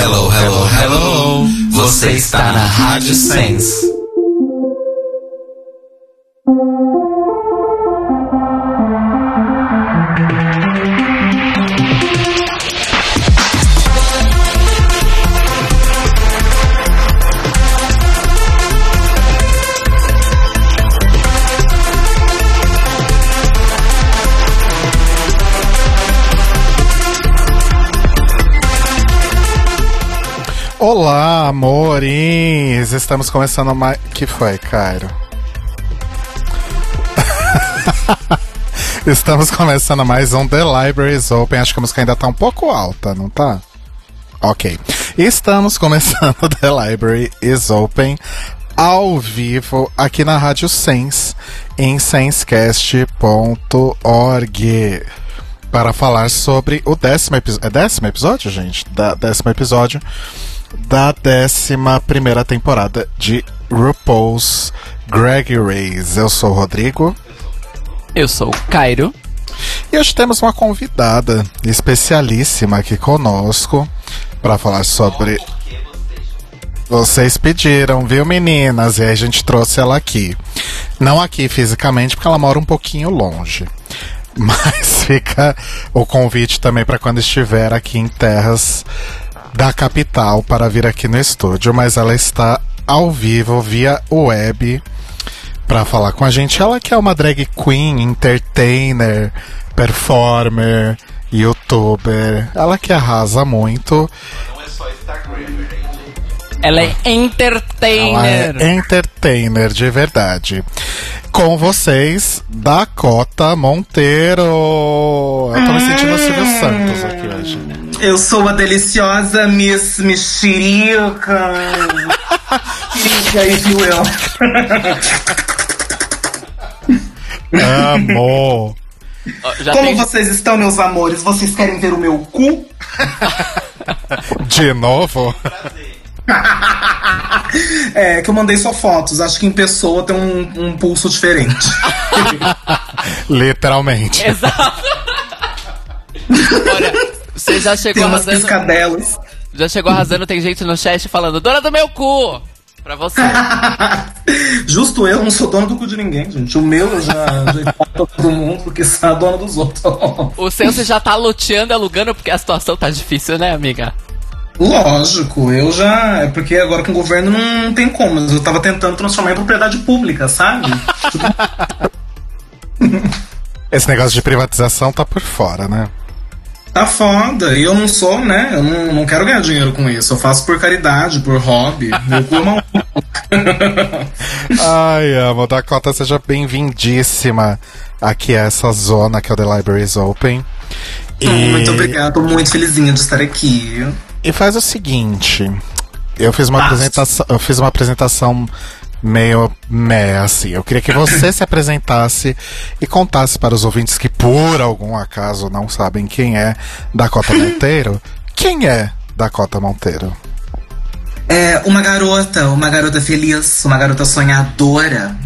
Hello, hello, hello. Você está na Rádio Sense. Olá, amores! Estamos começando mais... Que foi, Cairo? Estamos começando mais um The Library is Open. Acho que a música ainda tá um pouco alta, não tá? Ok. Estamos começando The Library is Open ao vivo aqui na Rádio Sense, em sensecast.org, para falar sobre o 10º episódio. É 10º episódio, gente? 10º episódio da 11ª temporada de RuPaul's Drag Race. Eu sou o Rodrigo. Eu sou o Cairo. E hoje temos uma convidada especialíssima aqui conosco para falar sobre... Vocês pediram, viu, meninas? E aí a gente trouxe ela aqui. Não aqui fisicamente, porque ela mora um pouquinho longe. Mas fica o convite também para quando estiver aqui em terras da capital para vir aqui no estúdio. Mas ela está ao vivo via web para falar com a gente. Ela que é uma drag queen, entertainer, performer, youtuber. Ela que arrasa muito. Não é só Instagram, gente. Ela é entertainer. Ela é entertainer de verdade. Com vocês, Dakota Monteiro. Eu tô me sentindo Silvio Santos aqui hoje. Eu sou a deliciosa Miss Mexerica. If you will. Amor. Como vocês estão, meus amores? Vocês querem ver o meu cu? De novo? É, que eu mandei só fotos. Acho que em pessoa tem um pulso diferente. Literalmente. Exato. Olha, você já chegou Tem umas arrasando. piscadelas. Já chegou arrasando, tem gente no chat falando, dona do meu cu! Pra você. Justo eu não sou dono do cu de ninguém, gente. O meu eu já pra todo mundo, porque sou a dona dos outros. O seu você já tá loteando e alugando porque a situação tá difícil, né, amiga? Lógico, eu já... É porque agora com o governo não tem como. Mas eu tava tentando transformar em propriedade pública, sabe? Esse negócio de privatização tá por fora, né? Tá foda. E eu não sou, né? Eu não quero ganhar dinheiro com isso. Eu faço por caridade, por hobby. Meu cu é uma... Ai, amo. Dakota, seja bem-vindíssima aqui a essa zona que é o The Library is Open. Muito obrigado, tô muito felizinha de estar aqui. E faz o seguinte, eu fiz uma apresentação meio assim. Eu queria que você se apresentasse e contasse para os ouvintes que por algum acaso não sabem quem é Dakota Monteiro. Quem é Dakota Monteiro? É uma garota feliz, uma garota sonhadora,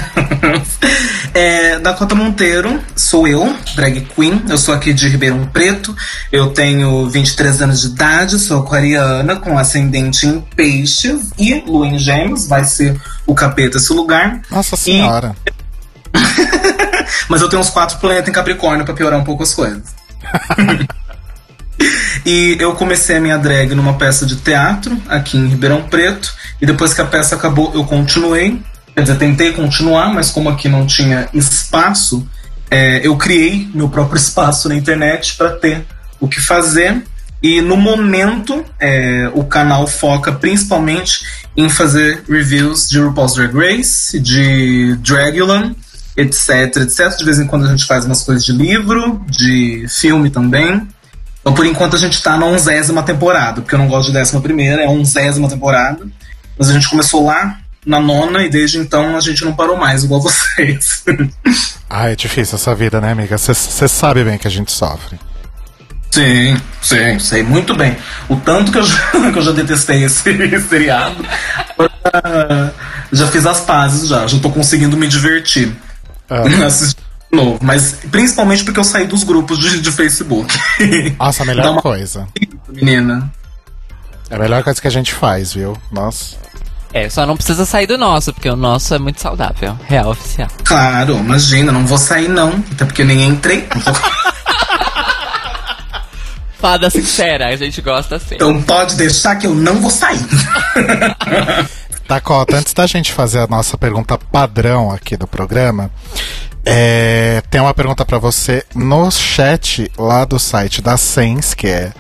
Dakota Monteiro, sou eu, drag queen, eu sou aqui de Ribeirão Preto, eu tenho 23 anos de idade, sou aquariana com ascendente em peixes e lua em gêmeos, vai ser o capeta esse lugar. Nossa senhora. Mas eu tenho uns 4 planetas em Capricórnio pra piorar um pouco as coisas. E eu comecei a minha drag numa peça de teatro aqui em Ribeirão Preto. E depois que a peça acabou, eu continuei. Quer dizer, tentei continuar, mas como aqui não tinha espaço, eu criei meu próprio espaço na internet para ter o que fazer. E no momento, o canal foca principalmente em fazer reviews de RuPaul's Drag Race, de Dragula, etc, etc. De vez em quando a gente faz umas coisas de livro, de filme também. Então, por enquanto, a gente tá na 11ª temporada, porque eu não gosto de 11ª, é a 11ª temporada. Mas a gente começou lá na 9ª e desde então a gente não parou mais, igual vocês. Ah, é difícil essa vida, né, amiga? Você sabe bem que a gente sofre. Sim, sei muito bem. O tanto que eu já detestei esse seriado. Já fiz as pazes, já tô conseguindo me divertir. Assistir de novo. Mas principalmente porque eu saí dos grupos de Facebook. Nossa, a melhor coisa. Menina. É a melhor coisa que a gente faz, viu? Nossa. Só não precisa sair do nosso, porque o nosso é muito saudável. Real oficial. Claro, imagina, não vou sair não. Até porque eu nem entrei. Fada sincera, a gente gosta assim. Então pode deixar que eu não vou sair. Dakota, antes da gente fazer a nossa pergunta padrão aqui do programa, tem uma pergunta pra você no chat lá do site da Sens, que é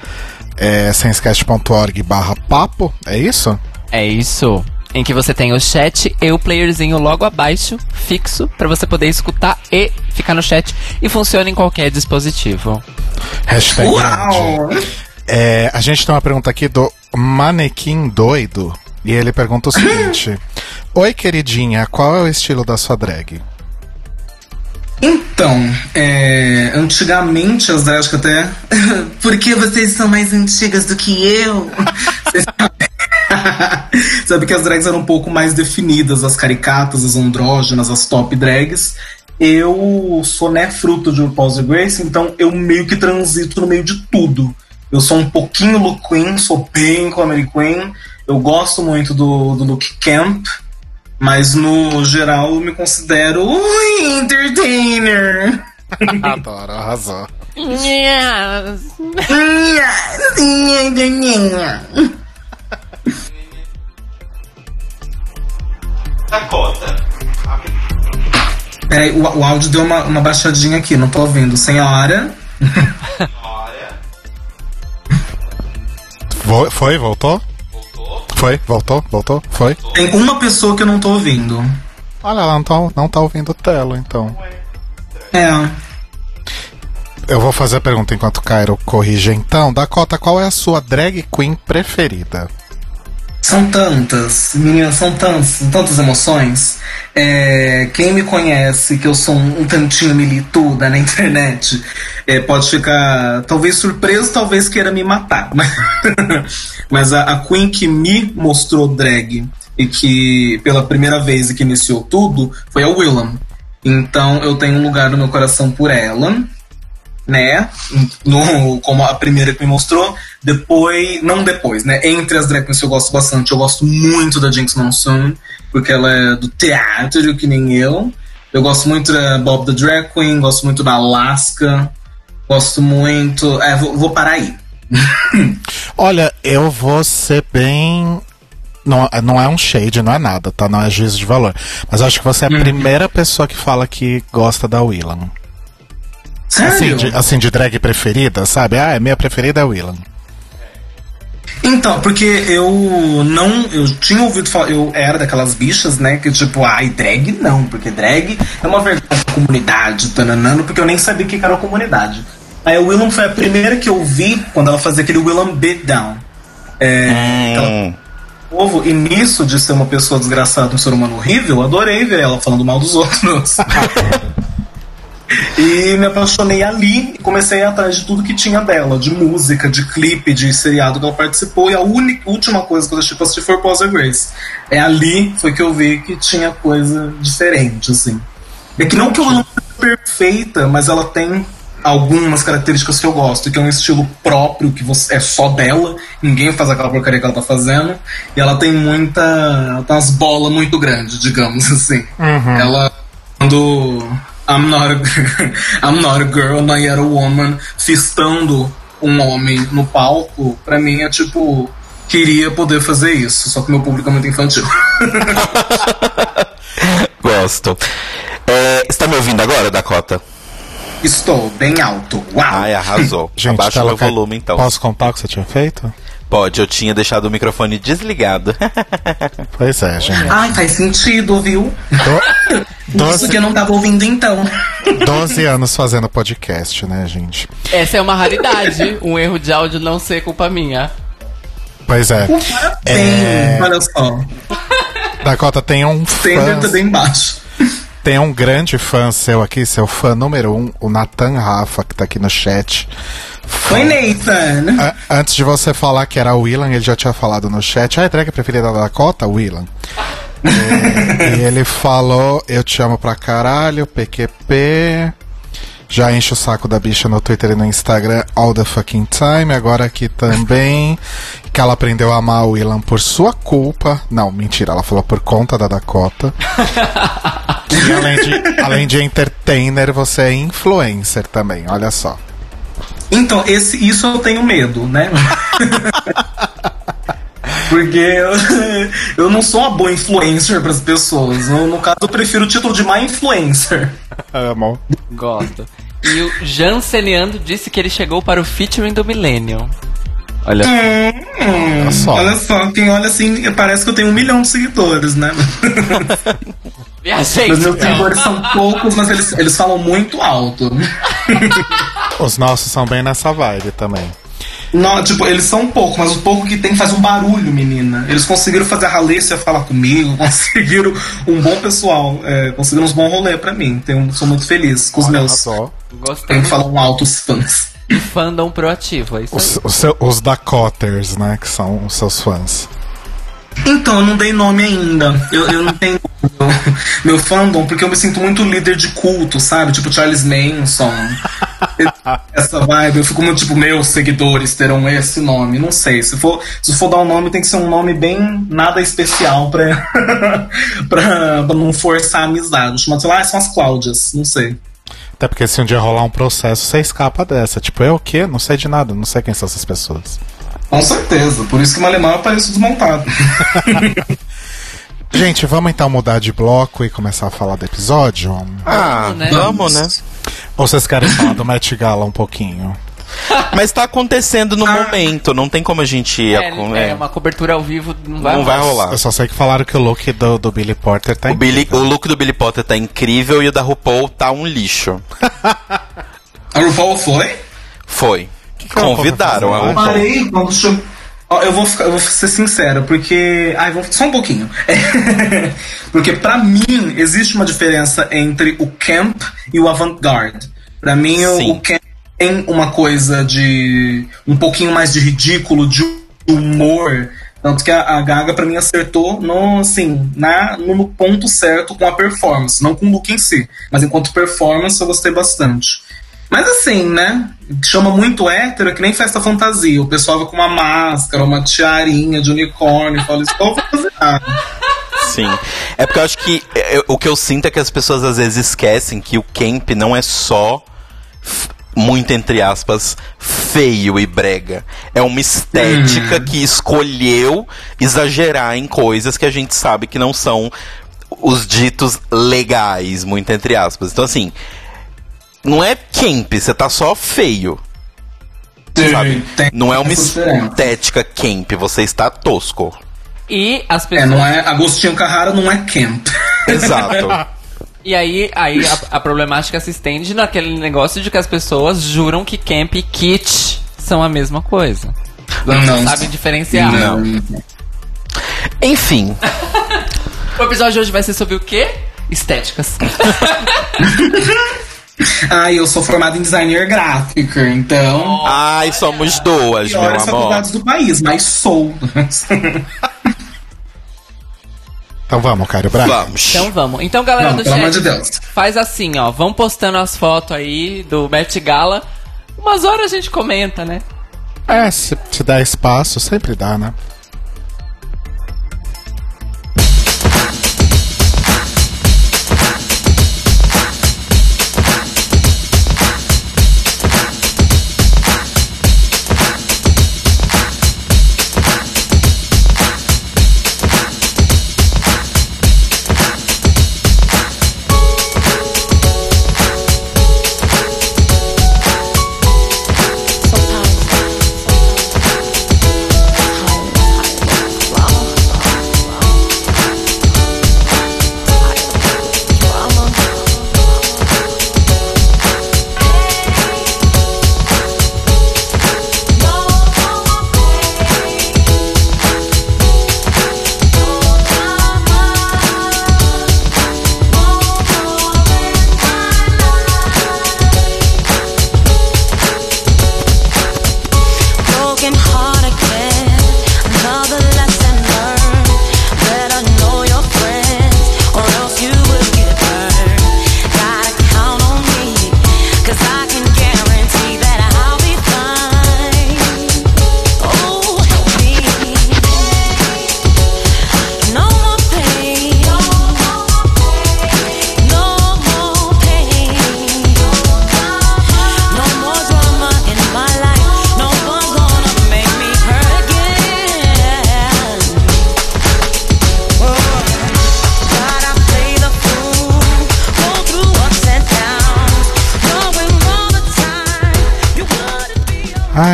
senscast.org/papo, é isso? É isso. Em que você tem o chat e o playerzinho logo abaixo, fixo, pra você poder escutar e ficar no chat. E funciona em qualquer dispositivo. Hashtag Uau! a gente tem uma pergunta aqui do Manequim Doido. E ele pergunta o seguinte: oi, queridinha, qual é o estilo da sua drag? Então, antigamente as drags até... Porque vocês são mais antigas do que eu. Sabe que as drags eram um pouco mais definidas, as caricatas, as andrógenas, as top drags. Eu sou, fruto de RuPaul's Drag Race, então eu meio que transito no meio de tudo. Eu sou um pouquinho look queen, sou bem comedy queen. Eu gosto muito do look camp, mas no geral eu me considero entertainer. Adoro, arrasou. Dakota. Peraí, o áudio deu uma baixadinha aqui, não tô ouvindo. Senhora. Foi? Voltou? Foi? Voltou? Foi? Tem uma pessoa que eu não tô ouvindo. Olha, ela não tá ouvindo o Telo, então. Eu vou fazer a pergunta enquanto o Cairo corrige. Então, Dakota, qual é a sua drag queen preferida? São tantas, meninas, são tantas emoções. Quem me conhece, que eu sou um tantinho milituda na internet, pode ficar talvez surpreso, talvez queira me matar. Mas a Queen que me mostrou drag e que pela primeira vez e que iniciou tudo foi a Willam. Então eu tenho um lugar no meu coração por ela, né? Como a primeira que me mostrou. Depois, né? Entre as drag queens que eu gosto bastante, eu gosto muito da Jinx Monsoon, porque ela é do teatro, que nem eu. Eu gosto muito da Bob the Drag Queen, gosto muito da Alaska, gosto muito... vou parar aí. Olha, eu vou ser bem... Não é um shade, não é nada, tá? Não é juízo de valor. Mas acho que você é a primeira pessoa que fala que gosta da Willam. Sério? Assim, de drag preferida, sabe? Minha preferida é a Willam. Então, porque eu tinha ouvido falar, eu era daquelas bichas, né, que tipo, drag não, porque drag é uma vergonha da comunidade, tananano, porque eu nem sabia o que era a comunidade. Aí a Willam foi a primeira que eu vi quando ela fazia aquele Willam Beatdown. Povo, e nisso de ser uma pessoa desgraçada, um ser humano horrível, eu adorei ver ela falando mal dos outros. E me apaixonei ali e comecei a ir atrás de tudo que tinha dela, de música, de clipe, de seriado que ela participou. E a última coisa que eu deixei pra assistir foi RuPaul's Drag Race. Ali foi que eu vi que tinha coisa diferente, assim. É que não que ela não seja perfeita, mas ela tem algumas características que eu gosto, que é um estilo próprio, que é só dela, ninguém faz aquela porcaria que ela tá fazendo. E ela tem ela tem umas bolas muito grandes, digamos assim. Ela, quando... I'm not a girl, not yet a woman, fistando um homem no palco, pra mim é tipo, queria poder fazer isso, só que meu público é muito infantil. Gosto. Você tá me ouvindo agora, Dakota? Estou bem alto. Uau! Ai, arrasou. Gente, abaixa o volume, então. Posso contar o que você tinha feito? Pode, eu tinha deixado o microfone desligado. Pois é, gente. Ai, faz sentido, viu? Isso que eu não tava ouvindo então. 12 anos fazendo podcast, né, gente? Essa é uma raridade, um erro de áudio não ser culpa minha. Pois é. Olha só. Dakota, tem um fã... bem embaixo. Tem um grande fã seu aqui, seu fã número 1, o Nathan Rafa, que tá aqui no chat. Oi, Nathan! Antes de você falar que era o Willam, ele já tinha falado no chat. A drag preferida da Dakota? Willam. E ele falou: eu te amo pra caralho, PQP. Já enche o saco da bicha no Twitter e no Instagram all the fucking time. Agora aqui também. que ela aprendeu a amar o Willam por sua culpa. Não, mentira, ela falou por conta da Dakota. E além de entertainer, você é influencer também, olha só. Então, isso eu tenho medo, né? Porque eu não sou uma boa influencer para as pessoas. No caso, eu prefiro o título de má influencer. Amo. Gosto. E o Janseniando disse que ele chegou para o featuring do Millennium. Olha só. Olha só, quem olha assim, parece que eu tenho 1 milhão de seguidores, né? Viajei. Os meus seguidores são poucos, mas eles falam muito alto. Os nossos são bem nessa vibe também. Não, tipo, eles são poucos, mas o pouco que tem faz um barulho, menina. Eles conseguiram fazer a Halessia falar comigo, conseguiram um bom pessoal, conseguiram uns bons rolês pra mim. Sou muito feliz com os meus. Só. Gostei. Tenho que falar um altos fãs. E fandom proativo, é isso aí. Os Dakoters, né? Que são os seus fãs. Então, eu não dei nome ainda. Eu não tenho meu fandom, porque eu me sinto muito líder de culto, sabe? Tipo Charles Manson. Essa vibe, eu fico muito tipo, meus seguidores terão esse nome. Não sei, se for dar um nome, tem que ser um nome bem nada especial pra não forçar a amizade. Chama, sei lá, são as Cláudias, não sei. Até porque se um dia rolar um processo, você escapa dessa. Tipo, eu o quê? Não sei de nada, não sei quem são essas pessoas. Com certeza, por isso que o Malemar eu pareço desmontado. Gente, vamos então mudar de bloco e começar a falar do episódio? Vamos, né? Ou vocês querem falar do Met Gala um pouquinho? Mas tá acontecendo no momento, não tem como a gente... uma cobertura ao vivo não vai rolar. Eu só sei que falaram que o look do Billy Porter tá incrível. O look do Billy Porter tá incrível e o da RuPaul tá um lixo. A RuPaul foi? Foi. Convidaram a Eu RuPaul. parei quando chegou. Eu vou ser sincero, porque... só um pouquinho. Porque pra mim, existe uma diferença entre o camp e o avant-garde. Pra mim, o camp tem uma coisa de... um pouquinho mais de ridículo, de humor. Tanto que a Gaga, pra mim, acertou no ponto certo com a performance. Não com o look em si. Mas enquanto performance, eu gostei bastante. Mas assim, né? Chama muito hétero, que nem festa fantasia. O pessoal vai com uma máscara, uma tiarinha de unicórnio, fala isso, vou fazer nada. Sim. É porque eu acho que o que eu sinto é que as pessoas às vezes esquecem que o camp não é só, muito entre aspas, feio e brega. É uma estética que escolheu exagerar em coisas que a gente sabe que não são os ditos legais, muito entre aspas. Então assim, não é camp, você tá só feio. Sabe? Não é uma estética camp, você está tosco. E as pessoas... não é Agostinho Carrara, não é camp. Exato. E aí a problemática se estende naquele negócio de que as pessoas juram que camp e kitsch são a mesma coisa. Não sabem diferenciar. Não. Enfim. O episódio de hoje vai ser sobre o quê? Estéticas. Eu sou formado em designer gráfico, então... somos duas, meu amor. faculdades do país, mas sou. Então vamos, Caio Braga. Vamos. Então vamos. Então, galera do pelo amor de chat, Deus. faz assim, ó. Vão postando as fotos aí do Met Gala. Umas horas a gente comenta, né? Se dá espaço, sempre dá, né?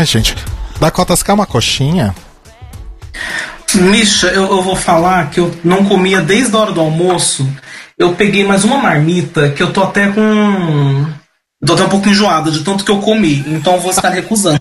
Ai, gente. Dakota, você quer uma coxinha? Misha, eu vou falar que eu não comia desde a hora do almoço. Eu peguei mais uma marmita que eu tô até com... Tô até um pouco enjoada de tanto que eu comi. Então eu vou estar recusando.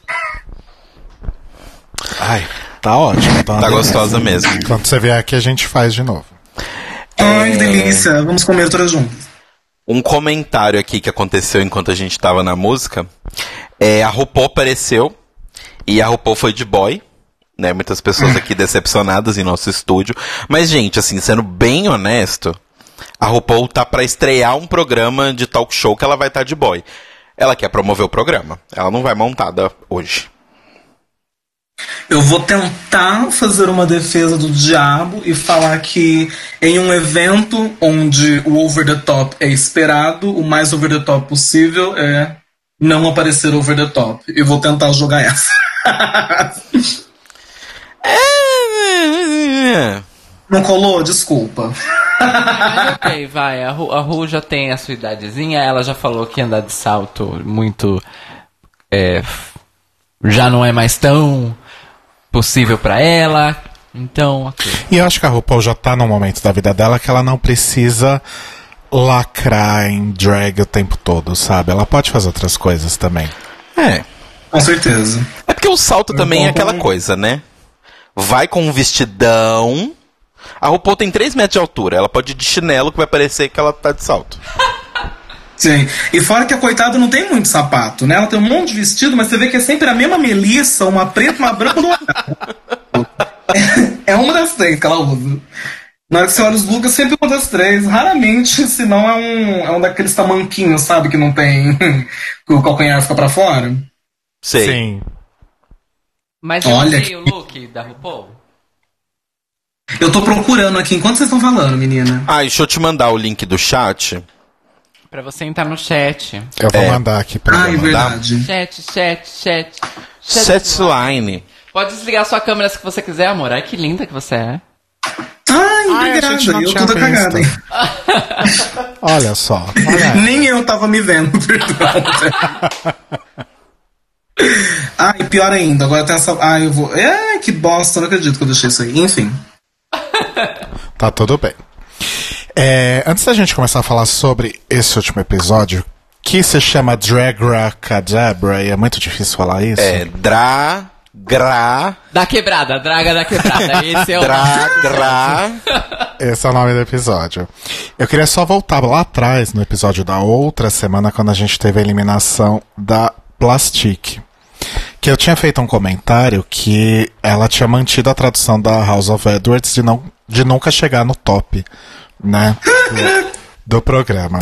Ai, tá ótimo. Tá gostosa mesmo. Quando você vier aqui, a gente faz de novo. Ai, que delícia. Vamos comer todas juntas. Um comentário aqui que aconteceu enquanto a gente tava na música. A RuPaul apareceu e a RuPaul foi de boy. Né? Muitas pessoas aqui decepcionadas em nosso estúdio. Mas, gente, assim, sendo bem honesto, a RuPaul tá pra estrear um programa de talk show que ela vai estar de boy. Ela quer promover o programa. Ela não vai montada hoje. Eu vou tentar fazer uma defesa do diabo e falar que em um evento onde o over the top é esperado, o mais over the top possível é não aparecer over the top. Eu vou tentar jogar essa. Não colou? Desculpa. Mas ok, vai. A Ru já tem a sua idadezinha. Ela já falou que andar de salto muito... já não é mais tão possível pra ela. Então, ok. E eu acho que a RuPaul já tá num momento da vida dela que ela não precisa lacrar em drag o tempo todo, sabe? Ela pode fazer outras coisas também. Com certeza. É porque o salto também é aquela coisa, né? Vai com um vestidão. A RuPaul tem 3 metros de altura. Ela pode ir de chinelo que vai parecer que ela tá de salto. Sim. E fora que a coitada não tem muito sapato, né? Ela tem um monte de vestido, mas você vê que é sempre a mesma Melissa, uma preta, uma branca e uma é uma das 3 que ela usa. Na hora que você olha os looks, é sempre uma das 3. Raramente, se não é um daqueles tamanquinhos, sabe? Que não tem... que o calcanhar fica pra fora. Sei. Sim. Mas eu Olha sei o look da RuPaul. Eu tô procurando aqui enquanto vocês estão falando, menina. Deixa eu te mandar o link do chat. Pra você entrar no chat. Eu vou mandar aqui pra Ai, ela. verdade. Chatline. Pode desligar sua câmera se você quiser, amor. Ai, que linda que você é. Ai, Ai, a gente obrigada. não Eu tinha tô toda cagada, hein? visto. Olha só. Olha. Nem eu tava me vendo, perdão. E pior ainda, agora tem essa. Eu vou. Que bosta, não acredito que eu deixei isso aí. Enfim. Tá tudo bem. Antes da gente começar a falar sobre esse último episódio, que se chama Dragracadabra, e é muito difícil falar isso. Da quebrada, Draga da quebrada. Esse é o Esse é o nome do episódio. Eu queria só voltar lá atrás, no episódio da outra semana, quando a gente teve a eliminação da Plastique. Que eu tinha feito um comentário que ela tinha mantido a tradução da House of Edwards de nunca chegar no top, né? Do programa.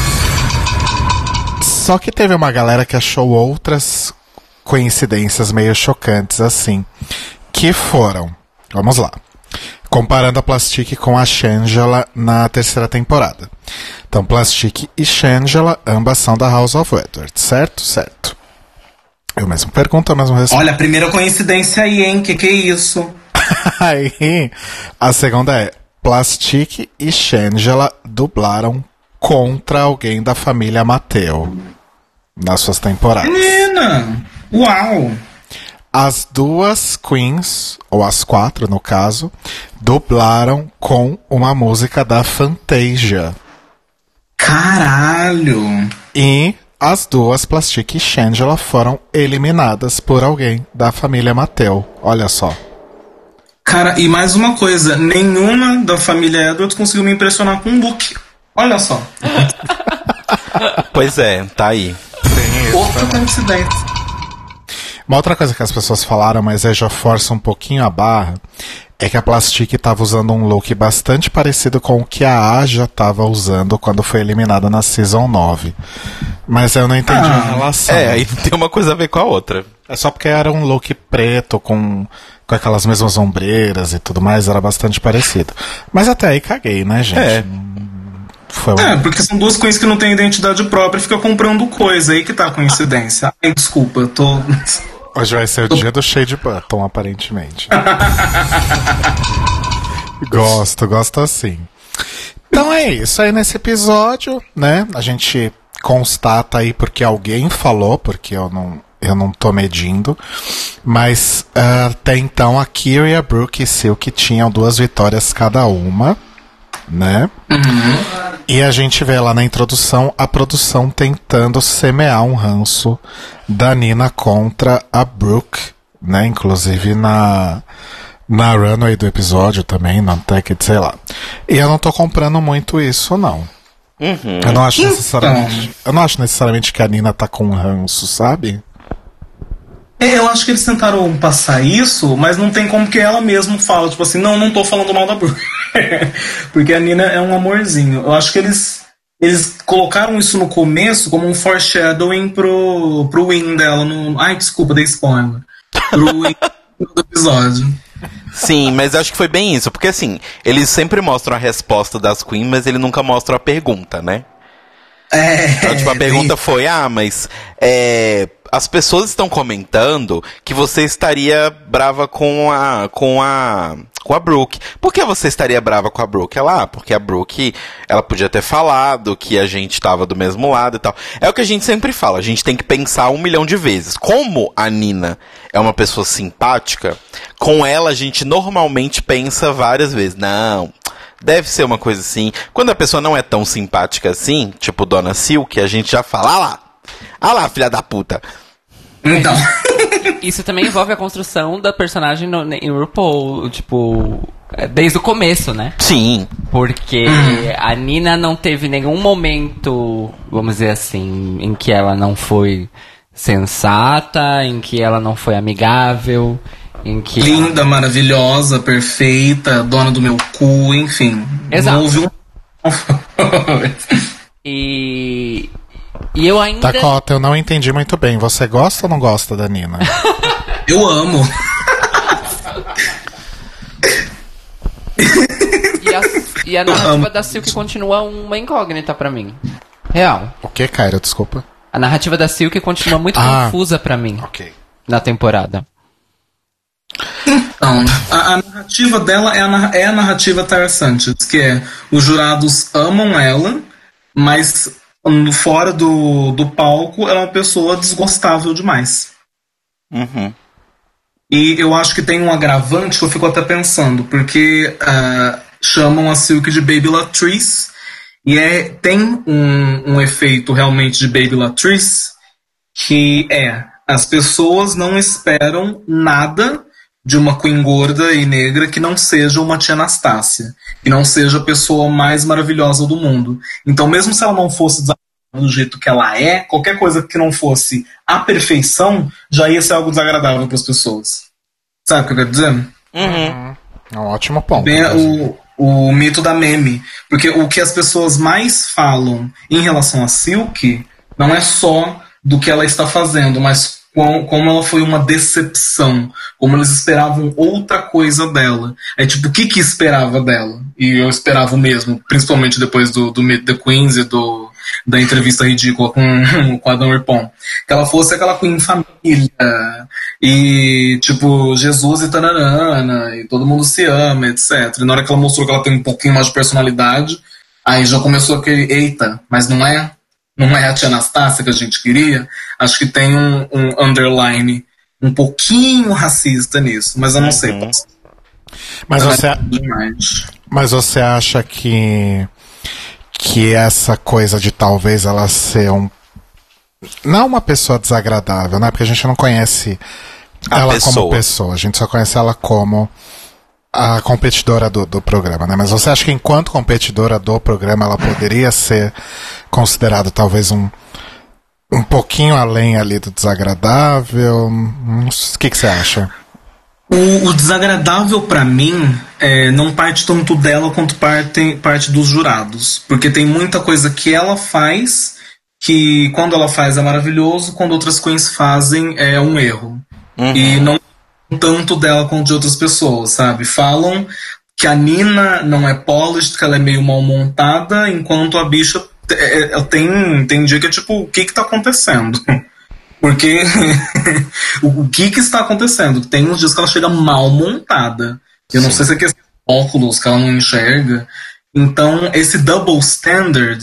Só que teve uma galera que achou outras coincidências meio chocantes assim. Que foram, vamos lá, comparando a Plastique com a Shangela na 3ª temporada. Então, Plastique e Shangela, ambas são da House of Edwards, certo? Certo. Eu mesmo pergunto, eu mesmo respondo. Olha, a primeira coincidência aí, hein? Que é isso? Aí, a segunda é: Plastique e Shangela dublaram contra alguém da família Mateo nas suas temporadas. Menina! Uau! As duas queens, ou as 4 no caso, dublaram com uma música da Fantasia. Caralho! E as duas, Plastique e Shangela, foram eliminadas por alguém da família Mateo. Olha só. Cara, e mais uma coisa, nenhuma da família Edwards conseguiu me impressionar com um look. Olha só. Pois é, tá aí. Outra coincidência. Uma outra coisa que as pessoas falaram, mas aí já força um pouquinho a barra, é que a Plastique estava usando um look bastante parecido com o que a Aja estava usando quando foi eliminada na Season 9. Mas eu não entendi a relação. Aí tem uma coisa a ver com a outra. É só porque era um look preto com aquelas mesmas ombreiras e tudo mais, era bastante parecido. Mas até aí caguei, né, gente? Porque são duas coisas que não têm identidade própria e fica comprando coisa, aí que tá a coincidência. Ai, desculpa, eu tô... Hoje vai ser o dia do Shade Button, aparentemente. Gosto assim. Então é isso aí nesse episódio, né? A gente constata aí porque alguém falou, porque eu não eu não tô medindo. Mas até então a Kyrie, a Brooke e Silk tinham 2 vitórias cada uma, né? E a gente vê lá na introdução a produção tentando semear um ranço da Nina contra a Brooke, né? Inclusive na runway do episódio também, na tech, sei lá. E eu não tô comprando muito isso, não. Eu não acho necessariamente que a Nina tá com ranço, sabe? Eu acho que eles tentaram passar isso, mas não tem como que ela mesma fala, tipo assim, não tô falando mal da Brooke. Porque a Nina é um amorzinho. Eu acho que eles colocaram isso no começo como um foreshadowing pro win dela no... Ai, desculpa, dei spoiler. Pro win do episódio. Sim, mas acho que foi bem isso, porque assim, eles sempre mostram a resposta das Queens, mas ele nunca mostra a pergunta, né? Então, tipo, a pergunta foi, mas as pessoas estão comentando que você estaria brava com a Brooke. Por que você estaria brava com a Brooke? Porque a Brooke, ela podia ter falado que a gente tava do mesmo lado e tal. É o que a gente sempre fala, a gente tem que pensar 1 milhão de vezes. Como a Nina é uma pessoa simpática, com ela a gente normalmente pensa várias vezes. Não, deve ser uma coisa assim. Quando a pessoa não é tão simpática assim, tipo Dona Silk, a gente já fala, ah lá, filha da puta. Então. Isso também envolve a construção da personagem em RuPaul, tipo, desde o começo, né? Sim. Porque a Nina não teve nenhum momento, vamos dizer assim, em que ela não foi sensata, em que ela não foi amigável, em que... Linda, maravilhosa, perfeita, dona do meu cu, enfim. Exato. Não houve um... E eu ainda... Dakota, eu não entendi muito bem. Você gosta ou não gosta da Nina? Eu amo. E a narrativa da Silk continua uma incógnita pra mim. Real. O que, Cairo? Desculpa. A narrativa da Silk continua muito confusa pra mim. Ok. Na temporada. Então, a narrativa dela é a narrativa Tara Sanchez, que é os jurados amam ela, mas fora do palco ela é uma pessoa desgostável demais. E eu acho que tem um agravante que eu fico até pensando, porque chamam a Silk de Baby Latrice, e tem um efeito realmente de Baby Latrice, que as pessoas não esperam nada de uma Queen gorda e negra que não seja uma Tia Anastácia, que não seja a pessoa mais maravilhosa do mundo. Então, mesmo se ela não fosse desagradável do jeito que ela é, qualquer coisa que não fosse a perfeição já ia ser algo desagradável para as pessoas. Sabe o que eu quero dizer? É um ótimo ponto. Bem, o mito da meme. Porque o que as pessoas mais falam em relação a Silk não é só do que ela está fazendo, mas como ela foi uma decepção, como eles esperavam outra coisa dela. É tipo, o que esperava dela? E eu esperava o mesmo, principalmente depois do Meet the Queens e da entrevista ridícula com a Dan Ripon. Que ela fosse aquela Queen família, e tipo, Jesus e tanarana, e todo mundo se ama, etc. E na hora que ela mostrou que ela tem um pouquinho mais de personalidade, aí já começou aquele, eita, mas não é a Tia Anastácia que a gente queria. Acho que tem um underline um pouquinho racista nisso, mas eu não sei. Mas você acha que essa coisa de talvez ela ser não uma pessoa desagradável, né? Porque a gente não conhece ela como pessoa, a gente só conhece ela como a competidora do programa, né? Mas você acha que enquanto competidora do programa ela poderia ser considerada talvez um pouquinho além ali do desagradável? O que você acha? O desagradável pra mim não parte tanto dela quanto parte dos jurados, porque tem muita coisa que ela faz que quando ela faz é maravilhoso, quando outras queens fazem é um erro. E não tanto dela quanto de outras pessoas, sabe? Falam que a Nina não é polished, que ela é meio mal montada, enquanto a bicha tem dia que é tipo, o que tá acontecendo? Porque o que está acontecendo? Tem uns dias que ela chega mal montada. Eu não sei se é questão de óculos que ela não enxerga. Então, esse double standard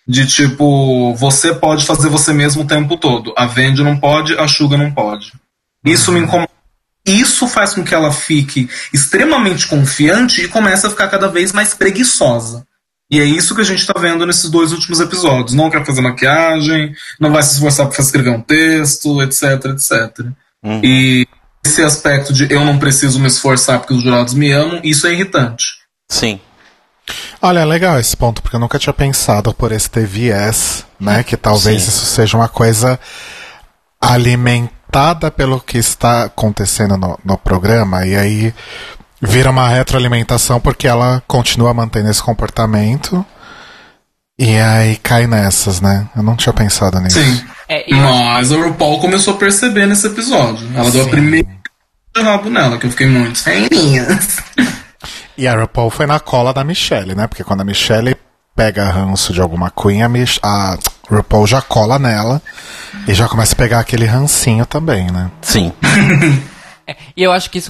De tipo, você pode fazer você mesmo o tempo todo. A Vendi não pode, a Suga não pode. Isso me incomoda. Isso faz com que ela fique extremamente confiante e comece a ficar cada vez mais preguiçosa. E é isso que a gente tá vendo nesses 2 últimos episódios. Não quer fazer maquiagem, não vai se esforçar para escrever um texto, etc, etc. E esse aspecto de eu não preciso me esforçar porque os jurados me amam, isso é irritante. Sim. Olha, é legal esse ponto, porque eu nunca tinha pensado por esse ter viés, né? Que talvez isso seja uma coisa alimentada pelo que está acontecendo no programa, e aí vira uma retroalimentação porque ela continua mantendo esse comportamento, e aí cai nessas, né? Eu não tinha pensado nisso. Sim. Mas a RuPaul começou a perceber nesse episódio. Ela deu a primeira de rabo nela, que eu fiquei muito feinhas. E a RuPaul foi na cola da Michelle, né? Porque quando a Michelle pega ranço de alguma queen, a RuPaul já cola nela e já começa a pegar aquele rancinho também, né? Sim. E eu acho que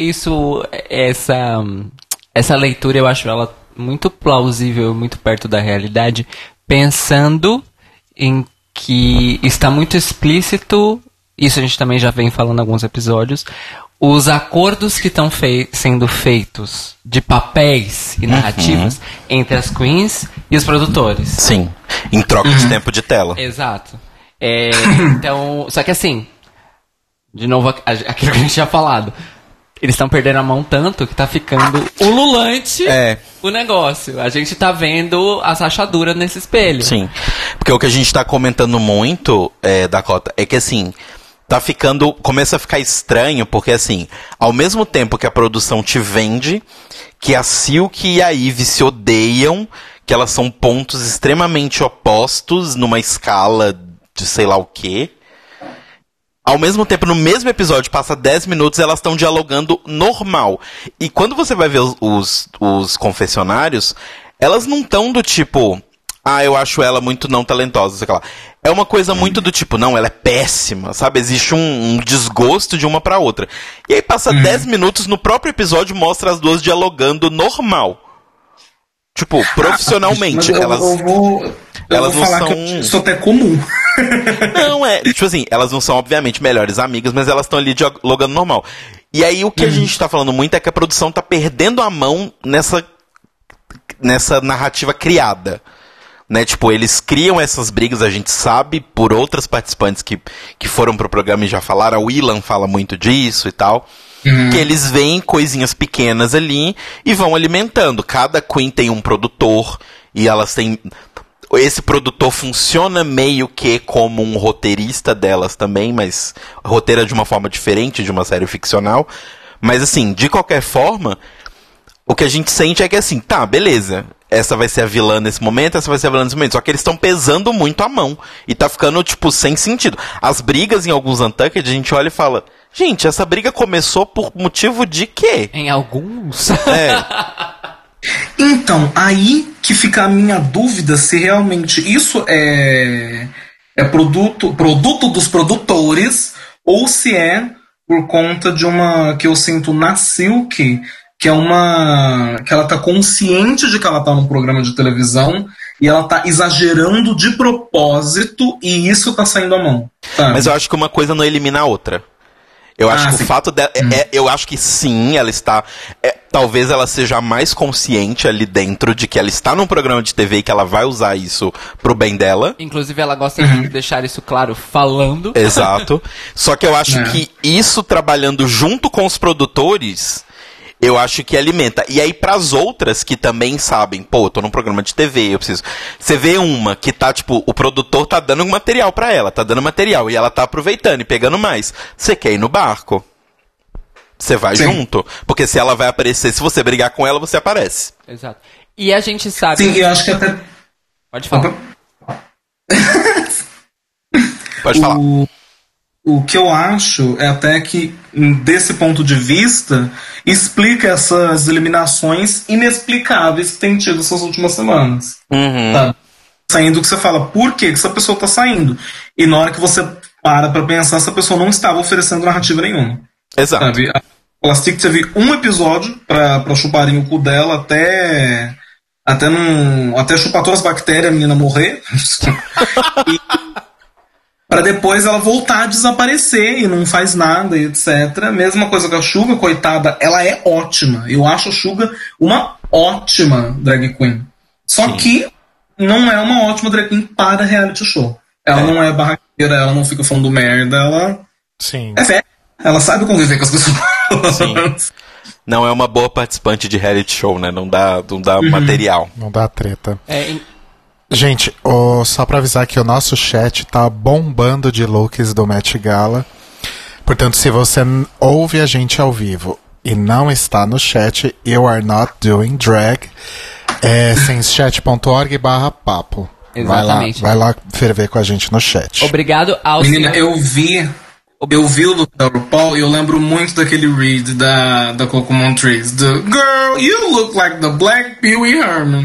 essa leitura, eu acho ela muito plausível, muito perto da realidade, pensando em que está muito explícito, isso a gente também já vem falando em alguns episódios, os acordos que estão sendo feitos de papéis e narrativas entre as queens e os produtores. Sim, em troca de tempo de tela. Exato. Então, só que assim, de novo, aquilo que a gente tinha falado, eles estão perdendo a mão tanto que tá ficando ululante o negócio. A gente tá vendo as rachaduras nesse espelho. Sim, porque o que a gente tá comentando muito, Dakota, é que assim, começa a ficar estranho, porque assim, ao mesmo tempo que a produção te vende que a Silk e a Ivy se odeiam, que elas são pontos extremamente opostos numa escala de sei lá o quê, ao mesmo tempo, no mesmo episódio, passa 10 minutos, elas estão dialogando normal. E quando você vai ver os confessionários, elas não estão do tipo, eu acho ela muito não talentosa, sei lá. É uma coisa muito do tipo, não, ela é péssima, sabe? Existe um desgosto de uma pra outra. E aí passa 10 minutos, no próprio episódio mostra as duas dialogando normal. Tipo, profissionalmente. Elas não falar são... que isso até é comum. Não, tipo assim, elas não são obviamente melhores amigas, mas elas estão ali dialogando normal. E aí o que a gente tá falando muito é que a produção tá perdendo a mão nessa narrativa criada. Né, tipo, eles criam essas brigas, a gente sabe, por outras participantes que foram pro programa e já falaram, a Willan fala muito disso e tal, que eles veem coisinhas pequenas ali e vão alimentando. Cada queen tem um produtor e elas têm... Esse produtor funciona meio que como um roteirista delas também, mas roteira de uma forma diferente de uma série ficcional. Mas assim, de qualquer forma, o que a gente sente é que assim, tá, beleza, essa vai ser a vilã nesse momento, essa vai ser a vilã nesse momento. Só que eles estão pesando muito a mão. E tá ficando, tipo, sem sentido. As brigas em alguns Untucked, a gente olha e fala, gente, essa briga começou por motivo de quê? Em alguns? Então, aí que fica a minha dúvida se realmente isso é produto dos produtores ou se é por conta de uma que eu sinto na Silk, que ela tá consciente de que ela tá num programa de televisão e ela tá exagerando de propósito e isso tá saindo à mão. Sabe? Mas eu acho que uma coisa não elimina a outra. Eu acho que sim. O fato dela... eu acho que sim, ela está... talvez ela seja mais consciente ali dentro de que ela está num programa de TV e que ela vai usar isso pro bem dela. Inclusive, ela gosta de deixar isso claro falando. Exato. Só que eu acho que isso trabalhando junto com os produtores... Eu acho que alimenta. E aí, pras outras que também sabem, pô, eu tô num programa de TV, eu preciso... Você vê uma que tá, tipo, o produtor tá dando material pra ela, tá dando material, e ela tá aproveitando e pegando mais. Você quer ir no barco? Você vai junto. Porque se ela vai aparecer, se você brigar com ela, você aparece. Exato. E a gente sabe... Sim, eu acho que até... Pode falar. Pode falar. O que eu acho é até que, desse ponto de vista, explica essas eliminações inexplicáveis que tem tido essas últimas semanas. Tá? Saindo que você fala, por que essa pessoa tá saindo? E na hora que você para pra pensar, essa pessoa não estava oferecendo narrativa nenhuma. Exato. Sabe? A Plastic teve um episódio pra chuparem o cu dela até até chupar todas as bactérias, a menina morrer. Para depois ela voltar a desaparecer e não faz nada, e etc. Mesma coisa com a Suga, coitada, ela é ótima. Eu acho a Suga uma ótima drag queen. Só que não é uma ótima drag queen para reality show. Ela não é barraqueira, ela não fica falando merda, ela é velha. Ela sabe conviver com as pessoas. Sim. Não é uma boa participante de reality show, né? Não dá material. Não dá treta. Gente, só pra avisar que o nosso chat tá bombando de looks do Met Gala. Portanto, se você ouve a gente ao vivo e não está no chat, you are not doing drag. senschat.org/papo. Exatamente. Vai lá ferver com a gente no chat. Obrigado ao Menina, eu vi o look da RuPaul e eu lembro muito daquele read da Coco Montrese. Girl, you look like the Black Pee Wee Herman.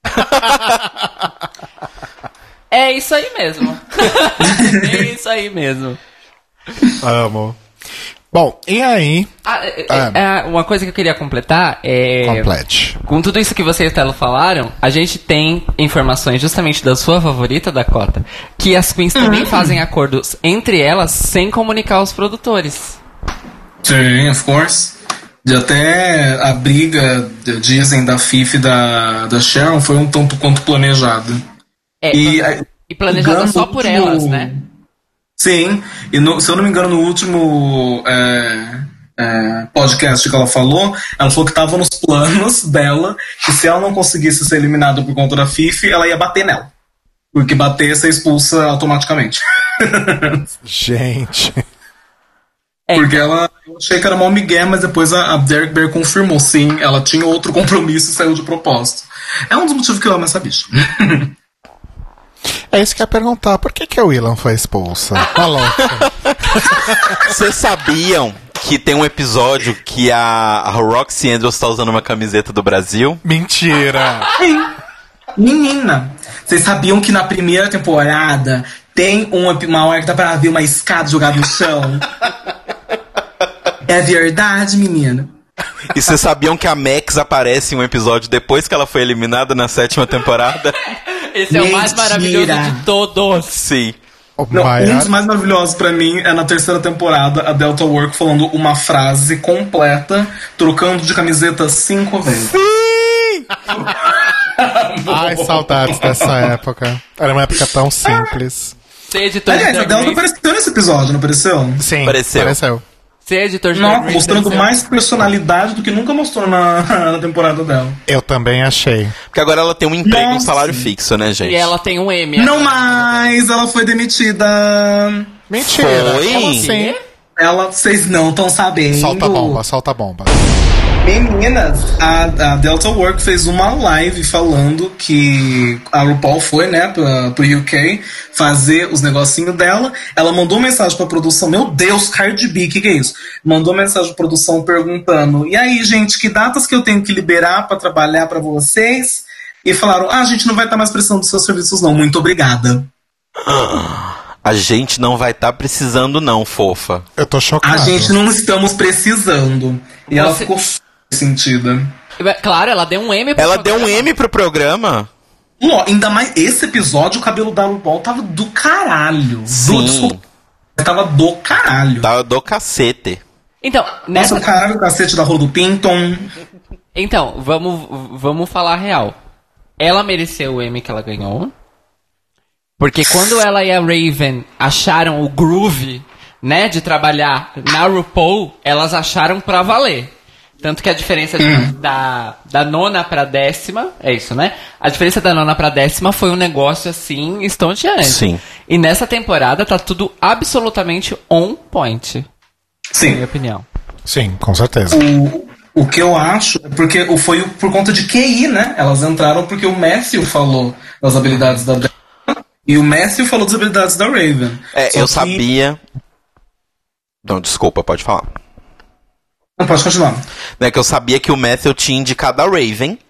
É isso aí mesmo. É isso aí mesmo. Amo. Bom, e aí? Uma coisa que eu queria completar é... Complete. Com tudo isso que vocês e Telo falaram, a gente tem informações justamente da sua favorita, Dakota, que as queens também fazem acordos entre elas sem comunicar aos produtores. Sim, of course. E até a briga, dizem, da Fifi e da Sharon foi um tanto quanto planejada. E planejada só por elas, né? Sim, e se eu não me engano, no último podcast que ela falou que estava nos planos dela que se ela não conseguisse ser eliminada por conta da Fifi, ela ia bater nela. Porque bater, você expulsa automaticamente. Gente... Porque eu achei que era mal migué, mas depois a Derek Bear confirmou, sim, ela tinha outro compromisso e saiu de propósito. É um dos motivos que eu amo essa bicha. É isso que eu ia perguntar, por que a Willam foi expulsa? Tá louca. Vocês sabiam que tem um episódio que a Roxy Andrews tá usando uma camiseta do Brasil? Mentira! Menina, vocês sabiam que na primeira temporada tem uma hora que dá pra ver uma escada jogada no chão? É verdade, menina. E vocês sabiam que a Max aparece em um episódio depois que ela foi eliminada na 7ª temporada? Esse é o mais maravilhoso de todos. Sim. Um dos mais maravilhosos pra mim é na 3ª temporada, a Delta Work falando uma frase completa, trocando de camiseta 5 vezes. Sim! Ai, saudades dessa época. Era uma época tão simples. Ser editor Aliás, a Delta apareceu nesse episódio, não apareceu? Sim, apareceu. Ser editor de Não, mostrando mais personalidade do que nunca mostrou na temporada dela. Eu também achei. Porque agora ela tem um emprego, um salário fixo, né, gente? E ela tem um M. Não mais! Ela foi demitida. Mentira. Foi? Como assim? Vocês não estão sabendo. Solta a bomba. Meninas, a Delta Work fez uma live falando que a RuPaul foi, né, pro UK fazer os negocinhos dela. Ela mandou mensagem pra produção. Meu Deus, Cardi B, que é isso? Mandou mensagem pra produção perguntando: e aí, gente, que datas que eu tenho que liberar pra trabalhar pra vocês? E falaram: a gente não vai estar mais precisando dos seus serviços, não. Muito obrigada. A gente não vai estar precisando, não, fofa. Eu tô chocado. A gente não estamos precisando. E ela ficou sentida. Claro, ela deu um M pro programa. Ela deu um M pro programa? Ainda mais esse episódio, o cabelo da RuPaul tava do caralho. Sim. Tava do caralho. Tava do cacete. Então, Nossa, o caralho, o cacete da Rua do Pinton. Então, vamos falar a real. Ela mereceu o M que ela ganhou. Porque quando ela e a Raven acharam o groove, né, de trabalhar na RuPaul, elas acharam pra valer. Tanto que a diferença da 9ª pra 10ª, é isso, né? A diferença da 9ª pra 10ª foi um negócio, assim, estonteante. Sim. E nessa temporada tá tudo absolutamente on point. Sim. Na minha opinião. Sim, com certeza. O que eu acho, porque foi por conta de QI, né? Elas entraram porque o Matthew falou das habilidades da Delta e o Matthew falou das habilidades da Raven. Eu sabia... Não, desculpa, pode falar. Não, pode continuar. Que eu sabia que o Matthew tinha indicado a Raven,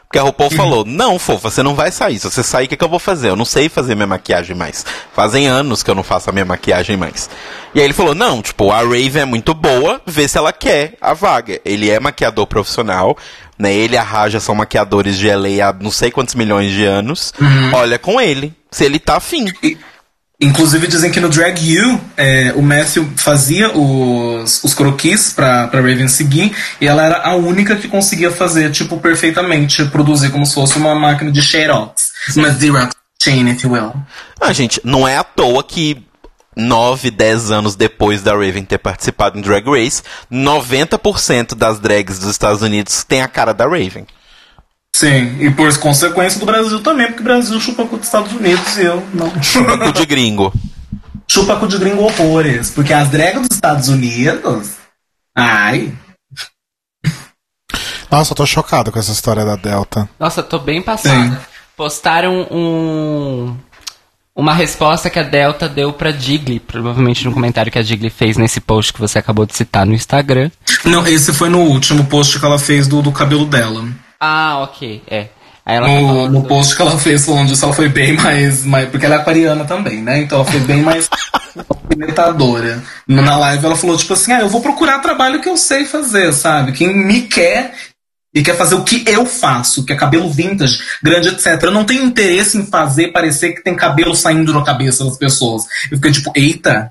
Porque a RuPaul falou, não, fofa, você não vai sair. Se você sair, o que eu vou fazer? Eu não sei fazer minha maquiagem mais. Fazem anos que eu não faço a minha maquiagem mais. E aí ele falou, não, tipo, a Raven é muito boa, vê se ela quer a vaga. Ele é maquiador profissional, né? Ele e a Raja são maquiadores de LA há não sei quantos milhões de anos. Olha com ele, se ele tá afim. Inclusive dizem que no Drag You, o Matthew fazia os croquis pra Raven seguir, e ela era a única que conseguia fazer, tipo, perfeitamente, produzir como se fosse uma máquina de Xerox. Uma Xerox chain, if you will. Ah, gente, não é à toa que 9, 10 anos depois da Raven ter participado em Drag Race, 90% das drags dos Estados Unidos tem a cara da Raven. Sim, e por consequência do Brasil também, porque o Brasil chupa cu dos Estados Unidos e eu não. Chupa cu de gringo. Chupa cu de gringo horrores, porque as drags dos Estados Unidos... Ai... Nossa, eu tô chocado com essa história da Delta. Nossa, tô bem passada. Sim. Postaram uma resposta que a Delta deu pra Jiggly, provavelmente no comentário que a Jiggly fez nesse post que você acabou de citar no Instagram. Não, esse foi no último post que ela fez do cabelo dela. Ah, ok, Aí ela No post que ela fez falando disso, ela foi bem mais... Porque ela é aquariana também, né? Então ela foi bem mais metadora. Na live ela falou, tipo assim, eu vou procurar trabalho que eu sei fazer, sabe? Quem me quer e quer fazer o que eu faço, que é cabelo vintage, grande, etc. Eu não tenho interesse em fazer parecer que tem cabelo saindo da cabeça das pessoas. Eu fiquei tipo, eita.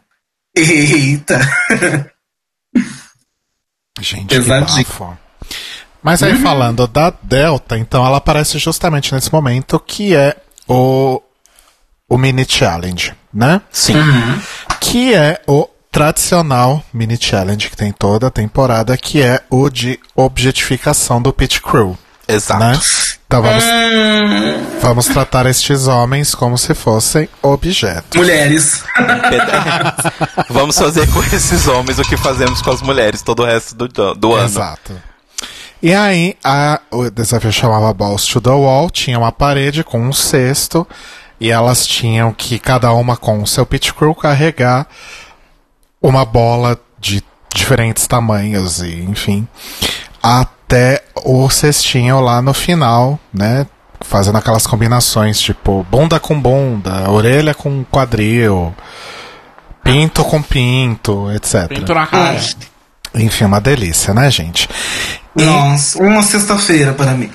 Gente, Pesadinho. que bafo. Mas aí falando da Delta, então ela aparece justamente nesse momento que é o Mini Challenge, né? Sim. Que é o tradicional Mini Challenge que tem toda a temporada, que é o de objetificação do Pit Crew. Exato. Né? Então vamos tratar estes homens como se fossem objetos. Mulheres. Vamos fazer com esses homens o que fazemos com as mulheres todo o resto do ano. Exato. E aí, o desafio chamava Balls to the Wall, tinha uma parede com um cesto, e elas tinham que, cada uma com o seu pit crew, carregar uma bola de diferentes tamanhos, e enfim, até o cestinho lá no final, né, fazendo aquelas combinações, tipo, bunda com bunda, orelha com quadril, pinto com pinto, etc. Pinto na cara. Enfim, uma delícia, né, gente? Nossa, uma sexta-feira para mim.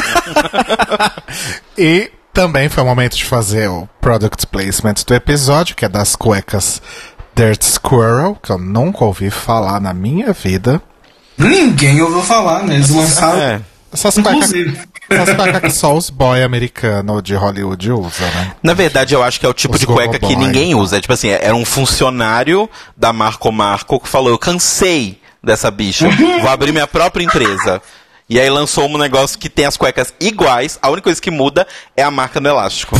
E também foi o momento de fazer o product placement do episódio, que é das cuecas Dirt Squirrel, que eu nunca ouvi falar na minha vida. Ninguém ouviu falar, né? Eles lançaram. Essas cuecas que só os boy americanos de Hollywood usam, né? Na verdade, eu acho que é o tipo Os de cueca que Gogo Boy. ninguém usa. É tipo assim, era um funcionário da Marco Marco que falou, eu cansei dessa bicha, vou abrir minha própria empresa. E aí lançou um negócio que tem as cuecas iguais, a única coisa que muda é a marca do elástico.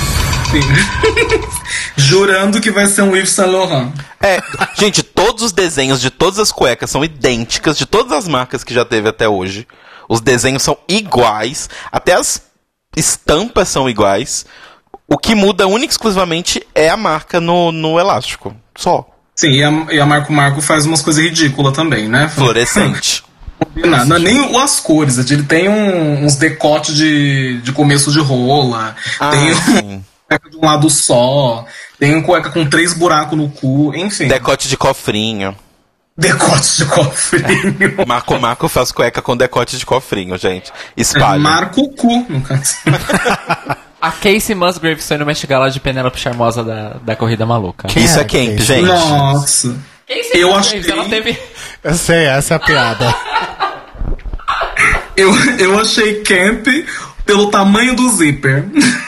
Jurando que vai ser um Yves Saint Laurent. Gente, todos os desenhos de todas as cuecas são idênticas, de todas as marcas que já teve até hoje. Os desenhos são iguais, até as estampas são iguais. O que muda única e exclusivamente é a marca no elástico, só. Sim, e a Marco Marco faz umas coisas ridículas também, né? Fluorescente. Não é nem as cores, ele tem uns decotes de começo de rola, tem Sim. cueca de um lado só, tem cueca com 3 buracos no cu, enfim. Decote de cofrinho. Decote de cofrinho. Marco faz cueca com decote de cofrinho, gente. Espalha. Marco o cu, no caso. A Casey Musgrave foi numa estigala de Penélope Charmosa da Corrida Maluca. Isso é camp, Casey? gente. Nossa. Casey Eu Musgraves, achei- ela teve... Eu sei, essa é a piada. Eu achei camp pelo tamanho do zíper.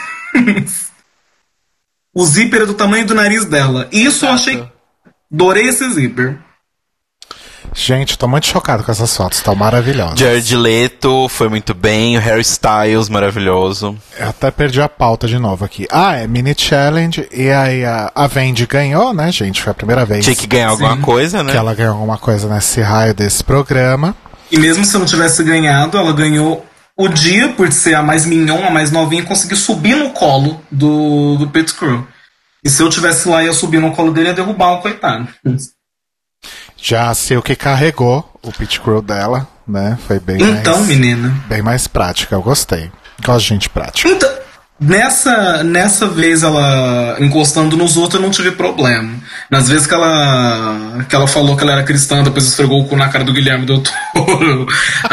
O zíper é do tamanho do nariz dela. Isso eu achei. Adorei esse zíper. Gente, tô muito chocado com essas fotos, estão maravilhosas. Jared Leto foi muito bem, o Harry Styles maravilhoso. Eu até perdi a pauta de novo aqui. É Mini Challenge, e aí a Vendi ganhou, né, gente? Foi a primeira vez Tinha que ganhar alguma coisa, né? que ela ganhou alguma coisa nesse raio desse programa. E mesmo se eu não tivesse ganhado, ela ganhou o dia, por ser a mais mignon, a mais novinha, e conseguir subir no colo do Pit Crew. E se eu tivesse lá e ia subir no colo dele, ia derrubar o coitado. Já a Silk carregou o pit crew dela, né? Foi bem Então, mais, menina. bem mais prática, eu gostei. Gosto de gente prática. Então, nessa vez ela encostando nos outros, eu não tive problema. Nas vezes que ela falou que ela era cristã, depois esfregou o cu na cara do Guilherme Del Toro,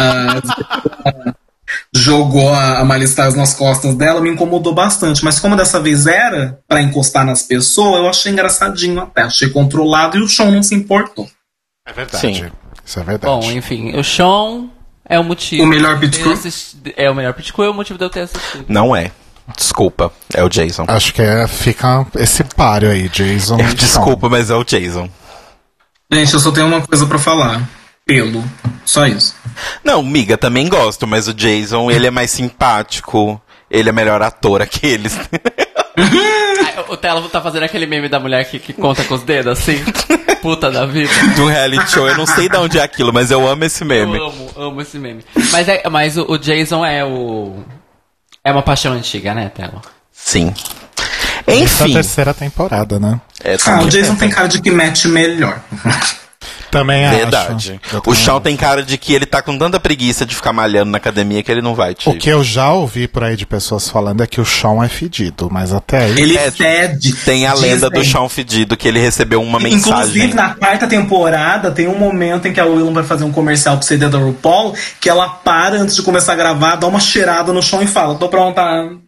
jogou a Miley Cyrus nas costas dela, me incomodou bastante. Mas como dessa vez era pra encostar nas pessoas, eu achei engraçadinho até. Achei controlado e o Shawn não se importou. É verdade. Sim. Isso é verdade. Bom, enfim, o Shawn é o motivo. O melhor pit crew? É o melhor pit crew, é o motivo de eu ter assistido. Não é. Desculpa, é o Jason. Acho que fica esse páreo aí, Jason. e Desculpa, mas é o Jason. Gente, eu só tenho uma coisa pra falar. Pelo. Só isso. Não, miga, também gosto, mas o Jason, ele é mais simpático. Ele é melhor ator, aqueles. O Telo tá fazendo aquele meme da mulher que conta com os dedos, assim. Puta da vida. De um reality show. Eu não sei de onde é aquilo, mas eu amo esse meme. Eu amo esse meme. Mas o Jason é uma paixão antiga, né, Telo? Sim. Essa é a Enfim. terceira temporada, né? O Jason tem cara de que mete melhor. Também Verdade. acho. O Shawn tem cara de que ele tá com tanta preguiça de ficar malhando na academia que ele não vai, tipo. O que eu já ouvi por aí de pessoas falando é que o Shawn é fedido, mas até aí... Ele fede. Tem a lenda do Shawn fedido, que ele recebeu uma mensagem. Inclusive, na quarta temporada, tem um momento em que a Willam vai fazer um comercial pro CD da RuPaul, que ela para antes de começar a gravar, dá uma cheirada no Shawn e fala: tô pronta.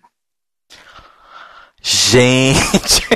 Gente.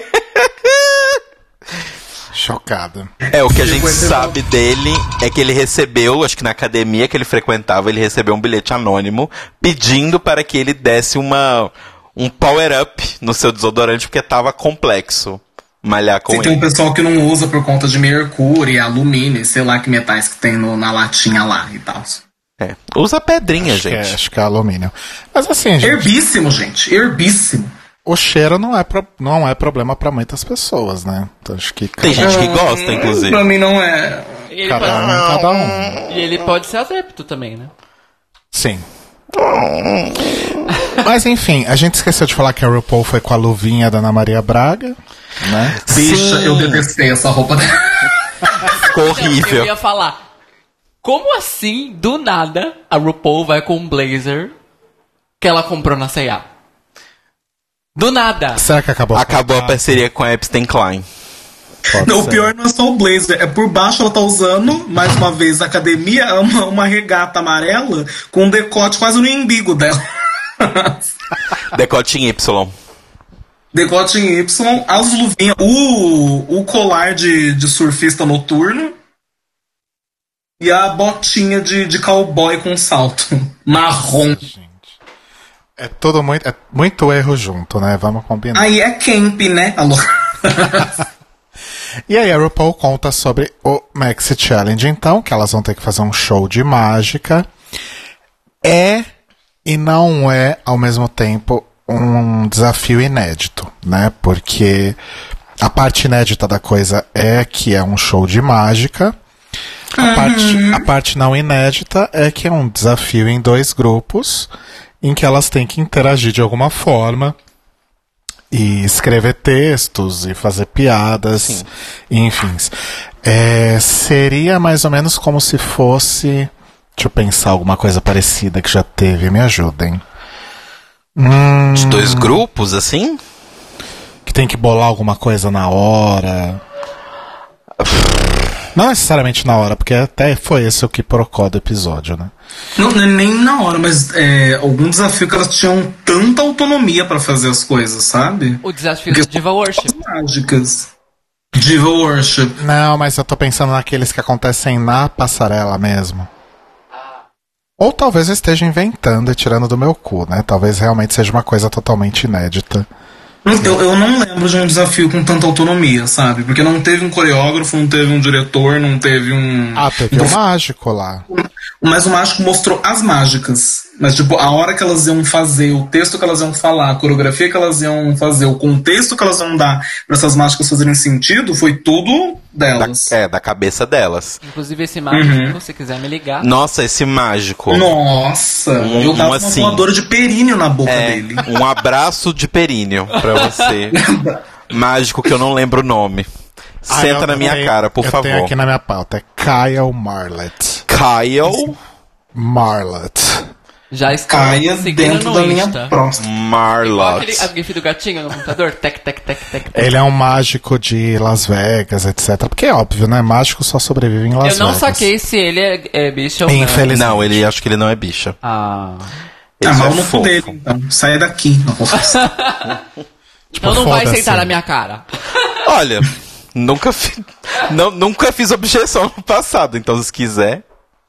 Chocada. O que a gente sabe dele é que ele recebeu, acho que na academia que ele frequentava, ele recebeu um bilhete anônimo pedindo para que ele desse um power-up no seu desodorante, porque tava complexo malhar com Tem ele. um pessoal que não usa por conta de mercúrio, alumínio, sei lá que metais que tem na latinha lá e tal. Usa pedrinha, gente. Acho que é alumínio. Mas assim, gente, Herbíssimo, gente. Herbíssimo. o cheiro não é problema pra muitas pessoas, né? Então, acho que Tem gente que gosta, inclusive. Pra mim não é. E ele, cada um. e ele pode ser adepto também, né? Sim. Mas enfim, a gente esqueceu de falar que a RuPaul foi com a luvinha da Ana Maria Braga, né? Bicha, eu detestei essa roupa dela. Ficou Eu horrível. ia falar, como assim, do nada, a RuPaul vai com um blazer que ela comprou na C&A? Do nada. Será que acabou? Acabou a parceria com a Epstein Klein. Pode Não, o ser. pior não é só o blazer, é por baixo ela tá usando, mais uma vez, na academia, uma regata amarela com um decote quase no umbigo dela. Decote em Y. Decote em Y, as luvinhas, o colar de surfista noturno e a botinha de cowboy com salto marrom. É tudo muito erro junto, né? Vamos combinar. Aí é camp, né? Alô? E aí a RuPaul conta sobre o Maxi Challenge, então, que elas vão ter que fazer um show de mágica. É e não é, ao mesmo tempo, um desafio inédito, né? Porque a parte inédita da coisa é que é um show de mágica. A parte não inédita é que é um desafio em 2 grupos, em que elas têm que interagir de alguma forma e escrever textos e fazer piadas, enfim. Seria mais ou menos como se fosse... Deixa eu pensar alguma coisa parecida que já teve, me ajudem. Os 2 grupos, assim? Que tem que bolar alguma coisa na hora. Não necessariamente na hora, porque até foi esse o que procó do episódio, né? Não, nem na hora, mas algum desafio que elas tinham tanta autonomia pra fazer as coisas, sabe? O desafio do Diva Worship. Mágicas. Diva Worship. Não, mas eu tô pensando naqueles que acontecem na passarela mesmo. Ou talvez eu esteja inventando e tirando do meu cu, né? Talvez realmente seja uma coisa totalmente inédita. Então, eu não lembro de um desafio com tanta autonomia, sabe? Porque não teve um coreógrafo, não teve um diretor, não teve um... Teve um mágico lá. Mas o mágico mostrou as mágicas. Mas, tipo, a hora que elas iam fazer, o texto que elas iam falar, a coreografia que elas iam fazer, o contexto que elas iam dar pra essas mágicas fazerem sentido, foi tudo delas. Da cabeça delas. Inclusive esse mágico, se você quiser me ligar. Nossa, esse mágico. Nossa, eu tava com uma voadora de períneo na boca dele. Um abraço de períneo pra você. Mágico que eu não lembro o nome. Senta na minha cara, por favor. Eu tenho aqui na minha pauta, é Kyle Marlett. Kyle Marlett. Já está Caia seguindo dentro no da minha Insta. próxima. Marlott. Aquele gif do gatinho no computador? Tec, tec, tec, tec. Ele é um mágico de Las Vegas, etc. Porque é óbvio, né? Mágico só sobrevive em Las Vegas. Eu não saquei se ele é bicho ou não. Infelizmente. Não, ele acho que ele não é bicha. Ah. Ele Mal é no cu fofo. dele, então. Sai daqui. Então não vai foda-se. sentar na minha cara. Olha, nunca fiz objeção no passado, então se quiser.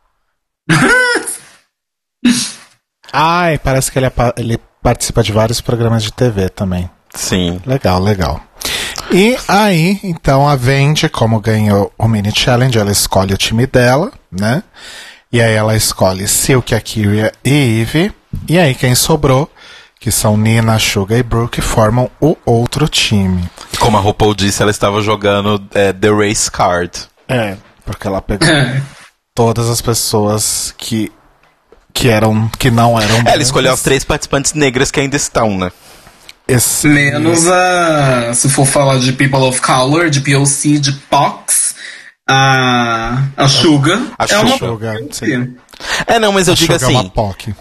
Ai, parece que ele participa de vários programas de TV também. Sim. Legal, legal. E aí, então, a Vendi, como ganhou o Mini Challenge, ela escolhe o time dela, né? E aí ela escolhe Silk, A'keria e Eve. E aí quem sobrou, que são Nina, Suga e Brooke, formam o outro time. Como a RuPaul disse, ela estava jogando The Race Card. É, porque ela pegou todas as pessoas que não eram Ela escolheu as 3 participantes negras que ainda estão, né? Menos se for falar de People of Color, de POC, de POX, a Suga. A é uma Suga, sim. Não, mas eu digo Suga é uma assim. POC.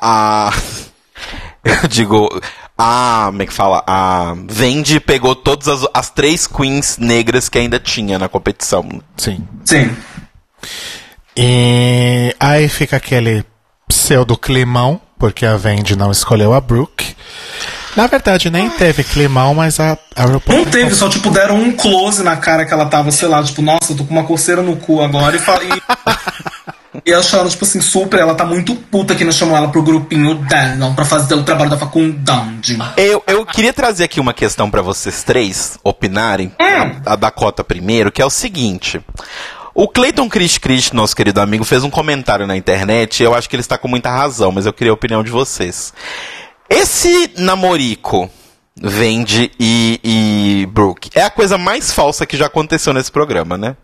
Eu digo. Como é que fala? A Vendi pegou todas as 3 queens negras que ainda tinha na competição. Sim. Sim. E aí fica aquele pseudo-climão, porque a Vendi não escolheu a Brooke. Na verdade, nem teve climão, mas a RuPaul... Não teve, só tipo, deram um close na cara que ela tava, sei lá, tipo, nossa, eu tô com uma coceira no cu agora e acharam, tipo assim, super, ela tá muito puta que não chamou ela pro grupinho dela, pra fazer o trabalho da faculdade. Eu queria trazer aqui uma questão pra vocês 3 opinarem, a Dakota primeiro, que é o seguinte... O Clayton Chris, nosso querido amigo, fez um comentário na internet, eu acho que ele está com muita razão, mas eu queria a opinião de vocês. Esse namorico, Vendi e Brooke, é a coisa mais falsa que já aconteceu nesse programa, né?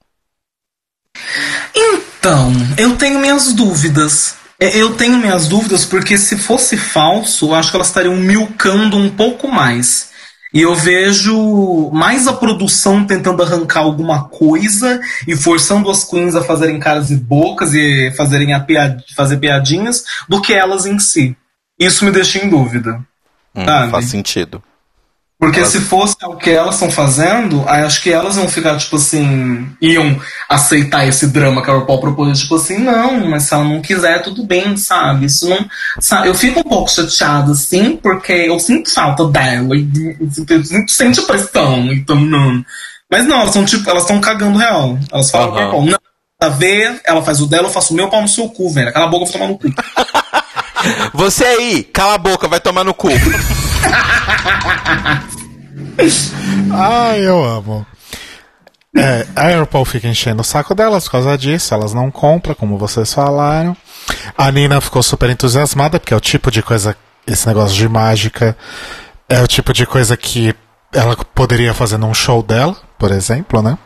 Então, eu tenho minhas dúvidas. Eu tenho minhas dúvidas porque se fosse falso, eu acho que elas estariam milcando um pouco mais. E eu vejo mais a produção tentando arrancar alguma coisa e forçando as queens a fazerem caras e bocas e fazer piadinhas do que elas em si. Isso me deixa em dúvida. Faz sentido. Porque se fosse o que elas estão fazendo, aí acho que elas vão ficar, tipo assim, iam aceitar esse drama que a RuPaul propôs, tipo assim, não, mas se ela não quiser, tudo bem, sabe? Isso não. Sabe? Eu fico um pouco chateada, assim, porque eu sinto falta dela, e sente a pressão, então não. Mas não, elas estão tipo, elas estão cagando real. Elas falam pra RuPaul, não, a ver, ela faz o dela, eu faço o meu, pau no seu cu, velho. Cala a boca, eu vou tomar no cu. Você aí, cala a boca, vai tomar no cu. Ai, eu amo. A RuPaul fica enchendo o saco delas por causa disso. Elas não compram, como vocês falaram. A Nina ficou super entusiasmada, porque é o tipo de coisa, esse negócio de mágica, é o tipo de coisa que ela poderia fazer num show dela, por exemplo, né?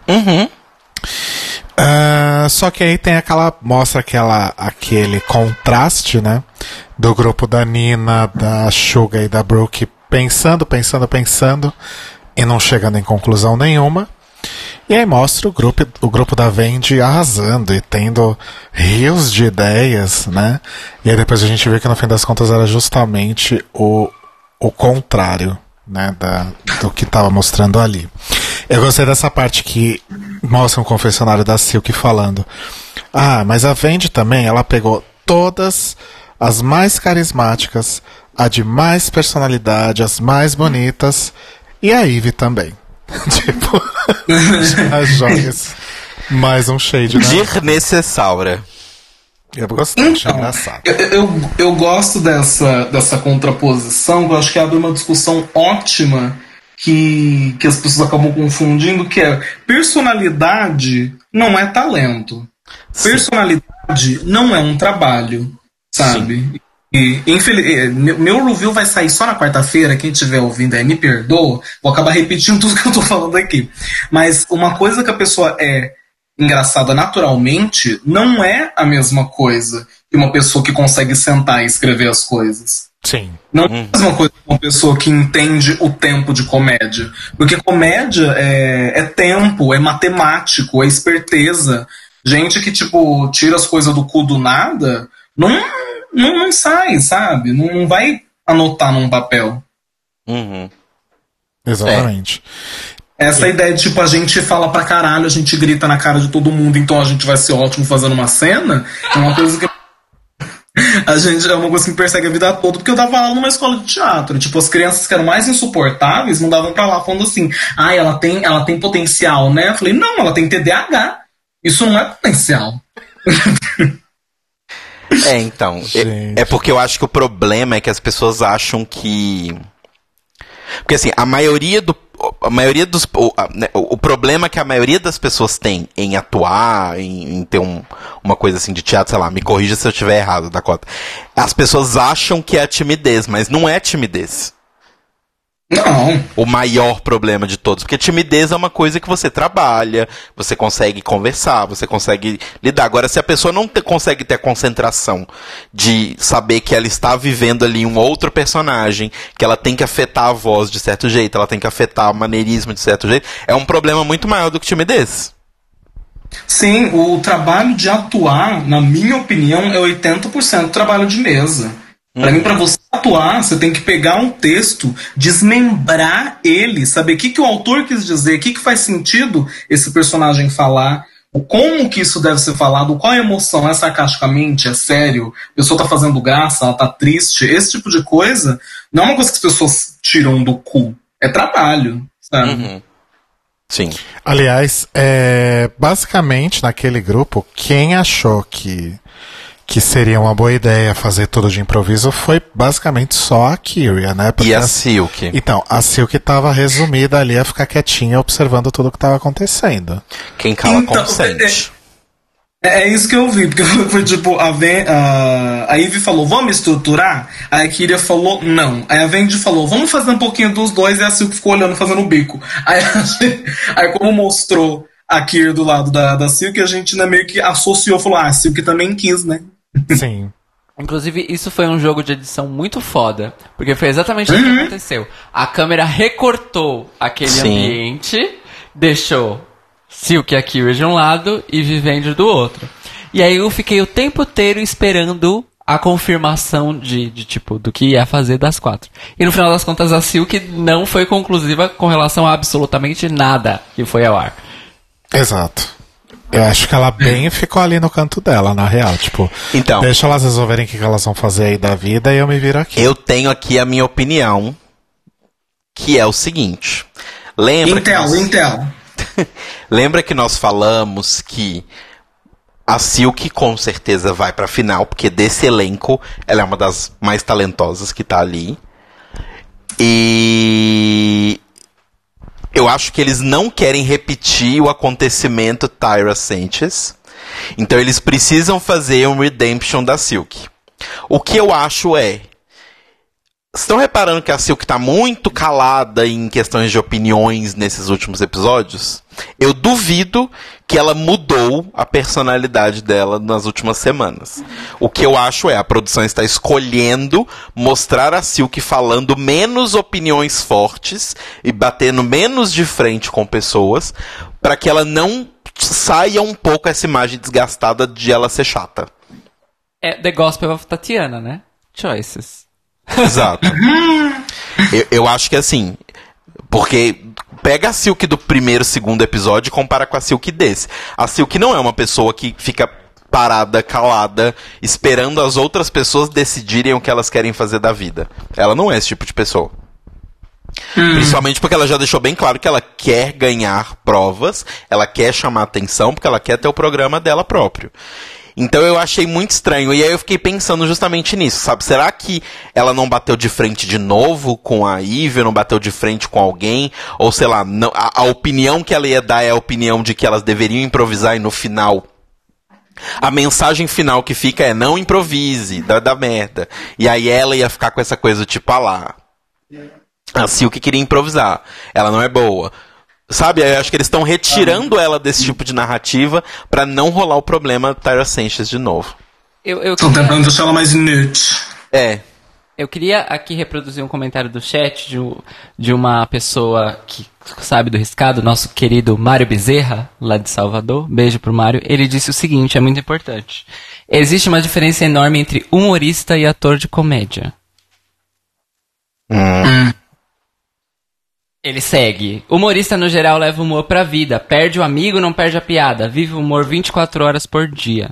Só que aí tem mostra aquele contraste, né? Do grupo da Nina, da Suga e da Brooke pensando e não chegando em conclusão nenhuma. E aí mostra o grupo da Vendi arrasando e tendo rios de ideias, né? E aí depois a gente vê que no fim das contas era justamente o contrário, né? Do que estava mostrando ali. Eu gostei dessa parte que mostra um confessionário da Silk falando: mas a Vendi também, ela pegou todas as mais carismáticas, a de mais personalidade, as mais bonitas, e a Eve também. Tipo, as joias. Mais um shade, né? Desnecessária. Eu gostei, achei engraçado. Eu gosto dessa contraposição, que eu acho que abre uma discussão ótima que as pessoas acabam confundindo, que é personalidade não é talento. Sim. Personalidade não é um trabalho, sabe? Sim. E meu review vai sair só na quarta-feira. Quem estiver ouvindo aí me perdoa, vou acabar repetindo tudo que eu tô falando aqui. Mas uma coisa que a pessoa é engraçada naturalmente não é a mesma coisa que uma pessoa que consegue sentar e escrever as coisas. Sim. Não é a mesma coisa que uma pessoa que entende o tempo de comédia. Porque comédia é tempo, é matemático, é esperteza. Gente que, tipo, tira as coisas do cu do nada, não sai, sabe? Não vai anotar num papel. Exatamente. Essa ideia de, tipo, a gente fala pra caralho, a gente grita na cara de todo mundo, então a gente vai ser ótimo fazendo uma cena, é uma coisa que é uma coisa que me persegue a vida toda, porque eu tava lá numa escola de teatro. Tipo, as crianças que eram mais insuportáveis mandavam pra lá falando assim: ela tem potencial, né? Eu falei, não, ela tem TDAH. Isso não é potencial. Então. É porque eu acho que o problema é que as pessoas acham que. Porque assim, o problema que a maioria das pessoas tem em atuar, em ter uma coisa assim de teatro, sei lá, me corrija se eu estiver errado, Dakota. As pessoas acham que é a timidez, mas não é timidez. Não. O maior problema de todos. Porque timidez é uma coisa que você trabalha, você consegue conversar, você consegue lidar. Agora, se a pessoa não consegue ter a concentração de saber que ela está vivendo ali um outro personagem, que ela tem que afetar a voz de certo jeito, ela tem que afetar o maneirismo de certo jeito, é um problema muito maior do que timidez. Sim, o trabalho de atuar, na minha opinião, é 80% trabalho de mesa. Pra mim, pra você atuar, você tem que pegar um texto, desmembrar ele, saber o que o autor quis dizer, o que faz sentido esse personagem falar, como que isso deve ser falado, qual a emoção, é sarcasticamente, é sério, a pessoa tá fazendo graça, ela tá triste, esse tipo de coisa não é uma coisa que as pessoas tiram do cu, é trabalho, sabe? Sim. Aliás, basicamente naquele grupo, quem achou que seria uma boa ideia fazer tudo de improviso foi basicamente só a Kyria, né? Porque e a Silk. Então, a Silk tava resumida ali a ficar quietinha observando tudo o que tava acontecendo. Quem cala consente. É isso que eu vi, porque foi tipo, a Ivy falou, vamos estruturar? Aí a Kyria falou, não. Aí a Vendi falou, vamos fazer um pouquinho dos dois, e a Silk ficou olhando, fazendo o bico. Aí como mostrou a Kyria do lado da Silk, a gente meio que associou, falou, a Silk também quis, né? Sim. Inclusive, isso foi um jogo de edição muito foda, porque foi exatamente o que aconteceu. A câmera recortou aquele ambiente, deixou Silk e a Kyria de um lado e Vivendi do outro. E aí eu fiquei o tempo inteiro esperando a confirmação tipo, do que ia fazer das quatro. E no final das contas, a Silk não foi conclusiva com relação a absolutamente nada que foi ao ar. Exato. Eu acho que ela bem ficou ali no canto dela, na real. Tipo, então, deixa elas resolverem o que elas vão fazer aí da vida e eu me viro aqui. Eu tenho aqui a minha opinião, que é o seguinte. Intel. Lembra que nós falamos que a Silk com certeza vai pra final, porque desse elenco ela é uma das mais talentosas que tá ali. E eu acho que eles não querem repetir o acontecimento Tyra Sanchez. Então eles precisam fazer um redemption da Silk. O que eu acho estão reparando que a Silk tá muito calada em questões de opiniões nesses últimos episódios? Eu duvido que ela mudou a personalidade dela nas últimas semanas. O que eu acho a produção está escolhendo mostrar a Silk falando menos opiniões fortes e batendo menos de frente com pessoas, para que ela não saia um pouco essa imagem desgastada de ela ser chata. É The Gospel of Tatiana, né? Choices. Exato. Eu acho que assim, porque pega a Silk do primeiro, segundo episódio e compara com a Silk desse. A Silk não é uma pessoa que fica parada, calada, esperando as outras pessoas decidirem o que elas querem fazer da vida. Ela não é esse tipo de pessoa. Principalmente porque ela já deixou bem claro que ela quer ganhar provas, ela quer chamar atenção, porque ela quer ter o programa dela próprio. Então eu achei muito estranho, e aí eu fiquei pensando justamente nisso, sabe? Será que ela não bateu de frente de novo com a Ivy, não bateu de frente com alguém? Ou sei lá, não, a opinião que ela ia dar é a opinião de que elas deveriam improvisar e no final a mensagem final que fica é não improvise, dá merda. E aí ela ia ficar com essa coisa tipo, lá, a Silk queria improvisar, ela não é boa. Sabe, eu acho que eles estão retirando ela desse tipo de narrativa pra não rolar o problema Tyra Sanchez de novo. Estão tentando deixar ela mais inútil. Eu queria aqui reproduzir um comentário do chat de uma pessoa que sabe do riscado, nosso querido Mário Bezerra, lá de Salvador. Beijo pro Mário. Ele disse o seguinte, é muito importante. Existe uma diferença enorme entre humorista e ator de comédia. Ele segue. Humorista, no geral, leva o humor pra vida. Perde o amigo, não perde a piada. Vive o humor 24 horas por dia.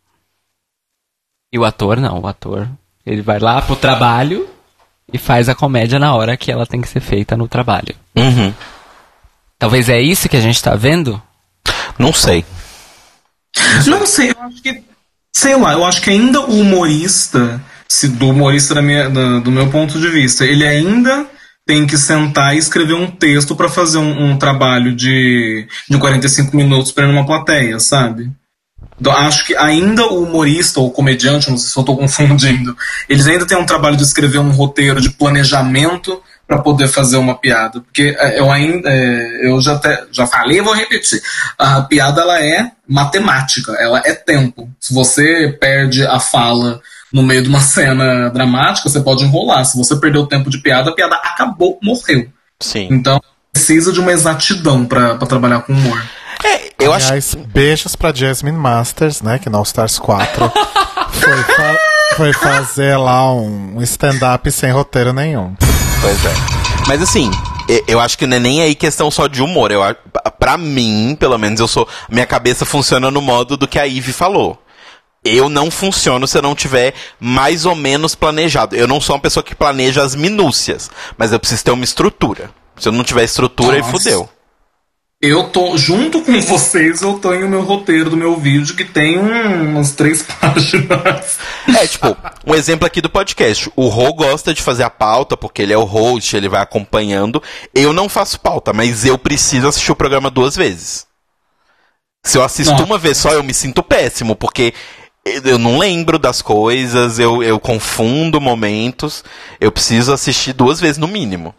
E o ator, não. O ator, ele vai lá pro trabalho e faz a comédia na hora que ela tem que ser feita no trabalho. Talvez é isso que a gente tá vendo? Não sei. Não sei, eu acho que... Sei lá, eu acho que ainda o humorista, do humorista do meu ponto de vista, ele ainda tem que sentar e escrever um texto pra fazer um trabalho de 45 minutos pra ir numa plateia, sabe? Então, acho que ainda o humorista ou o comediante, não sei se eu tô confundindo, eles ainda têm um trabalho de escrever um roteiro de planejamento para poder fazer uma piada. Porque eu já falei e vou repetir. A piada, ela é matemática, ela é tempo. Se você perde a fala no meio de uma cena dramática, você pode enrolar. Se você perdeu o tempo de piada, a piada acabou, morreu. Sim. Então, precisa de uma exatidão para trabalhar com humor. Aliás, beijos pra Jasmine Masters, né, que no All Stars 4 foi fazer lá um stand-up sem roteiro nenhum. Pois é. Mas assim, eu acho que não é nem aí questão só de humor. Pra mim, pelo menos, minha cabeça funciona no modo do que a Ivy falou. Eu não funciono se eu não tiver mais ou menos planejado. Eu não sou uma pessoa que planeja as minúcias, mas eu preciso ter uma estrutura. Se eu não tiver estrutura, aí fudeu. Eu tô, junto com vocês, eu tenho o meu roteiro do meu vídeo, que tem umas 3 páginas. Tipo, um exemplo aqui do podcast. O Rô gosta de fazer a pauta, porque ele é o host, ele vai acompanhando. Eu não faço pauta, mas eu preciso assistir o programa 2 vezes. Se eu assisto uma vez só, eu me sinto péssimo, porque eu não lembro das coisas, eu confundo momentos. Eu preciso assistir 2 vezes no mínimo.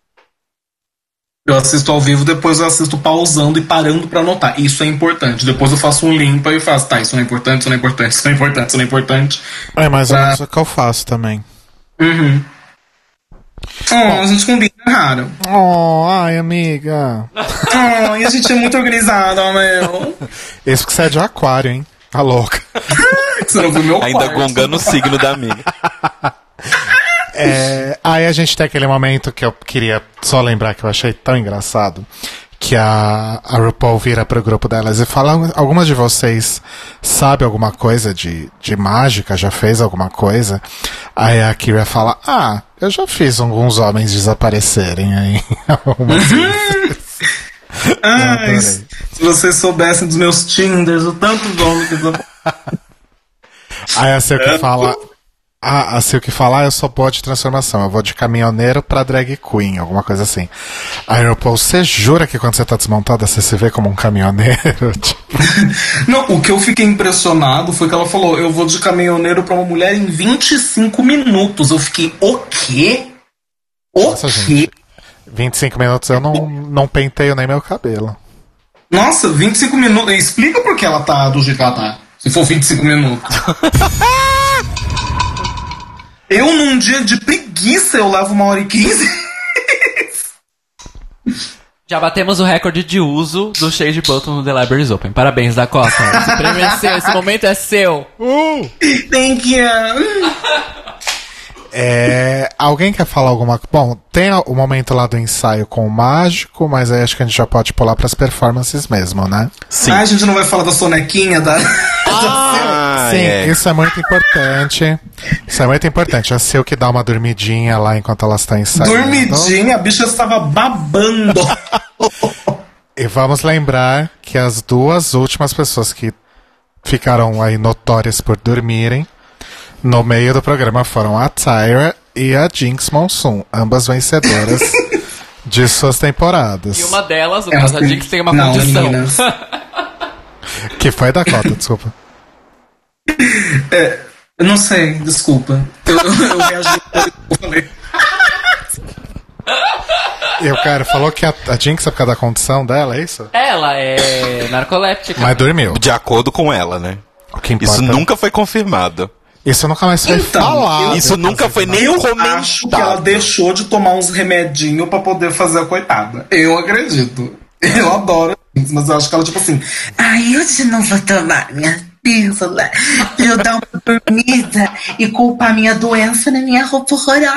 Eu assisto ao vivo, depois eu assisto pausando e parando pra anotar. Isso é importante. Depois eu faço um limpa e faço, tá, isso não é importante, isso não é importante, isso não é importante, isso não é importante. É mais ou menos o que eu faço também. A gente combina, raro. Ai, amiga. E a gente é muito organizada, meu. Isso que você é de aquário, hein? Tá louca. Você não viu meu ainda quarto. gongando o signo da amiga. Aí a gente tem aquele momento que eu queria só lembrar que eu achei tão engraçado, que a RuPaul vira pro grupo delas e fala: algumas de vocês sabe alguma coisa de mágica, já fez alguma coisa? Aí a Kyria fala: eu já fiz alguns homens desaparecerem aí. Se vocês soubessem dos meus Tinders, o tanto de homens que Aí a Silk fala: a Silk fala, eu só vou de transformação, eu vou de caminhoneiro pra drag queen, alguma coisa assim. Aí RuPaul, você jura que quando você tá desmontada você se vê como um caminhoneiro? Tipo... Não, o que eu fiquei impressionado foi que ela falou: eu vou de caminhoneiro pra uma mulher em 25 minutos. Eu fiquei, o quê? Nossa, gente, 25 minutos eu não penteio nem meu cabelo. Nossa, 25 minutos. Explica por que ela tá do jeito que ela tá. Se for 25 minutos. Eu, num dia de preguiça, eu levo 1h15. Já batemos o recorde de uso do Shade Button no The Libraries Open. Parabéns, Dakota. Esse prêmio é seu, esse momento é seu. Thank you. Alguém quer falar alguma coisa? Bom, tem o momento lá do ensaio com o mágico, mas aí acho que a gente já pode pular pras performances mesmo, né? Sim. A gente não vai falar da sonequinha da... Sim, isso é muito importante. Isso é muito importante. A Silk dá uma dormidinha lá enquanto ela está ensaiando. Dormidinha? A bicha estava babando. E vamos lembrar que as 2 últimas pessoas que ficaram aí notórias por dormirem no meio do programa foram a Tyra e a Jinx Monsoon, ambas vencedoras de suas temporadas. E uma delas, no caso, a Jinx tem uma condição. Que foi da Dakota, desculpa. Eu não sei, desculpa. Eu reagi eu falei. E o cara falou que a Jinx é por causa da condição dela, é isso? Ela é narcoléptica. Mas dormiu. De acordo com ela, né? O que importa. Isso nunca foi confirmado. Isso nunca mais foi falado. Isso nunca foi nem comentado. Eu acho que ela deixou de tomar uns remedinhos pra poder fazer a coitada. Eu acredito. Eu adoro, mas eu acho que ela, tipo assim, Ai, hoje não vou tomar minha pílula pra eu dar uma dormida e culpar minha doença na minha roupa horrorosa.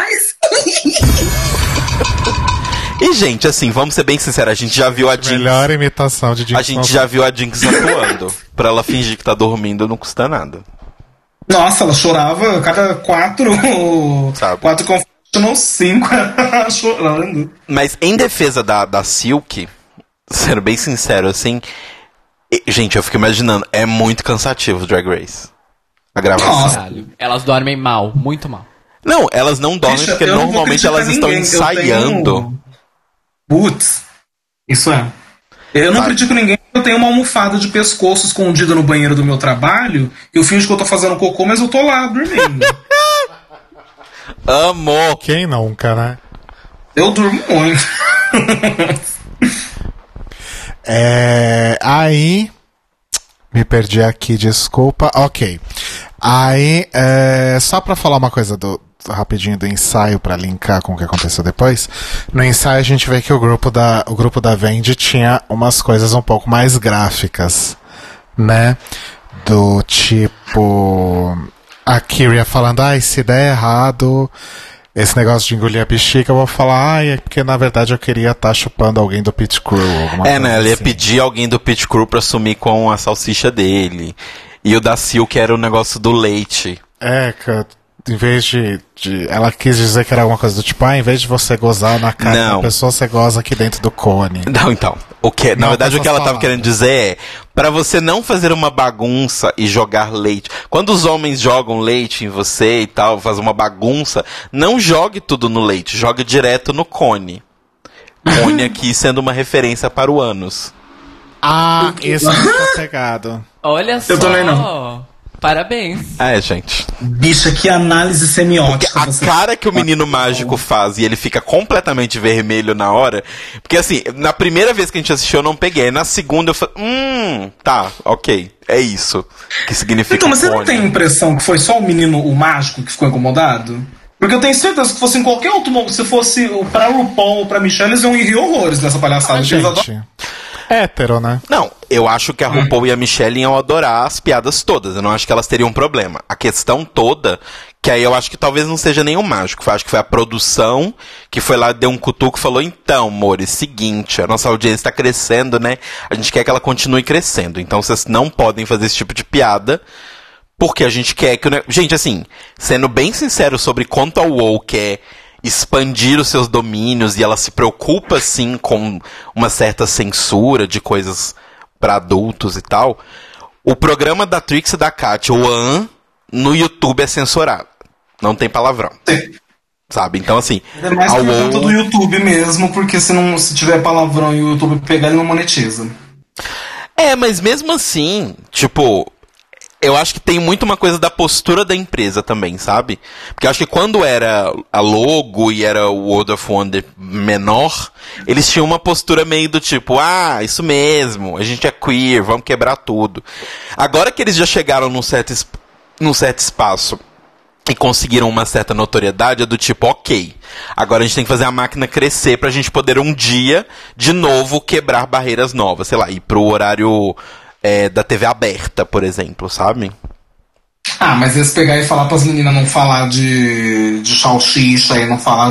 E, gente, assim, vamos ser bem sinceros, a gente já viu a Jinx. Melhor imitação de Jinx. A gente já viu a Jinx atuando. Pra ela fingir que tá dormindo não custa nada. nossa, ela chorava a cada 4 confessionals, 5 chorando. Mas em defesa da Silk, sendo bem sincero, assim, gente, eu fico imaginando, é muito cansativo o Drag Race. A gravação. Caralho. Elas dormem mal, muito mal. Não, elas não dormem Bicha, porque eu não vou normalmente criticar elas estão ninguém, ensaiando. Putz, isso é. Eu não critico ninguém, eu tenho uma almofada de pescoço escondida no banheiro do meu trabalho, eu finjo que eu tô fazendo cocô, mas eu tô lá dormindo. Amor! Quem nunca, né? Eu durmo muito. Aí. Me perdi aqui, desculpa. Ok. Aí, só pra falar uma coisa rapidinho do ensaio, pra linkar com o que aconteceu depois. No ensaio a gente vê que o grupo da Vendi tinha umas coisas um pouco mais gráficas, né? Do tipo, a Kyria falando, se der errado esse negócio de engolir a bexiga, eu vou falar, é porque na verdade eu queria estar chupando alguém do Pit Crew, alguma coisa né? Ela ia assim. pedir alguém do Pit Crew pra sumir com a salsicha dele. E o da Silk era o negócio do leite. Em vez de. Ela quis dizer que era alguma coisa do tipo, em vez de você gozar na cara da pessoa, você goza aqui dentro do cone. Não, então. Na verdade, o que ela tava querendo dizer é, pra você não fazer uma bagunça e jogar leite. Quando os homens jogam leite em você e tal, faz uma bagunça, não jogue tudo no leite, jogue direto no cone. Cone aqui sendo uma referência para o ânus. Isso não tá pegado. Olha só. Eu também não. Parabéns. Gente. Bicha, que análise semiótica. Porque a cara que o menino mágico faz e ele fica completamente vermelho na hora. Porque assim, na primeira vez que a gente assistiu eu não peguei. Na segunda eu falei, tá, ok. É isso que significa. Então, mas você não cone. tem a impressão que foi só o mágico que ficou incomodado? Porque eu tenho certeza que fosse em qualquer outro momento, se fosse pra RuPaul ou pra Michelle, eles iam rir horrores nessa palhaçada. Gente, hétero, né? Não, eu acho que a RuPaul e a Michelle iam adorar as piadas todas. Eu não acho que elas teriam problema. A questão toda, que aí eu acho que talvez não seja nenhum mágico. Eu acho que foi a produção que foi lá, deu um cutuco e falou, então, amores, seguinte, a nossa audiência tá crescendo, né? A gente quer que ela continue crescendo. Então vocês não podem fazer esse tipo de piada, porque a gente quer que... Gente, assim, sendo bem sincero sobre quanto a WoW quer expandir os seus domínios e ela se preocupa, sim, com uma certa censura de coisas para adultos e tal, o programa da Trix e da Kat, o An, no YouTube é censurado. Não tem palavrão. Sabe? Então, assim... É mais por conta do YouTube mesmo, porque se tiver palavrão e o YouTube pegar, ele não monetiza. Mas mesmo assim, tipo... Eu acho que tem muito uma coisa da postura da empresa também, sabe? Porque eu acho que quando era a logo e era o World of Wonder menor, eles tinham uma postura meio do tipo, isso mesmo, a gente é queer, vamos quebrar tudo. Agora que eles já chegaram num certo espaço e conseguiram uma certa notoriedade, é do tipo, ok, agora a gente tem que fazer a máquina crescer pra gente poder um dia, de novo, quebrar barreiras novas, sei lá, ir pro horário... da TV aberta, por exemplo, sabe? Mas eles pegar e falar pras meninas não falar de salsicha e não falar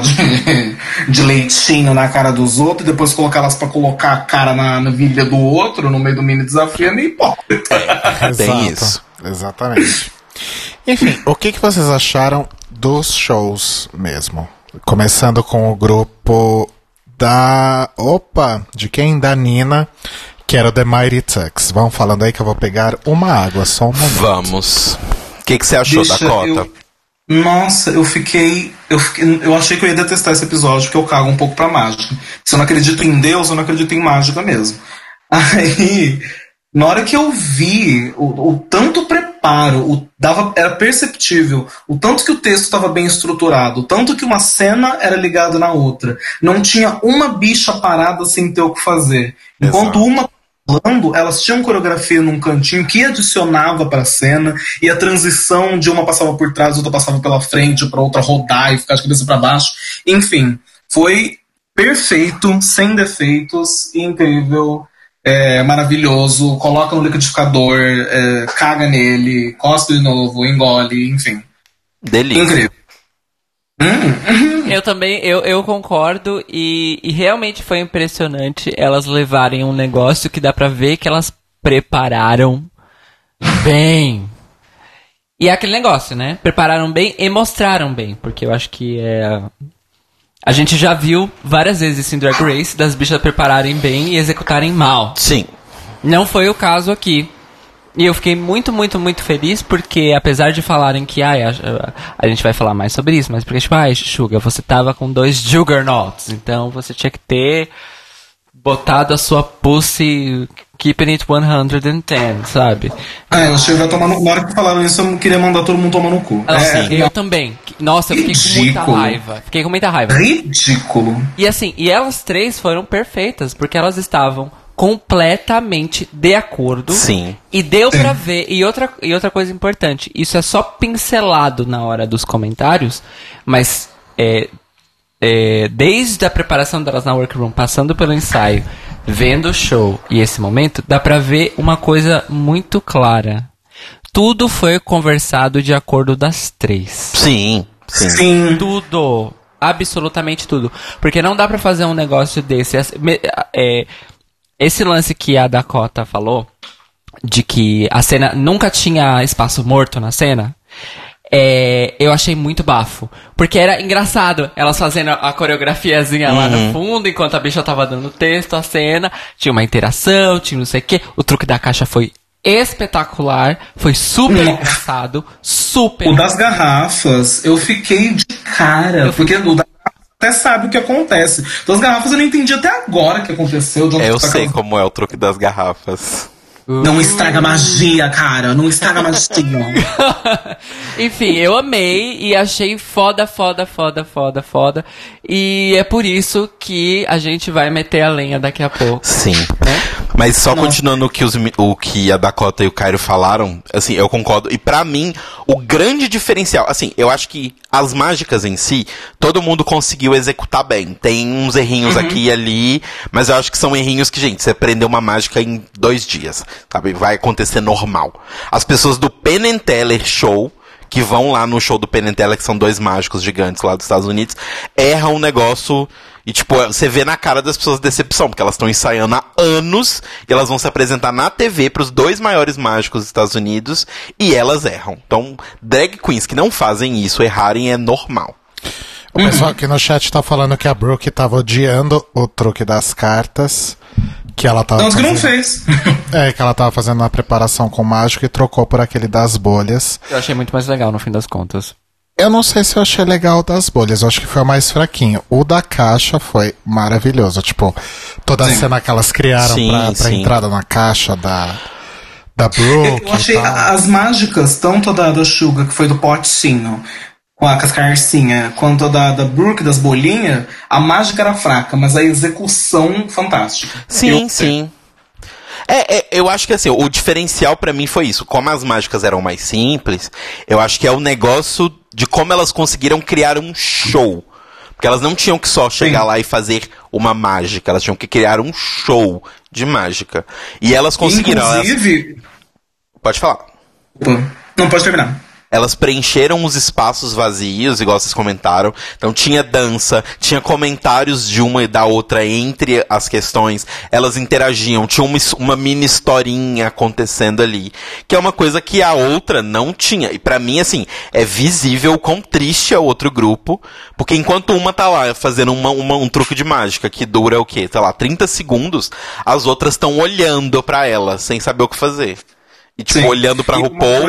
de leitinho na cara dos outros e depois colocar elas pra colocar a cara na virilha do outro no meio do mini desafio é meio hipócrita. Tem isso. Exatamente. Enfim, o que vocês acharam dos shows mesmo? Começando com o grupo de quem? Da Nina, que era o The Mighty Tucks. Vão falando aí que eu vou pegar uma água, só um momento. Vamos. O que você achou, Dakota? Nossa, eu achei que eu ia detestar esse episódio, porque eu cago um pouco pra mágica. Se eu não acredito em Deus, eu não acredito em mágica mesmo. Aí, na hora que eu vi o tanto preparo, era perceptível, o tanto que o texto estava bem estruturado, o tanto que uma cena era ligada na outra. Não tinha uma bicha parada sem ter o que fazer. Enquanto uma rolando, elas tinham coreografia num cantinho que adicionava pra cena, e a transição de uma passava por trás, outra passava pela frente, pra outra rodar e ficar de cabeça pra baixo. Enfim, foi perfeito, sem defeitos, incrível, maravilhoso. Coloca no liquidificador, caga nele, cospe de novo, engole, enfim. Delícia. Incrível. Eu também, eu concordo e realmente foi impressionante elas levarem um negócio que dá pra ver que elas prepararam bem. E é aquele negócio, né? Prepararam bem e mostraram bem, porque eu acho que a gente já viu várias vezes isso em Drag Race, das bichas prepararem bem e executarem mal. Sim. Não foi o caso aqui. E eu fiquei muito, muito, muito feliz porque, apesar de falarem que a gente vai falar mais sobre isso, mas porque, tipo, Suga, você tava com 2 Juggernauts, então você tinha que ter botado a sua pussy keeping it 110, sabe? Eu achei que vai tomar no... Na hora que falaram isso, eu queria mandar todo mundo tomar no cu. Eu também. Nossa, eu fiquei com muita raiva. Fiquei com muita raiva. Ridículo. E assim, e elas 3 foram perfeitas, porque elas estavam completamente de acordo. Sim. E deu pra ver. E outra coisa importante, isso é só pincelado na hora dos comentários, mas desde a preparação delas na workroom, passando pelo ensaio, vendo o show e esse momento, dá pra ver uma coisa muito clara. Tudo foi conversado de acordo das 3. Sim. Tudo. Absolutamente tudo. Porque não dá pra fazer um negócio desse. Esse lance que a Dakota falou, de que a cena nunca tinha espaço morto na cena, eu achei muito bafo. Porque era engraçado elas fazendo a coreografiazinha lá no fundo, enquanto a bicha tava dando texto, a cena, tinha uma interação, tinha não sei o quê. O truque da caixa foi espetacular, foi super engraçado, super... O das garrafas, eu fiquei de cara, porque o da até sabe o que acontece. Das garrafas eu não entendi até agora o que aconteceu. Eu sei como é o truque das garrafas. Não estraga magia, cara. Não estraga magia. Enfim, eu amei e achei foda. E é por isso que a gente vai meter a lenha daqui a pouco. Sim. Né? Mas só continuando o que a Dakota e o Cairo falaram, assim, eu concordo. E pra mim, o grande diferencial, assim, eu acho que as mágicas em si, todo mundo conseguiu executar bem. Tem uns errinhos aqui e ali, mas eu acho que são errinhos que, gente, você aprendeu uma mágica em 2 dias, sabe? Vai acontecer normal. As pessoas do Penn and Teller Show, que vão lá no show do Penn and Teller, que são 2 mágicos gigantes lá dos Estados Unidos, erram um negócio e, tipo, você vê na cara das pessoas decepção, porque elas estão ensaiando há anos e elas vão se apresentar na TV pros 2 maiores mágicos dos Estados Unidos e elas erram. Então, drag queens que não fazem isso, errarem é normal. O pessoal aqui no chat tá falando que a Brooke tava odiando o truque das cartas. Que ela tava que não fez. Que ela tava fazendo na preparação com o mágico e trocou por aquele das bolhas. Eu achei muito mais legal no fim das contas. Eu não sei se eu achei legal o das bolhas, eu acho que foi o mais fraquinho. O da caixa foi maravilhoso. Tipo, toda a cena que elas criaram pra entrada na caixa da Brooke. Eu achei as mágicas, tanto da Suga, que foi do potinho, com a cascarcinha, quanto da Brooke, das bolinhas, a mágica era fraca, mas a execução fantástica. Sim. Eu acho que assim, o diferencial pra mim foi isso. Como as mágicas eram mais simples, eu acho que é o negócio de como elas conseguiram criar um show. Porque elas não tinham que só chegar lá e fazer uma mágica, elas tinham que criar um show de mágica. E elas conseguiram. Inclusive... Pode falar. Não, pode terminar. Elas preencheram os espaços vazios, igual vocês comentaram. Então tinha dança, tinha comentários de uma e da outra entre as questões. Elas interagiam, tinha uma mini historinha acontecendo ali. Que é uma coisa que a outra não tinha. E pra mim, assim, é visível o quão triste é o outro grupo. Porque enquanto uma tá lá fazendo um truque de mágica que dura o quê? Sei lá, 30 segundos, as outras estão olhando pra ela, sem saber o que fazer. E tipo, olhando pra RuPaul...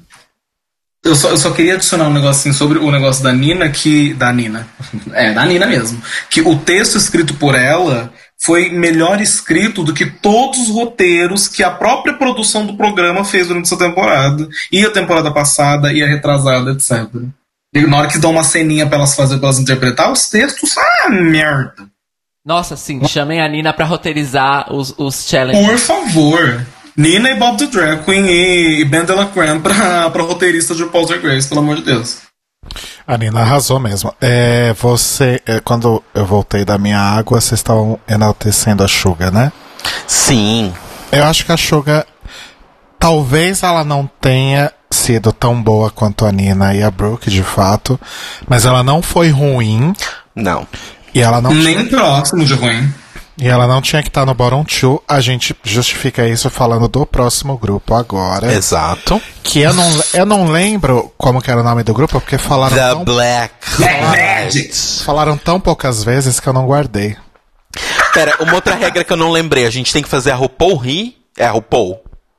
Eu só queria adicionar um negocinho sobre o negócio da Nina, da Nina mesmo. Que o texto escrito por ela foi melhor escrito do que todos os roteiros que a própria produção do programa fez durante essa temporada. E a temporada passada, e a retrasada, etc. E na hora que dão uma ceninha pra elas fazer, pra elas interpretar, os textos, merda. Nossa, sim, chamem a Nina pra roteirizar os challenges. Por favor. Nina e Bob the Drag Queen e Ben Delacreme pra roteirista de Paul's Drag Race, pelo amor de Deus. A Nina arrasou mesmo. Quando eu voltei da minha água, vocês estavam enaltecendo a Suga, né? Sim. Eu acho que a Suga, talvez ela não tenha sido tão boa quanto a Nina e a Brooke, de fato, mas ela não foi ruim. Não. E ela não Nem próximo de ruim. E ela não tinha que estar no bottom 2. A gente justifica isso falando do próximo grupo agora. Exato. Que eu não lembro como que era o nome do grupo, porque falaram Black Magic. falaram tão poucas vezes que eu não guardei. Pera, uma outra regra que eu não lembrei. A gente tem que fazer a RuPaul rir. É a RuPaul.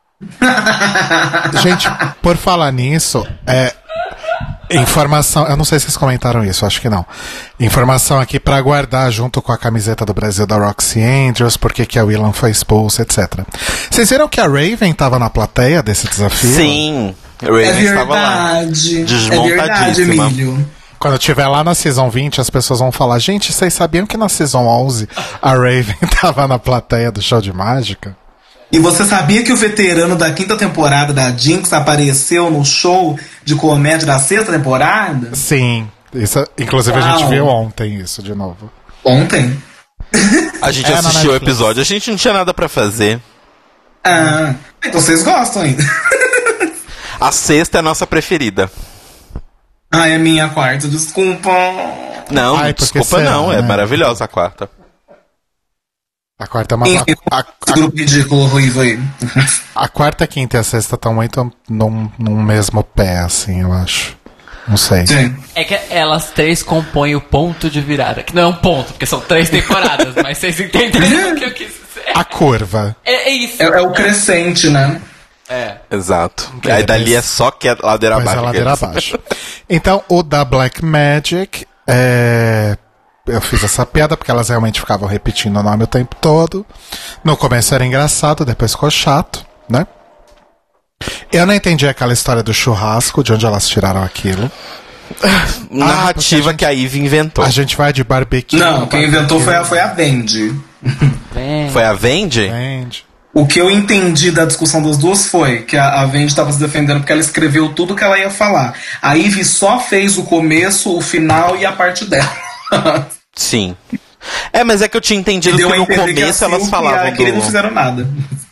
Gente, por falar nisso, informação, eu não sei se vocês comentaram isso, acho que não. Informação aqui pra guardar junto com a camiseta do Brasil da Roxy Andrews, porque que a Willam foi expulsa, etc. Vocês viram que a Raven tava na plateia desse desafio? Sim. A Raven estava lá. É verdade, Desmontadíssima. Emílio. Quando tiver lá na Season 20, as pessoas vão falar: gente, vocês sabiam que na Season 11 a Raven tava na plateia do show de mágica? E você sabia que o veterano da 5ª temporada da Jinx apareceu no show de comédia da 6ª temporada? Sim. Isso, inclusive a gente viu ontem isso de novo. Ontem? A gente assistiu o episódio, a gente não tinha nada pra fazer. Ah, então vocês gostam ainda. A 6ª é a nossa preferida. Ai, é minha quarta, desculpa. Não, Ai, desculpa não, é maravilhosa a 4ª. A quarta é uma. Esse grupo ridículo, ruivo aí. A quarta, a quinta e a sexta estão muito num mesmo pé, assim, eu acho. Não sei. Sim. É que elas três compõem o ponto de virada. Que não é um ponto, porque são 3 temporadas, mas vocês entenderam o que eu quis dizer. A curva. É isso. É o crescente, né? É. Exato. Aí dali é só que é ladeira Mas abaixo. é ladeira abaixo. Então, o da Black Magic, eu fiz essa piada porque elas realmente ficavam repetindo o nome o tempo todo. No começo era engraçado, depois ficou chato, né? Eu não entendi aquela história do churrasco, de onde elas tiraram aquilo. Narrativa que a Ivy inventou. A gente vai de barbecue. Não, quem inventou foi a Vendi. Foi a Vendi? Entende? O que eu entendi da discussão das duas foi que a Vendi estava se defendendo porque ela escreveu tudo que ela ia falar. A Ivy só fez o começo, o final e a parte dela. Sim. Mas é que eu tinha entendido que no começo elas falavam que não fizeram nada.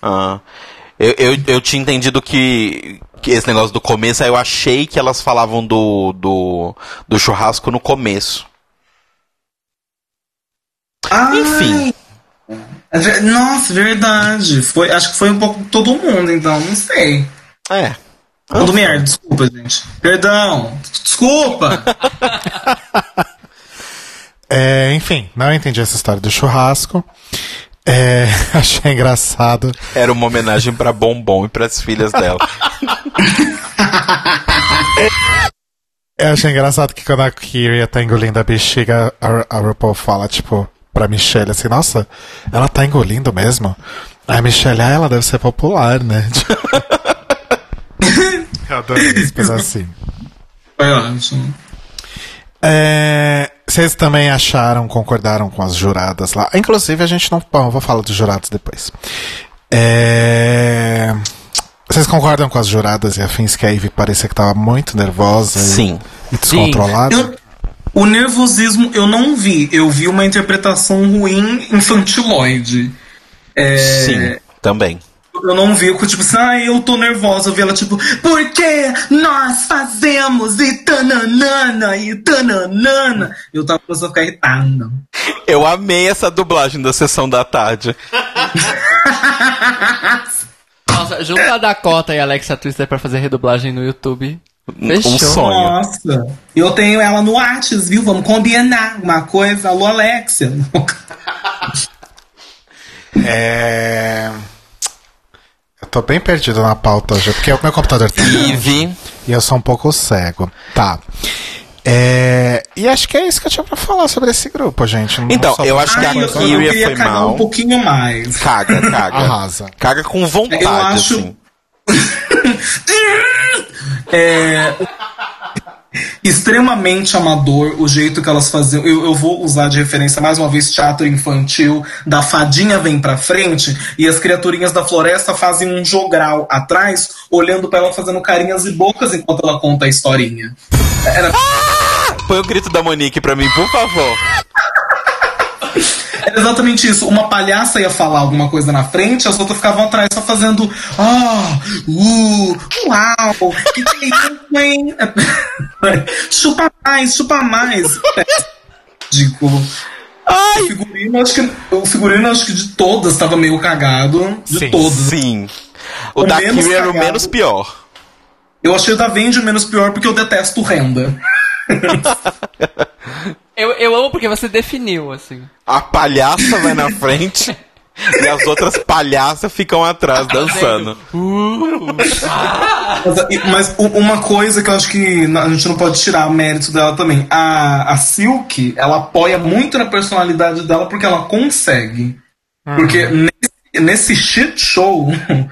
Eu tinha entendido que esse negócio do começo, aí eu achei que elas falavam do churrasco no começo. Enfim. Nossa, verdade. Acho que foi um pouco todo mundo, então, não sei. Tudo merda, desculpa, gente. Perdão, desculpa. Enfim, não entendi essa história do churrasco. Achei engraçado. Era uma homenagem pra Bombom e pras filhas dela. Eu achei engraçado que quando a Kyria tá engolindo a bexiga, a RuPaul fala, tipo, pra Michelle assim: nossa, ela tá engolindo mesmo? Aí a Michelle, ela deve ser popular, né? Eu adorei isso, coisa assim. Foi ótimo. Vocês também concordaram com as juradas lá? Inclusive, a gente não. Bom, eu vou falar dos jurados depois. Vocês concordam com as juradas e afins que a Ivy parecia que tava muito nervosa? Sim. E descontrolada? O nervosismo eu não vi. Eu vi uma interpretação ruim infantiloide. Sim, também. Eu não vi, tipo assim, eu tô nervosa. Eu vi ela tipo, porque nós fazemos e tananana, e tananana. Eu tava começando a ficar irritada. Eu amei essa dublagem da Sessão da Tarde. Nossa, junta a Dakota e a Alexa Twister pra fazer redublagem no YouTube. Fechou. Um sonho. Nossa, eu tenho ela no Whats, viu? Vamos combinar uma coisa. Alô, Alexia. Eu tô bem perdido na pauta hoje, porque o meu computador tá Ivy. e eu sou um pouco cego. Tá. E acho que é isso que eu tinha pra falar sobre esse grupo, gente. Não Então, só eu acho que a eu Kyria queria foi cagar mal. um pouquinho mais. Caga. Arrasa. Caga com vontade, Eu acho- assim. extremamente amador o jeito que elas faziam. Eu vou usar de referência mais uma vez teatro infantil, da fadinha vem pra frente e as criaturinhas da floresta fazem um jogral atrás, olhando pra ela fazendo carinhas e bocas enquanto ela conta a historinha. Põe o grito da Monique pra mim, por favor. Era exatamente isso. Uma palhaça ia falar alguma coisa na frente, as outras ficavam atrás só fazendo uau, que é isso, hein? Chupa mais. Ridículo. O figurino, acho que de todas estava meio cagado. De todas. Sim. O da Kyrie era o menos pior. Eu achei o da Vendi o menos pior porque eu detesto renda. Eu amo porque você definiu, assim. A palhaça vai na frente e as outras palhaças ficam atrás dançando. Mas uma coisa que eu acho que a gente não pode tirar o mérito dela também. A Silk, ela apoia muito na personalidade dela porque ela consegue. Porque nesse shit show,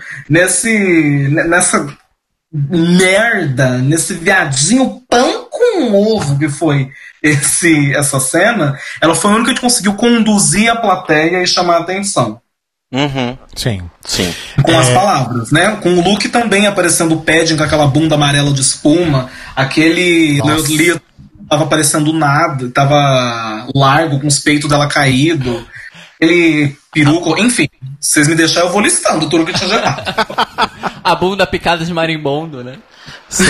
nessa merda, nesse viadinho pão com ovo que foi essa cena, ela foi a única que conseguiu conduzir a plateia e chamar a atenção. Uhum. Sim. Com as palavras, né? Com o Luke também aparecendo o padding com aquela bunda amarela de espuma, aquele Lia tava aparecendo nada, tava largo, com os peitos dela caído, aquele peruco, enfim, se vocês me deixarem eu vou listando tudo que tinha gerado. A bunda picada de marimbondo, né? Sim.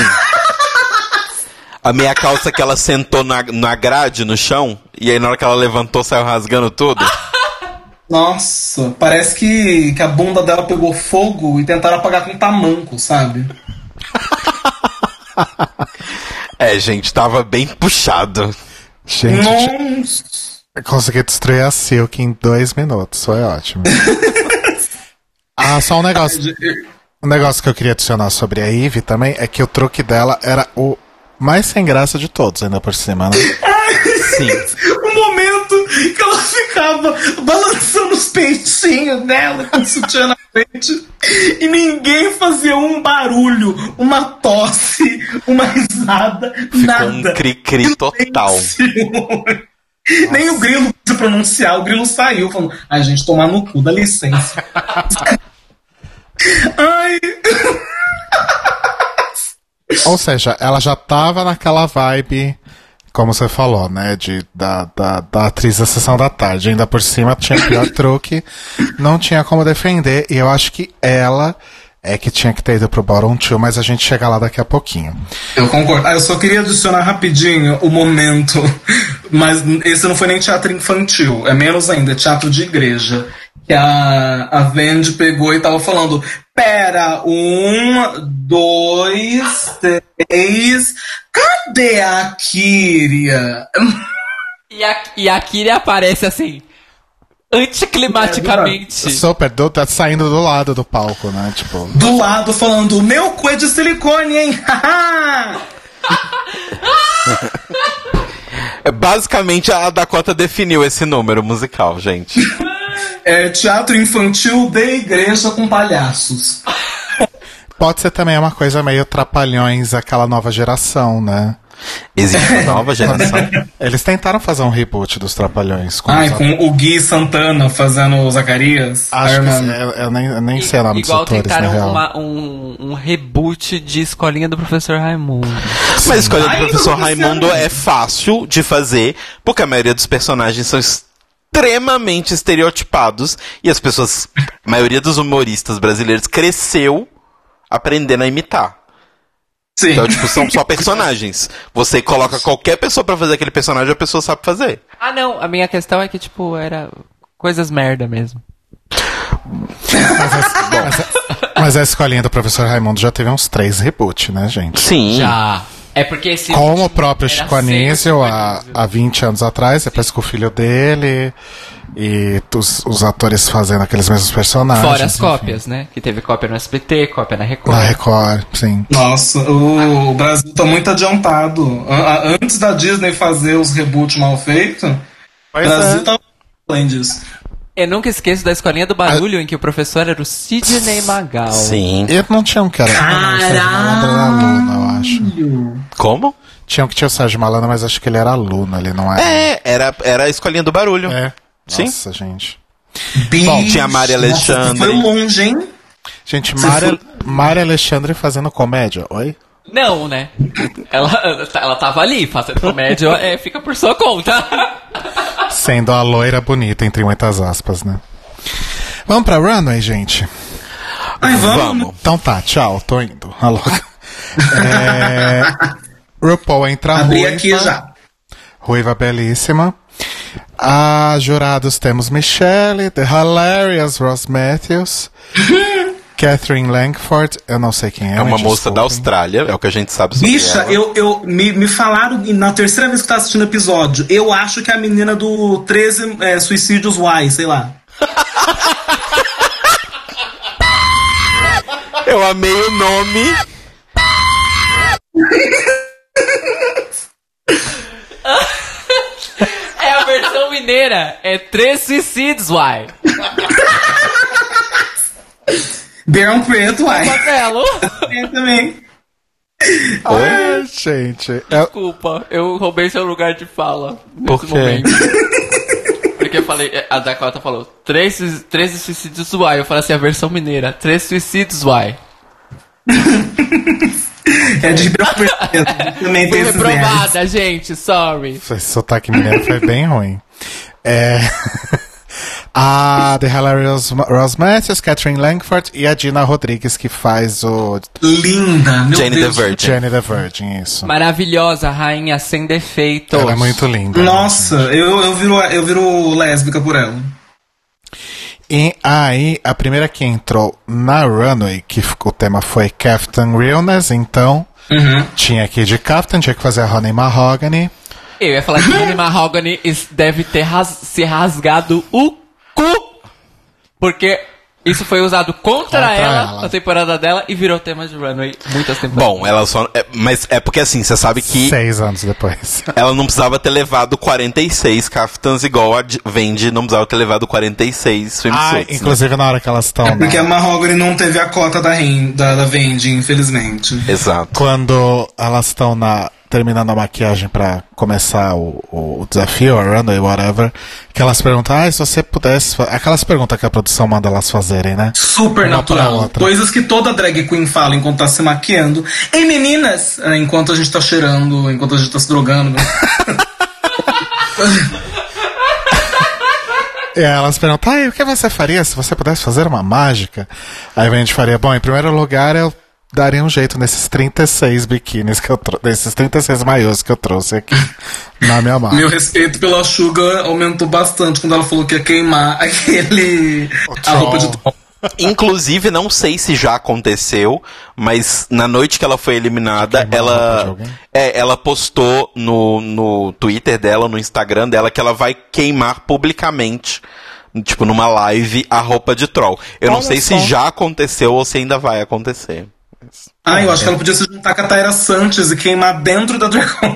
A meia calça que ela sentou na grade, no chão, e aí na hora que ela levantou, saiu rasgando tudo. Nossa, parece que a bunda dela pegou fogo e tentaram apagar com tamanco, sabe? Gente, tava bem puxado. Gente, Nossa. eu consegui destruir a Silk em 2 minutos, foi ótimo. Só um negócio. Um negócio que eu queria adicionar sobre a Ivy também é que o truque dela era o mais sem graça de todos, ainda por cima, né? Sim. O momento que ela ficava balançando os peitinhos dela com o sutiã na frente e ninguém fazia um barulho, uma tosse, uma risada, Ficou nada. um cri-cri total. Nem o Grilo se pronunciar, o Grilo saiu falando, ai gente, tomar no cu, dá licença. Ai. Ou seja, ela já tava naquela vibe, como você falou, né? Da atriz da Sessão da Tarde. Ainda por cima tinha o pior truque, não tinha como defender. E eu acho que ela é que tinha que ter ido pro Bottom 2, mas a gente chega lá daqui a pouquinho. Eu concordo. Eu só queria adicionar rapidinho o momento, mas esse não foi nem teatro infantil, é menos ainda, é teatro de igreja. Que a Vendi pegou e tava falando, pera, 1, 2, 3, cadê a Kyria? E a Kyria aparece assim, anticlimaticamente. Super, tá saindo do lado do palco, né? Tipo... Do lado falando, meu cu é de silicone, hein? Basicamente a Dakota definiu esse número musical, gente. É teatro infantil de igreja com palhaços. Pode ser também uma coisa meio Trapalhões, aquela nova geração, né? Existe uma nova geração. Eles tentaram fazer um reboot dos Trapalhões. Com o Gui Santana fazendo o Zacarias. Acho que eu nem sei o nome dos atores, na real. Igual tentaram um reboot de Escolinha do Professor Raimundo. Mas a Escolinha do Professor Raimundo é fácil de fazer, porque a maioria dos personagens são extremamente estereotipados e a maioria dos humoristas brasileiros cresceu aprendendo a imitar. Sim. Então, tipo, são só personagens. Você coloca qualquer pessoa pra fazer aquele personagem, a pessoa sabe fazer. Ah, não. A minha questão é que, tipo, era coisas merda mesmo. Mas a Escolinha do Professor Raimundo já teve uns 3 reboots, né, gente? Sim. Já. É porque esse... Como o próprio Chico Anísio há 20 anos atrás, depois com o filho dele, e os atores fazendo aqueles mesmos personagens. Fora as cópias, né? Que teve cópia no SBT, cópia na Record. Na Record, sim. Nossa, o Brasil tá muito adiantado. Antes da Disney fazer os reboots mal feitos, o Brasil tá além disso. Eu nunca esqueço da Escolinha do Barulho, em que o professor era o Sidney Magal. Sim. E não tinha um cara. Caralho! Eu acho. Como? Tinha um que tinha o Sérgio Malandro, mas acho que ele era aluno, ele não era. Era a escolinha do barulho. É. Sim. Nossa, gente. Bom, tinha a Mari Alexandre. Foi longe, hein? Gente, Mari Alexandre fazendo comédia. Oi? Não, né? Ela tava ali fazendo comédia, fica por sua conta. Sendo a loira bonita, entre muitas aspas, né? Vamos pra Runway, gente? Ai, vamos. Então tá, tchau, tô indo. Alô. RuPaul entra Abri ruiva. aqui já. Ruiva belíssima. A jurados temos Michelle, The Hilarious Ross Matthews, Catherine Langford, eu não sei quem é. É uma mas moça da desculpem. Austrália, é o que a gente sabe sobre Bicha, ela. me falaram na terceira vez que eu tava assistindo o episódio. Eu acho que é a menina do 13 Suicídios Y, sei lá. Eu amei o nome. É a versão mineira. É 3 suicídios, uai. Beirão Preto, uai. Papelo. É também. Ai, gente. Desculpa, eu roubei seu lugar de fala nesse Por quê? momento. Porque eu falei, a Dakota falou 13 suicídios, uai. Eu falei assim, a versão mineira, 3 suicídios, uai. É de Beirão Preto. Também Fui tem esses reprovada, gente, sorry. Esse sotaque mineiro foi bem ruim. A The Hilarious Ross Matthews, Catherine Langford e a Gina Rodrigues, que faz o Linda, meu Jane the Deus. Virgin. Jenny the Virgin, isso. Maravilhosa, rainha sem defeitos. Ela é muito linda. Nossa, eu viro lésbica por ela. E aí, a primeira que entrou na Runway, que o tema foi Captain Realness, então tinha aqui de Captain, tinha que fazer a Honey Mahogany. Eu ia falar que Honey Mahogany deve ter se rasgado o cu, porque isso foi usado contra ela na temporada dela e virou tema de Runway muitas temporadas. Bom, ela só. Mas é porque assim, você sabe que 6 anos depois. ela não precisava ter levado 46 caftans igual a Vendi não precisava ter levado 46 swimsuits. né? Inclusive na hora que elas estão. Porque a Mahogany não teve a cota da Vendi, infelizmente. Exato. Quando elas estão terminando a maquiagem pra começar o desafio, a runway, whatever, que elas perguntam, se você pudesse... Aquelas perguntas que a produção manda elas fazerem, né? Super Uma pra natural. outra. Coisas que toda drag queen fala enquanto tá se maquiando. Ei, meninas! Enquanto a gente tá cheirando, enquanto a gente tá se drogando. Né? E aí elas perguntam, o que você faria se você pudesse fazer uma mágica? Aí a gente faria, bom, em primeiro lugar eu daria um jeito nesses 36 biquínis que eu trouxe, nesses 36 maiôs que eu trouxe aqui na minha mão. Meu respeito pela Suga aumentou bastante quando ela falou que ia queimar a roupa de Tom. Inclusive, não sei se já aconteceu, mas na noite que ela foi eliminada, Queimar a roupa de alguém? ela postou no Twitter dela, no Instagram dela, que ela vai queimar publicamente, tipo, numa live, a roupa de troll. Eu não sei se já aconteceu ou se ainda vai acontecer. Eu acho que ela podia se juntar com a Tyra Sanches e queimar dentro da Dragcon.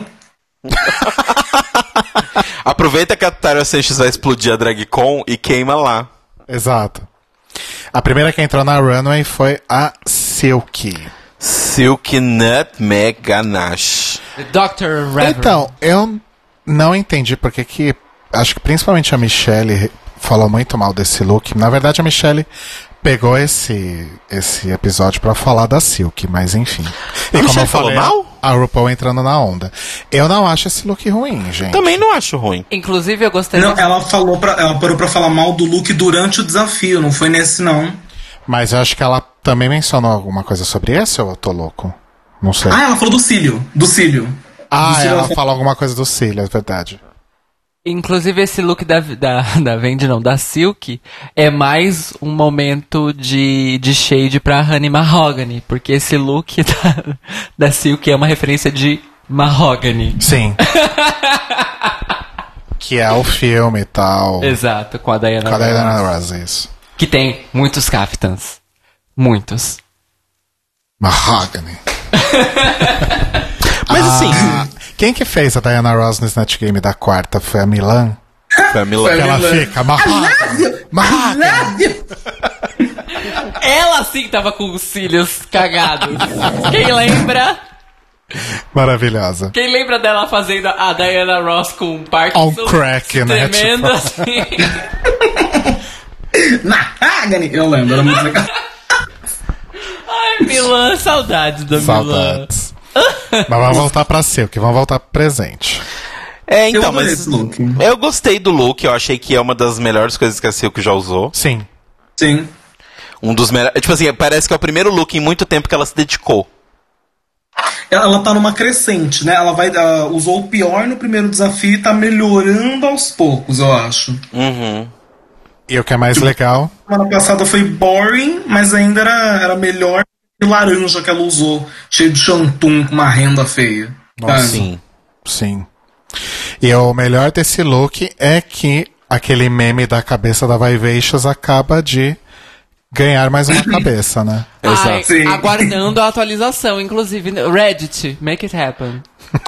Aproveita que a Tyra Sanches vai explodir a DragCon e queima lá. Exato. A primeira que entrou na runway foi a Silky. Silk Nutmeg Ganache. Dr. Reverend. Então, eu não entendi porque que... Acho que principalmente a Michelle falou muito mal desse look. Na verdade, a Michelle pegou esse episódio pra falar da Silk, mas enfim. E como eu falou falei, mal? a RuPaul entrando na onda. Eu não acho esse look ruim, gente. Também não acho ruim. Inclusive, eu gostaria... Não, ela parou pra falar mal do look durante o desafio, não foi nesse não. Mas eu acho que ela também mencionou alguma coisa sobre esse ou eu tô louco? Não sei. Ela falou do cílio. Do cílio. Ela falou alguma coisa do cílio, é verdade. Inclusive, esse look da Vendi, não, da Silk, é mais um momento de shade pra Honey Mahogany, porque esse look da Silk é uma referência de Mahogany. Sim. Que é o filme e tal. Exato, com a Diana Com a Diana Ross. Ross, isso. Que tem muitos caftans. Muitos. Mahogany. Mas assim... Quem que fez a Diana Ross no Snatch Game da quarta? Foi a Milan? Foi a Milan. Que ela fica, Mahogany. Ela sim tava com os cílios cagados. Quem lembra? Maravilhosa. Quem lembra dela fazendo a Diana Ross com Parkinson? On crack, né? Tremendo Tipo... assim. Mahagani! Eu lembro, era muito legal. Ai, Milan, saudades da Milan. Saudades. Mas vamos voltar pra Silk, vamos voltar pro presente. Então, Eu adorei mas esse look. eu gostei do look, eu achei que é uma das melhores coisas que a Silk já usou. Sim. Sim. Um dos melhores. Tipo assim, parece que é o primeiro look em muito tempo que ela se dedicou. Ela tá numa crescente, né? Ela usou o pior no primeiro desafio e tá melhorando aos poucos, eu acho. Uhum. E o que é mais legal? Semana passada foi boring, mas ainda era melhor que o laranja que ela usou, cheio de chantum com uma renda feia. Nossa, sabe? Sim. Sim. E o melhor desse look é que aquele meme da cabeça da Vivacious acaba de ganhar mais uma cabeça, né? Ai, Sim. aguardando a atualização, inclusive. Reddit, make it happen.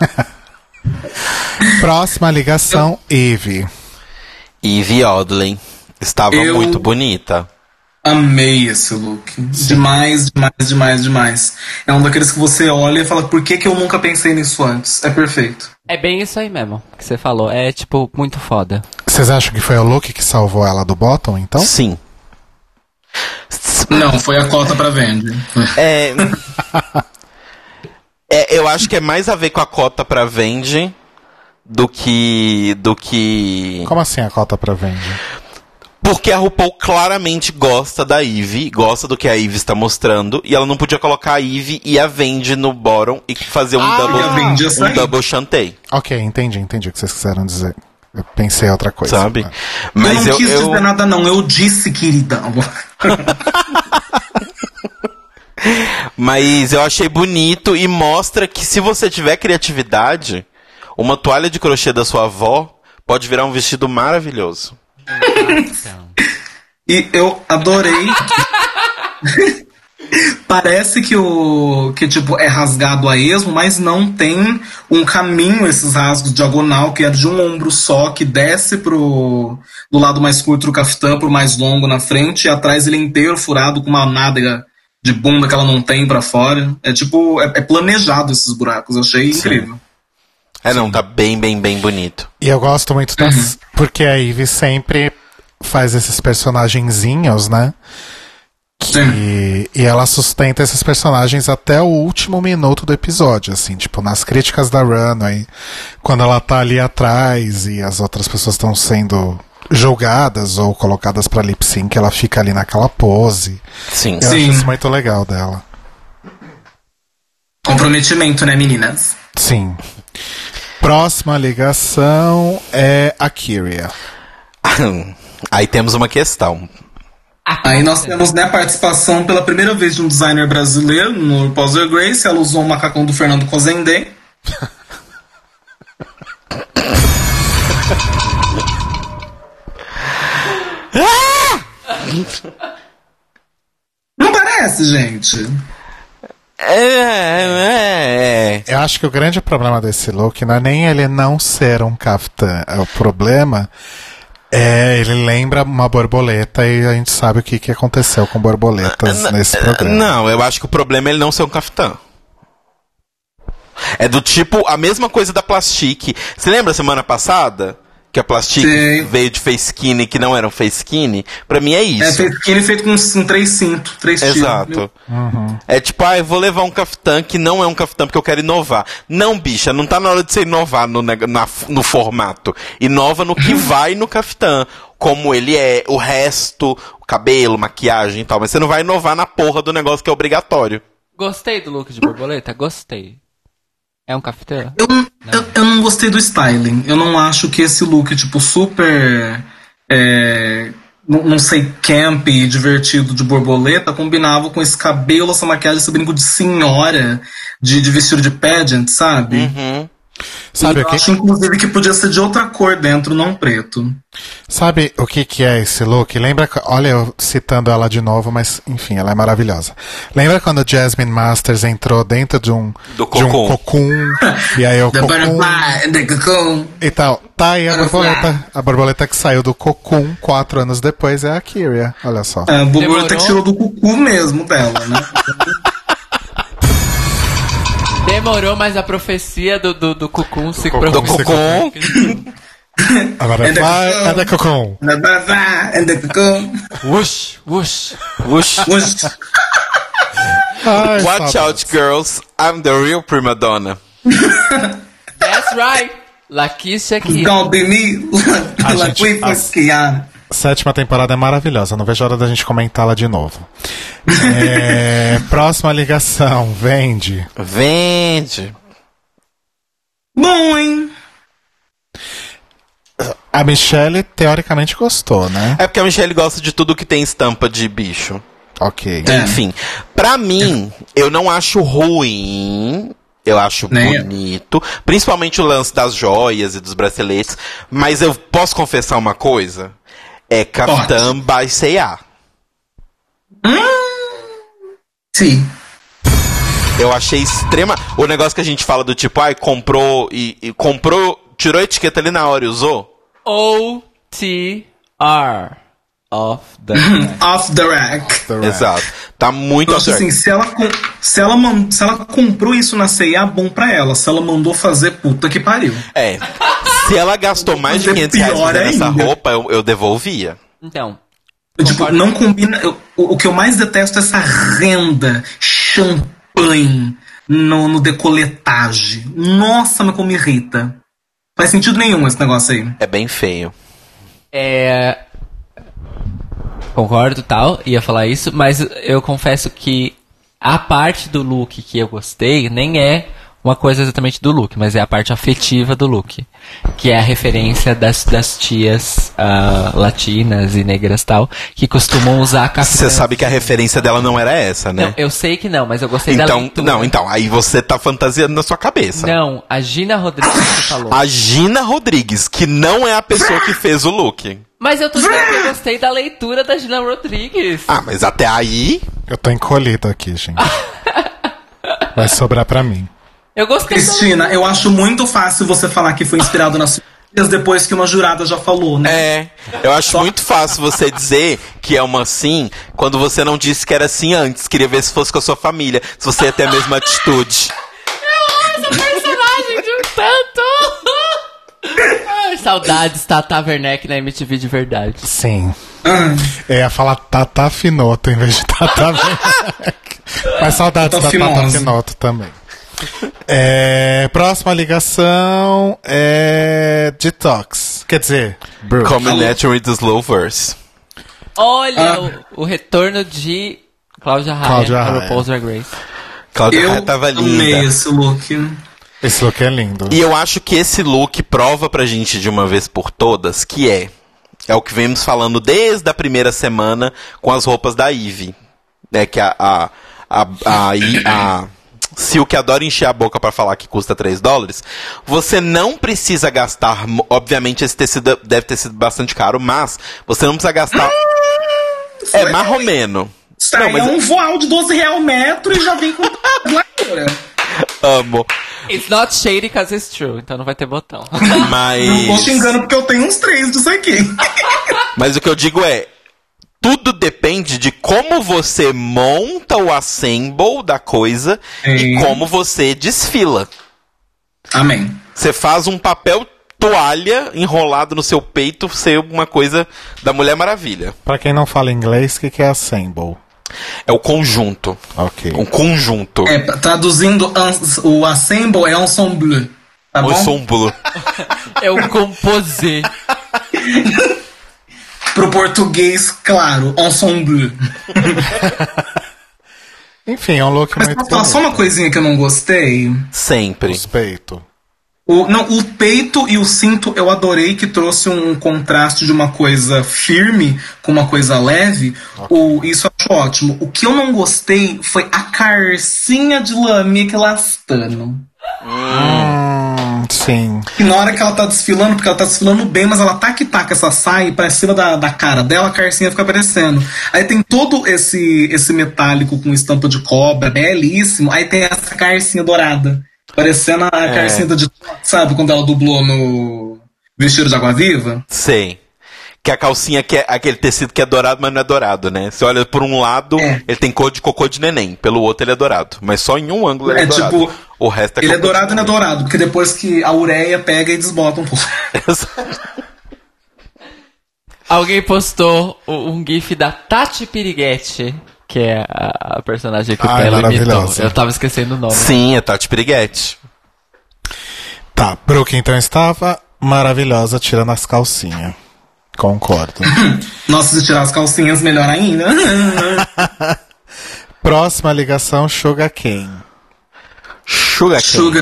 Próxima ligação, Eve. Eve Odley. Estava Eu- muito bonita. Amei esse look. Demais, demais, demais, demais. É um daqueles que você olha e fala, por que eu nunca pensei nisso antes? É perfeito. É bem isso aí mesmo que você falou. É, tipo, muito foda. Vocês acham que foi o look que salvou ela do bottom, então? Sim. Não, foi a cota pra vende. Eu acho que é mais a ver com a cota pra vende do que. Como assim a cota pra vende? Porque a RuPaul claramente gosta da Eve, gosta do que a Eve está mostrando, e ela não podia colocar a Eve e a Vendi no bottom e fazer e a Vendi ia sair. double chantei, Ok, entendi o que vocês quiseram dizer. Eu pensei em outra coisa. sabe? né? Mas eu não quis dizer nada, não. Eu disse, querida. Mas eu achei bonito e mostra que se você tiver criatividade, uma toalha de crochê da sua avó pode virar um vestido maravilhoso. E eu adorei. Parece que tipo, é rasgado a esmo, mas não tem um caminho, esses rasgos diagonal, que é de um ombro só, que desce do lado mais curto do caftã pro mais longo na frente, e atrás ele é inteiro furado com uma nádega de bunda que ela não tem pra fora. É tipo, é planejado esses buracos, eu achei incrível. Não, tá bem, bem, bem bonito. E eu gosto muito das... Porque a Eve sempre faz esses personagenzinhos, né? E ela sustenta esses personagens até o último minuto do episódio, assim, tipo, nas críticas da Runway, quando ela tá ali atrás e as outras pessoas estão sendo julgadas ou colocadas pra lip sync, ela fica ali naquela pose. Sim. Eu acho isso muito legal dela. Comprometimento, né, meninas? Sim. Próxima ligação é a Kyria. Aí temos uma questão. Aí nós temos, né, a participação pela primeira vez de um designer brasileiro no RuPaul's Drag Race. Ela usou o macacão do Fernando Cozendé. Não parece, gente? Eu acho que o grande problema desse look não é nem ele não ser um kaftan. O problema é ele lembra uma borboleta e a gente sabe o que aconteceu com borboletas nesse programa. Não, eu acho que o problema é ele não ser um caftã. É do tipo, a mesma coisa da Plastique. Você lembra semana passada? Que a Plastique Sim. veio de face skinny que não era um face skinny? Pra mim é isso. É skinny feito com 3 cintos, 3 tiros. Exato. É tipo, eu vou levar um caftã que não é um caftã porque eu quero inovar. Não, bicha, não tá na hora de você inovar no formato. Inova no que vai no caftã. Como ele é, o resto, o cabelo, maquiagem e tal. Mas você não vai inovar na porra do negócio que é obrigatório. Gostei do look de borboleta? Gostei. É um caftã? Eu não gostei do styling. Eu não acho que esse look, tipo, super... não sei, camp, divertido de borboleta, combinava com esse cabelo, essa maquiagem, esse brinco de senhora, de vestido de pageant, sabe? Uhum. Sabe eu acho, inclusive, que podia ser de outra cor dentro, não preto. Sabe o que é esse look? Lembra, olha eu citando ela de novo, mas enfim, ela é maravilhosa. Lembra quando Jasmine Masters entrou dentro de um cocum e aí o The cocum butterfly, the cocoon. e tal. Tá aí a borboleta que saiu do cocum 4 anos depois é a Kyria, olha só. A borboleta que tirou do cucu mesmo dela, né? Demorou, mas a profecia do Cucum se Cucum. Do provou. Cocon. Agora vai, anda cocom. Wush, wush. Wush. Ai, Watch saudades. out, girls. I'm the real prima donna. That's right. Laquisha aqui. Gonna be me. A Like gente- we as- for Kiana. Sétima temporada é maravilhosa, não vejo a hora da gente comentá-la de novo. Próxima ligação, vende. Vende. Bom, hein? A Michelle teoricamente gostou, né? É porque a Michelle gosta de tudo que tem estampa de bicho. Ok. Enfim, pra mim, eu não acho ruim. Eu acho Nem eu. bonito. Principalmente o lance das joias e dos braceletes. Mas eu posso confessar uma coisa? É Kaftan by C&A. Sim. Eu achei extrema. O negócio que a gente fala do tipo, ai, comprou e comprou, tirou a etiqueta ali na hora e usou. OTR. Off the. Off the rack. Exato. Tá muito Eu acho assim, se ela comprou isso na C&A, bom pra ela. Se ela mandou fazer, puta que pariu. É. Se ela gastou mais de Fazer R$500 pior fazendo essa ainda. roupa, eu devolvia. Então. Tipo, Concordo. não combina. O que eu mais detesto é essa renda champanhe no decoletagem. Nossa, mas como irrita. Faz sentido nenhum esse negócio aí. É bem feio. Concordo, tal, ia falar isso, mas eu confesso que a parte do look que eu gostei nem é uma coisa exatamente do look, mas é a parte afetiva do look, que é a referência das tias latinas e negras tal, que costumam usar café. Você sabe que a referência dela não era essa, né? Não, eu sei que não, mas eu gostei da leitura. Então, aí você tá fantasiando na sua cabeça. Não, a Gina Rodrigues que falou. A Gina Rodrigues, que não é a pessoa que fez o look. Mas eu tô dizendo que eu gostei da leitura da Gina Rodrigues. Ah, mas até aí... Eu tô encolhido aqui, gente. Vai sobrar pra mim. Eu gostei da Cristina, eu acho muito fácil você falar que foi inspirado nas filhas depois que uma jurada já falou, né? É, eu acho muito fácil você dizer que é uma sim, quando você não disse que era assim antes. Queria ver se fosse com a sua família, se você ia ter a mesma atitude. personagem de um tanto. Ai, saudades, Tata Werneck na MTV de verdade. Sim. Eu ia falar Tata Finoto em vez de Tata Werneck. Mas saudades Tata da Tata Fimosa. Finoto também. Próxima ligação é Detox. Quer dizer, Brooke. Combination with the slow verse. Olha o retorno de Cláudia Cláudia Raia, Raia. RuPaul's Drag Race. Cláudia Eu Raia tava amei linda. esse look. Esse look é lindo. E eu acho que esse look prova pra gente de uma vez por todas que é o que vemos falando desde a primeira semana com as roupas da Ivy. Né, que a Silk adora encher a boca pra falar que custa $3. Você não precisa gastar. Obviamente, esse tecido deve ter sido bastante caro, mas você não precisa gastar. É mais ou menos. Isso Não, aí mas é um voal de 12 reais o metro e já vem com largura. amo. It's not shady because it's true, então não vai ter botão. Não tô xingando porque eu tenho uns 3 disso aqui. Mas o que eu digo é, tudo depende de como você monta o assemble da coisa e como você desfila. Amém. Você faz um papel toalha enrolado no seu peito ser uma coisa da Mulher Maravilha. Pra quem não fala inglês, o que é assemble? É o conjunto. Ok. Um conjunto. Traduzindo, o assemble é ensemble. Tá bom? Ensemble. É o composé. Pro português, claro, ensemble. Enfim, é um look Mas muito posso falar só uma coisinha que eu não gostei? Sempre. suspeito. O peito e o cinto eu adorei, que trouxe um contraste de uma coisa firme com uma coisa leve. Isso eu acho ótimo. O que eu não gostei foi a carcinha de lame que elastano. Sim. E na hora que ela tá desfilando, porque ela tá desfilando bem, mas ela tá essa saia pra cima da cara dela, a carcinha fica aparecendo. Aí tem todo esse metálico com estampa de cobra, belíssimo. Aí tem essa carcinha dourada, parecendo a carcinha de... Sabe quando ela dublou no Vestido de Água Viva? Sei. Que a calcinha que é aquele tecido que é dourado, mas não é dourado, né? Você olha por um lado, ele tem cor de cocô de neném. Pelo outro ele é dourado. Mas só em um ângulo ele é dourado. Tipo, o resto é ele é dourado e não é dourado, porque depois que a ureia pega e desbota um pouco. Alguém postou um gif da Tati Piriguete, que é a personagem que o Pela imitou. Eu tava esquecendo o nome. Sim, é Tati Piriguete. Tá, Brooke então estava maravilhosa tirando as calcinhas. Concordo. Nossa, se tirar as calcinhas, melhor ainda. Próxima ligação, Sugar Cane. Sugar Cane.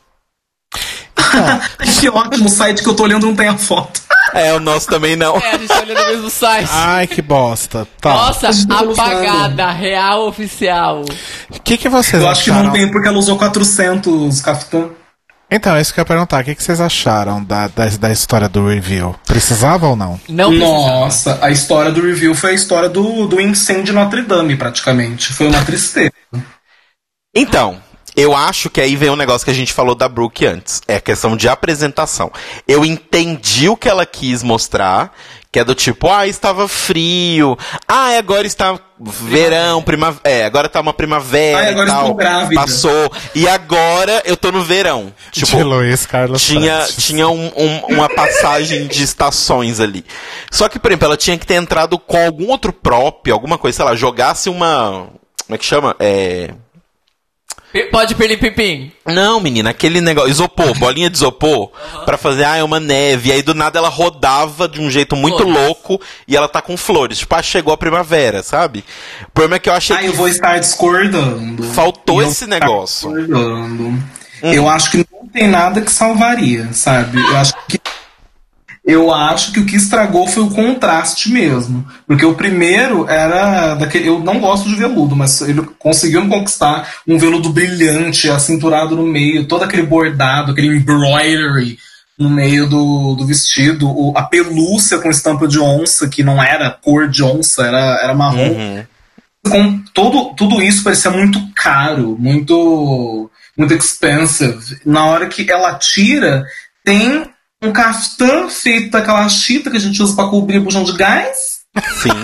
Que ótimo, o site que eu tô olhando não tem a foto. É, o nosso também não. É, a gente tá olhando o mesmo site. Ai, que bosta. Tá. Nossa, apagada, real oficial. O que vocês acharam? Eu acho que não tem porque ela usou 400 cafetã. Então, é isso que eu ia perguntar. O que vocês acharam da história do review? Precisava ou não? Não precisava. Nossa, a história do review foi a história do incêndio de Notre Dame, praticamente. Foi uma tristeza. Então, eu acho que aí vem um negócio que a gente falou da Brooke antes. É a questão de apresentação. Eu entendi o que ela quis mostrar, que é do tipo, estava frio. Agora está verão, primavera. Agora tá uma primavera agora e tal. Estou grávida. Passou. E agora eu tô no verão. Tipo, de Luiz Carlos tinha uma passagem de estações ali. Só que, por exemplo, ela tinha que ter entrado com algum outro prop, alguma coisa, sei lá, jogasse uma... Como é que chama? Pode pirlipipim. Não, menina, aquele negócio, isopor, bolinha de isopor, pra fazer, uma neve, e aí do nada ela rodava de um jeito muito louco, e ela tá com flores, tipo, chegou a primavera, sabe? O problema é que eu achei que eu vou estar discordando. Faltou esse negócio. Eu acho que não tem nada que salvaria, sabe? Eu acho que o que estragou foi o contraste mesmo. Porque o primeiro era daquele. Eu não gosto de veludo, mas ele conseguiu me conquistar um veludo brilhante, acinturado no meio, todo aquele bordado, aquele embroidery no meio do vestido, a pelúcia com estampa de onça, que não era cor de onça, era marrom. Com tudo isso parecia muito caro, muito expensive. Na hora que ela tira, tem um caftã feito daquela chita que a gente usa pra cobrir bujão de gás. Sim.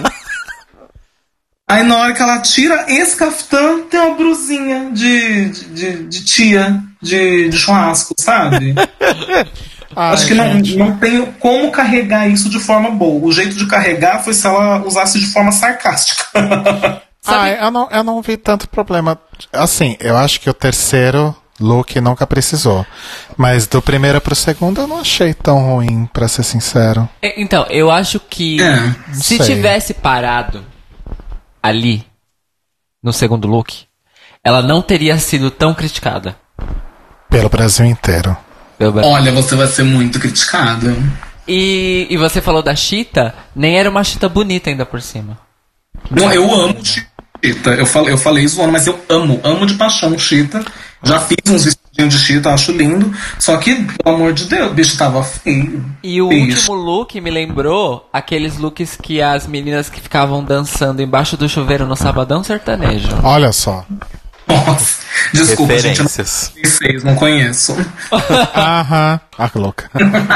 Aí na hora que ela tira esse caftã, tem uma brusinha de tia de churrasco, sabe? Acho que não tem como carregar isso de forma boa. O jeito de carregar foi se ela usasse de forma sarcástica. Eu não vi tanto problema. Assim, eu acho que o terceiro look nunca precisou. Mas do primeiro pro segundo eu não achei tão ruim, pra ser sincero. Então, eu acho que se tivesse parado ali, no segundo look, ela não teria sido tão criticada. Pelo Brasil inteiro. Olha, você vai ser muito criticado. E você falou da chita, nem era uma chita bonita ainda por cima. Não, eu amo chita. Eu falei zoando, mas eu amo de paixão chita. Já fiz uns vestidinhos de chita, acho lindo. Só que, pelo amor de Deus, o bicho tava feio. E o último look me lembrou aqueles looks que as meninas que ficavam dançando embaixo do chuveiro no Sabadão Sertanejo. Olha só. Nossa, desculpa, gente, eu não conheço. Aham. Que louca.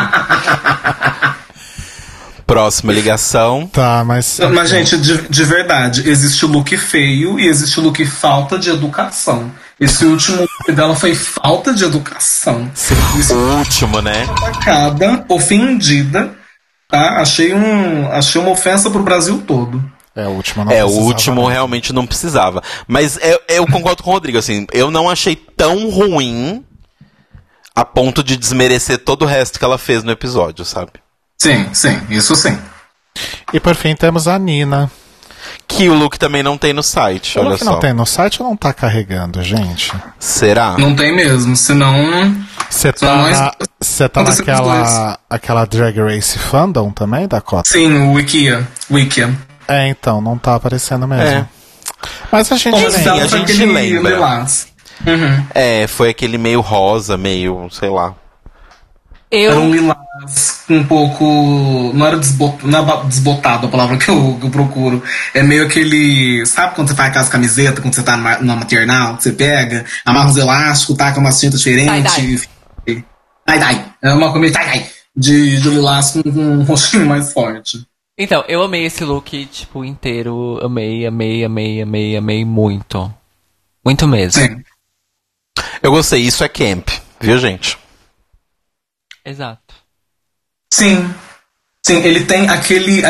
Próxima ligação. Tá, mas gente, de verdade, existe look feio e existe look falta de educação. Esse último look dela foi falta de educação. O último, né? Atacada, ofendida, tá? Achei uma ofensa pro Brasil todo. O último não precisava. O último realmente não precisava. Mas eu concordo com o Rodrigo, assim, eu não achei tão ruim a ponto de desmerecer todo o resto que ela fez no episódio, sabe? Sim, isso sim. E por fim temos a Nina. Que o look também não tem no site, olha só. Não tem no site ou não tá carregando, gente? Será? Não tem mesmo, senão... Você tá naquela Drag Race Fandom também, Dakota? Sim, o Wikia. Então, não tá aparecendo mesmo. Mas a gente lembra. A gente lembra. Foi aquele meio rosa, meio, sei lá. Era um lilás um pouco... Não era desbotado a palavra que eu procuro. É meio aquele... Sabe quando você faz aquelas camisetas, quando você tá na maternal, você pega, amarra os elásticos, taca umas tintas diferentes... Tie-dye. É uma coisa tie-dye. de lilás com um rostinho mais forte. Então, eu amei esse look, tipo, inteiro. Amei muito. Muito mesmo. Sim. Eu gostei, isso é camp, viu, gente? Exato. Sim. Sim, ele tem aquele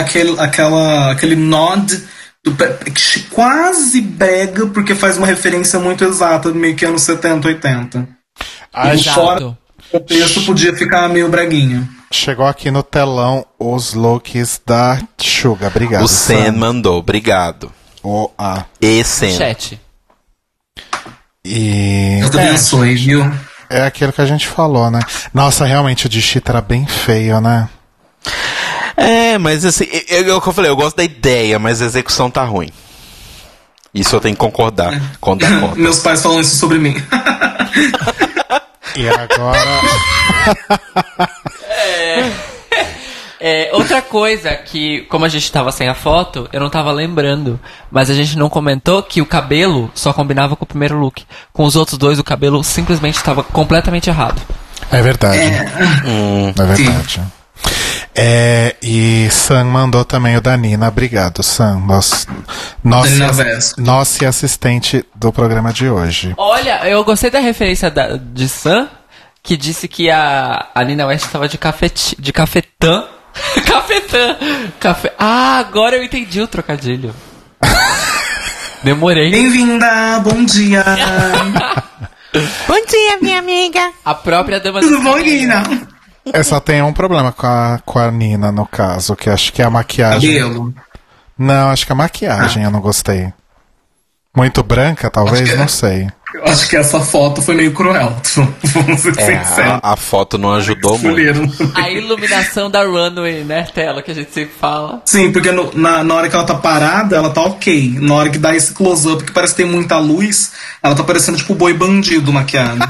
nod quase brega, porque faz uma referência muito exata, meio que anos 70, 80. E fora o contexto podia ficar meio breguinho. Chegou aqui no telão os looks da Suga. Obrigado. O Sen mandou, obrigado. E Sen. Chat. E... Eu também sou, viu? É aquilo que a gente falou, né? Nossa, realmente o de Chita era bem feio, né? É, mas assim, eu falei, eu gosto da ideia, mas a execução tá ruim. Isso eu tenho que concordar. Conta. Meus pais falam isso sobre mim. E agora... Outra coisa que, como a gente tava sem a foto, eu não tava lembrando, mas a gente não comentou que o cabelo só combinava com o primeiro look. Com os outros dois, o cabelo simplesmente estava completamente errado. É verdade. É verdade. E Sam mandou também o da Nina. Obrigado, Sam. Nossa assistente do programa de hoje. Olha, eu gostei da referência de Sam, que disse que a Nina West estava de cafetã. Agora eu entendi o trocadilho. Demorei. Bem-vinda, bom dia. Bom dia, minha amiga. A própria dama Tudo bom, Nina? Eu só tenho um problema com a Nina, no caso, que acho que é a maquiagem. Cabelo. Não, acho que a maquiagem eu não gostei. Muito branca, talvez, não sei. Eu acho que essa foto foi meio cruel. Vamos ser sinceros. A foto não ajudou muito. A iluminação da runway, né, Tela, que a gente sempre fala. Sim, porque na hora que ela tá parada, ela tá ok. Na hora que dá esse close-up, que parece que tem muita luz, ela tá parecendo tipo boi bandido maquiado.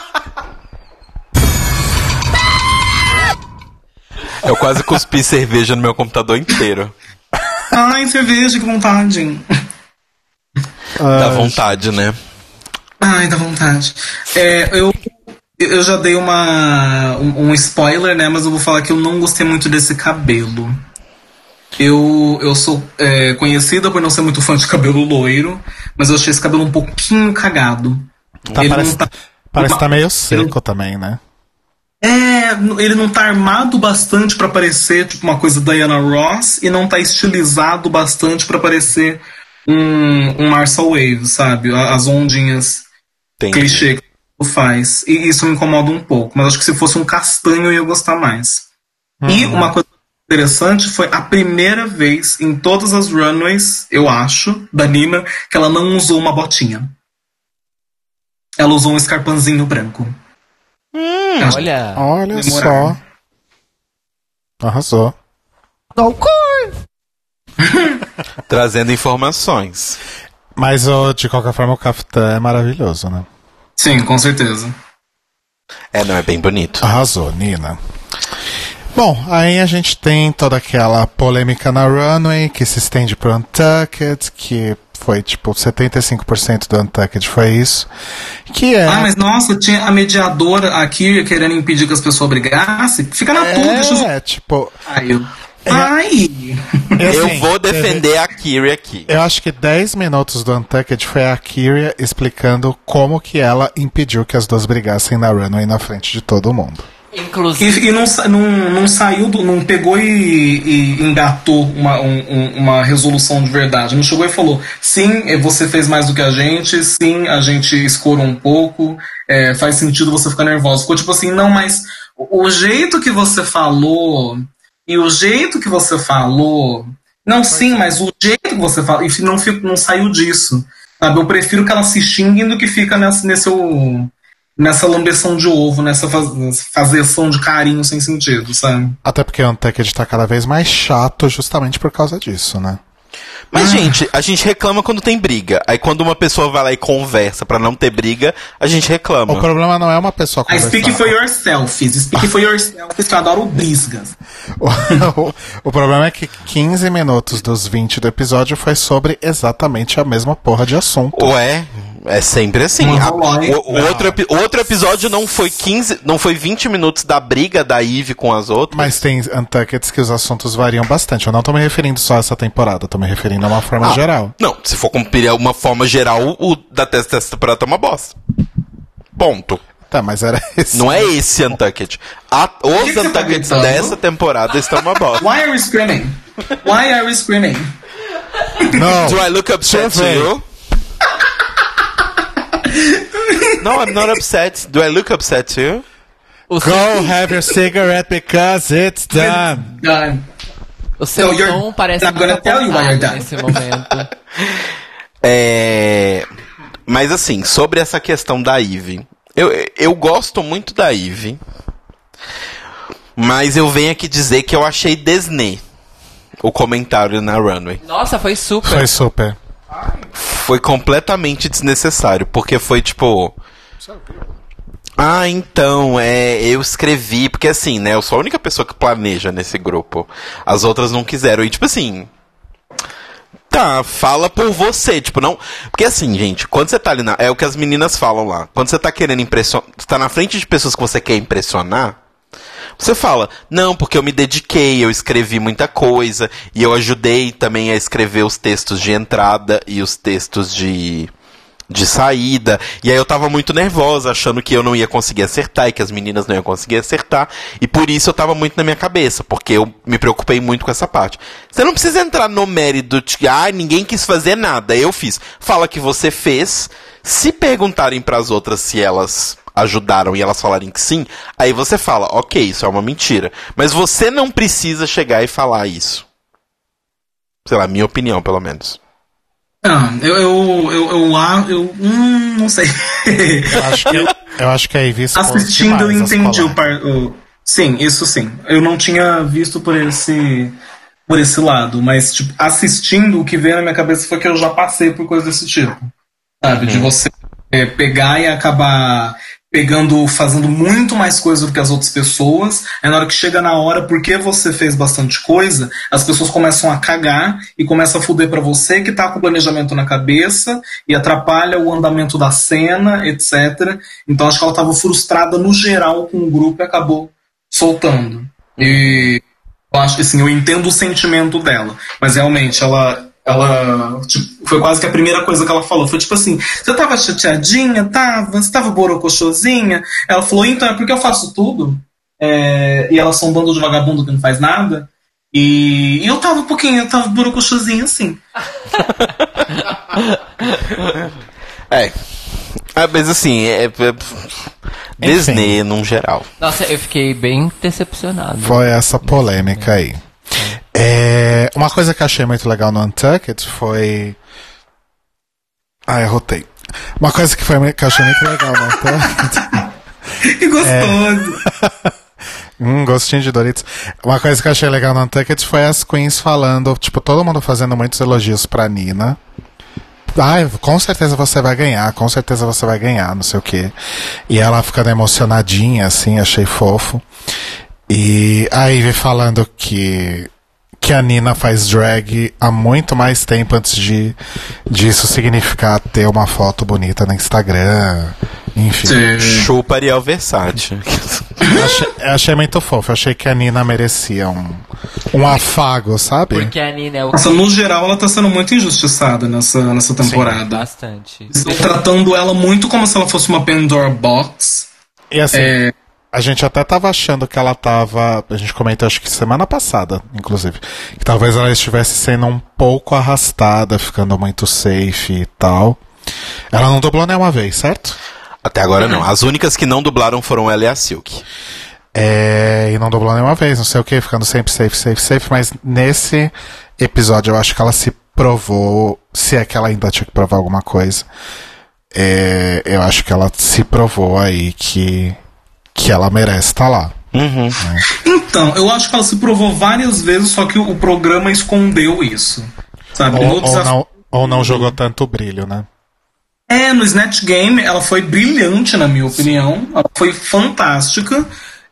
Eu quase cuspi cerveja no meu computador inteiro. Ai, cerveja, que vontade. Dá vontade, né? Ai, dá vontade. Eu já dei um spoiler, né? Mas eu vou falar que eu não gostei muito desse cabelo. Eu sou conhecida por não ser muito fã de cabelo loiro, mas eu achei esse cabelo um pouquinho cagado. Parece que tá meio seco também, né? Ele não tá armado bastante pra parecer tipo uma coisa da Diana Ross e não tá estilizado bastante pra parecer um Marshall Wave, sabe? As ondinhas clichê que tu faz. E isso me incomoda um pouco, mas acho que se fosse um castanho eu ia gostar mais. E uma coisa interessante foi a primeira vez em todas as runways, eu acho, da Nina, que ela não usou uma botinha. Ela usou um escarpãozinho branco. Olha só. Arrasou. Trazendo informações. Mas de qualquer forma o cafetã é maravilhoso, né? Sim, com certeza. Não, é bem bonito. Arrasou, Nina. Bom, aí a gente tem toda aquela polêmica na runway que se estende pro Untucked, que foi tipo 75% do Untucked foi isso. Que é... mas nossa, tinha a mediadora aqui querendo impedir que as pessoas brigassem. Fica na tua, deixa eu... tipo... Eu vou defender a Kyria aqui. Eu acho que 10 minutos do Untucked foi a Kyria explicando como que ela impediu que as duas brigassem na runway na frente de todo mundo. Inclusive... E não saiu, não pegou e engatou uma resolução de verdade. Não chegou e falou, sim, você fez mais do que a gente, sim, a gente escorou um pouco, faz sentido você ficar nervosa. Ficou tipo assim, não, mas o jeito que você falou... E o jeito que você falou... Não, sim, mas o jeito que você falou... E não saiu disso. Sabe? Eu prefiro que ela se xingue do que fica nessa lambeção de ovo, nessa fazeção de carinho sem sentido, sabe? Até porque o Untucked tá cada vez mais chato justamente por causa disso, né? Mas, gente, a gente reclama quando tem briga. Aí quando uma pessoa vai lá e conversa pra não ter briga, a gente reclama. O problema não é uma pessoa conversar. Speak for yourself. Speak for yourself, que eu adoro brisgas. O problema é que 15 minutos dos 20 do episódio foi sobre exatamente a mesma porra de assunto. Ué, É sempre assim. O outro episódio não foi 20 minutos da briga da Ivy com as outras. Mas tem Untucked que os assuntos variam bastante. Eu não tô me referindo só a essa temporada, tô me referindo a uma forma geral. Não, se for cumprir uma forma geral, o dessa temporada tá uma bosta. Ponto. Tá, mas era esse. Não é esse Untucked. Os Untucked dessa temporada estão uma bosta. Why are we screaming? Why are we screaming? No. Do I look upset to you? No, I'm not upset. Do I look upset to you? Go have your cigarette because it's done. Done. O seu tom parece I'm gonna tell you why you're done. nesse momento. Mas assim, sobre essa questão da Ivy, eu gosto muito da Ivy, mas eu venho aqui dizer que eu achei desnê o comentário na Runway. Nossa, foi super. Foi super. Foi completamente desnecessário, porque foi tipo... então, eu escrevi, porque assim, né, eu sou a única pessoa que planeja nesse grupo. As outras não quiseram, e tipo assim... Tá, fala por você, tipo, não... Porque assim, gente, quando você tá ali é o que as meninas falam lá. Quando você tá querendo impressionar... Você tá na frente de pessoas que você quer impressionar... Você fala, não, porque eu me dediquei, eu escrevi muita coisa, e eu ajudei também a escrever os textos de entrada e os textos de saída, e aí eu tava muito nervosa, achando que eu não ia conseguir acertar, e que as meninas não iam conseguir acertar, e por isso eu tava muito na minha cabeça, porque eu me preocupei muito com essa parte. Você não precisa entrar no mérito de, ninguém quis fazer nada, eu fiz. Fala que você fez, se perguntarem pras outras se elas... ajudaram e elas falarem que sim, aí você fala, ok, isso é uma mentira. Mas você não precisa chegar e falar isso. Sei lá, minha opinião, pelo menos. Não sei. Eu acho que a Ivy assistindo eu entendi sim, isso sim. Eu não tinha visto por esse lado, mas tipo, assistindo, o que veio na minha cabeça foi que eu já passei por coisa desse tipo. Sabe, de você pegar e acabar fazendo muito mais coisa do que as outras pessoas. Aí na hora que chega na hora, porque você fez bastante coisa, as pessoas começam a cagar e começam a fuder pra você que tá com o planejamento na cabeça e atrapalha o andamento da cena, etc. Então acho que ela tava frustrada no geral com o grupo e acabou soltando. E eu acho que assim, eu entendo o sentimento dela, mas realmente ela tipo, foi quase que a primeira coisa que ela falou. Foi tipo assim, você tava chateadinha? Você tava borocochosinha? Ela falou, então é porque eu faço tudo? E elas são um bando de vagabundo que não faz nada? E eu tava eu tava borocochosinha assim. Mas assim, Disney num geral. Nossa, eu fiquei bem decepcionado. Foi essa polêmica aí. Uma coisa que eu achei muito legal no Untucked foi... eu rotei. Uma coisa que eu achei muito legal no Untucked... Que gostoso! Gostinho de Doritos. Uma coisa que eu achei legal no Untucked foi as queens falando, tipo, todo mundo fazendo muitos elogios pra Nina. Com certeza você vai ganhar, com certeza você vai ganhar, não sei o quê. E ela ficando emocionadinha, assim, achei fofo. E a Ivy falando que a Nina faz drag há muito mais tempo antes disso significar ter uma foto bonita no Instagram, enfim. Chupa Ariel Versace. Achei muito fofo, achei que a Nina merecia um afago, sabe? Porque a Nina é o... Nossa, no geral ela tá sendo muito injustiçada nessa temporada. Sim, bastante. Estão tratando ela muito como se ela fosse uma Pandora Box. E assim... A gente até tava achando que ela tava... A gente comentou, acho que semana passada, inclusive. Que talvez ela estivesse sendo um pouco arrastada, ficando muito safe e tal. Ela não dublou nenhuma vez, certo? Até agora não. As únicas que não dublaram foram ela e a Silk. E não dublou nenhuma vez, não sei o que, ficando sempre safe. Mas nesse episódio eu acho que ela se provou... Se é que ela ainda tinha que provar alguma coisa. Eu acho que ela se provou aí que ela merece estar lá. Uhum. Então, eu acho que ela se provou várias vezes, só que o programa escondeu isso. Sabe? Ou não jogou tanto brilho, né? No Snatch Game ela foi brilhante, na minha opinião. Ela foi fantástica.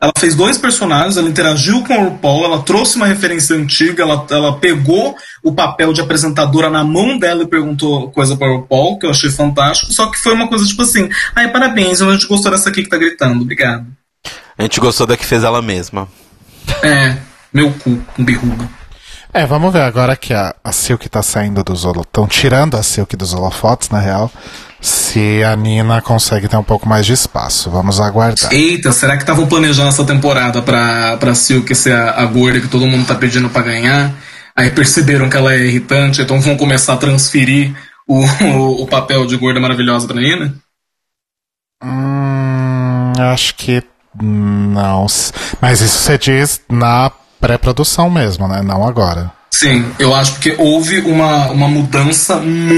Ela fez 2 personagens, ela interagiu com a RuPaul, ela trouxe uma referência antiga, ela pegou o papel de apresentadora na mão dela e perguntou coisa pra RuPaul, que eu achei fantástico, só que foi uma coisa tipo assim, ai, parabéns, a gente gostou dessa aqui que tá gritando, obrigado. A gente gostou da que fez ela mesma. Meu cu, com berruga. Vamos ver agora que a Silk tá saindo dos holofotes. Estão tirando a Silk dos holofotes, na real. Se a Nina consegue ter um pouco mais de espaço. Vamos aguardar. Eita, será que estavam planejando essa temporada pra Silk ser a gorda que todo mundo tá pedindo pra ganhar? Aí perceberam que ela é irritante, então vão começar a transferir o papel de gorda maravilhosa pra Nina? Acho que não. Mas isso você diz na pré-produção mesmo, né? Não agora. Sim, eu acho que houve uma mudança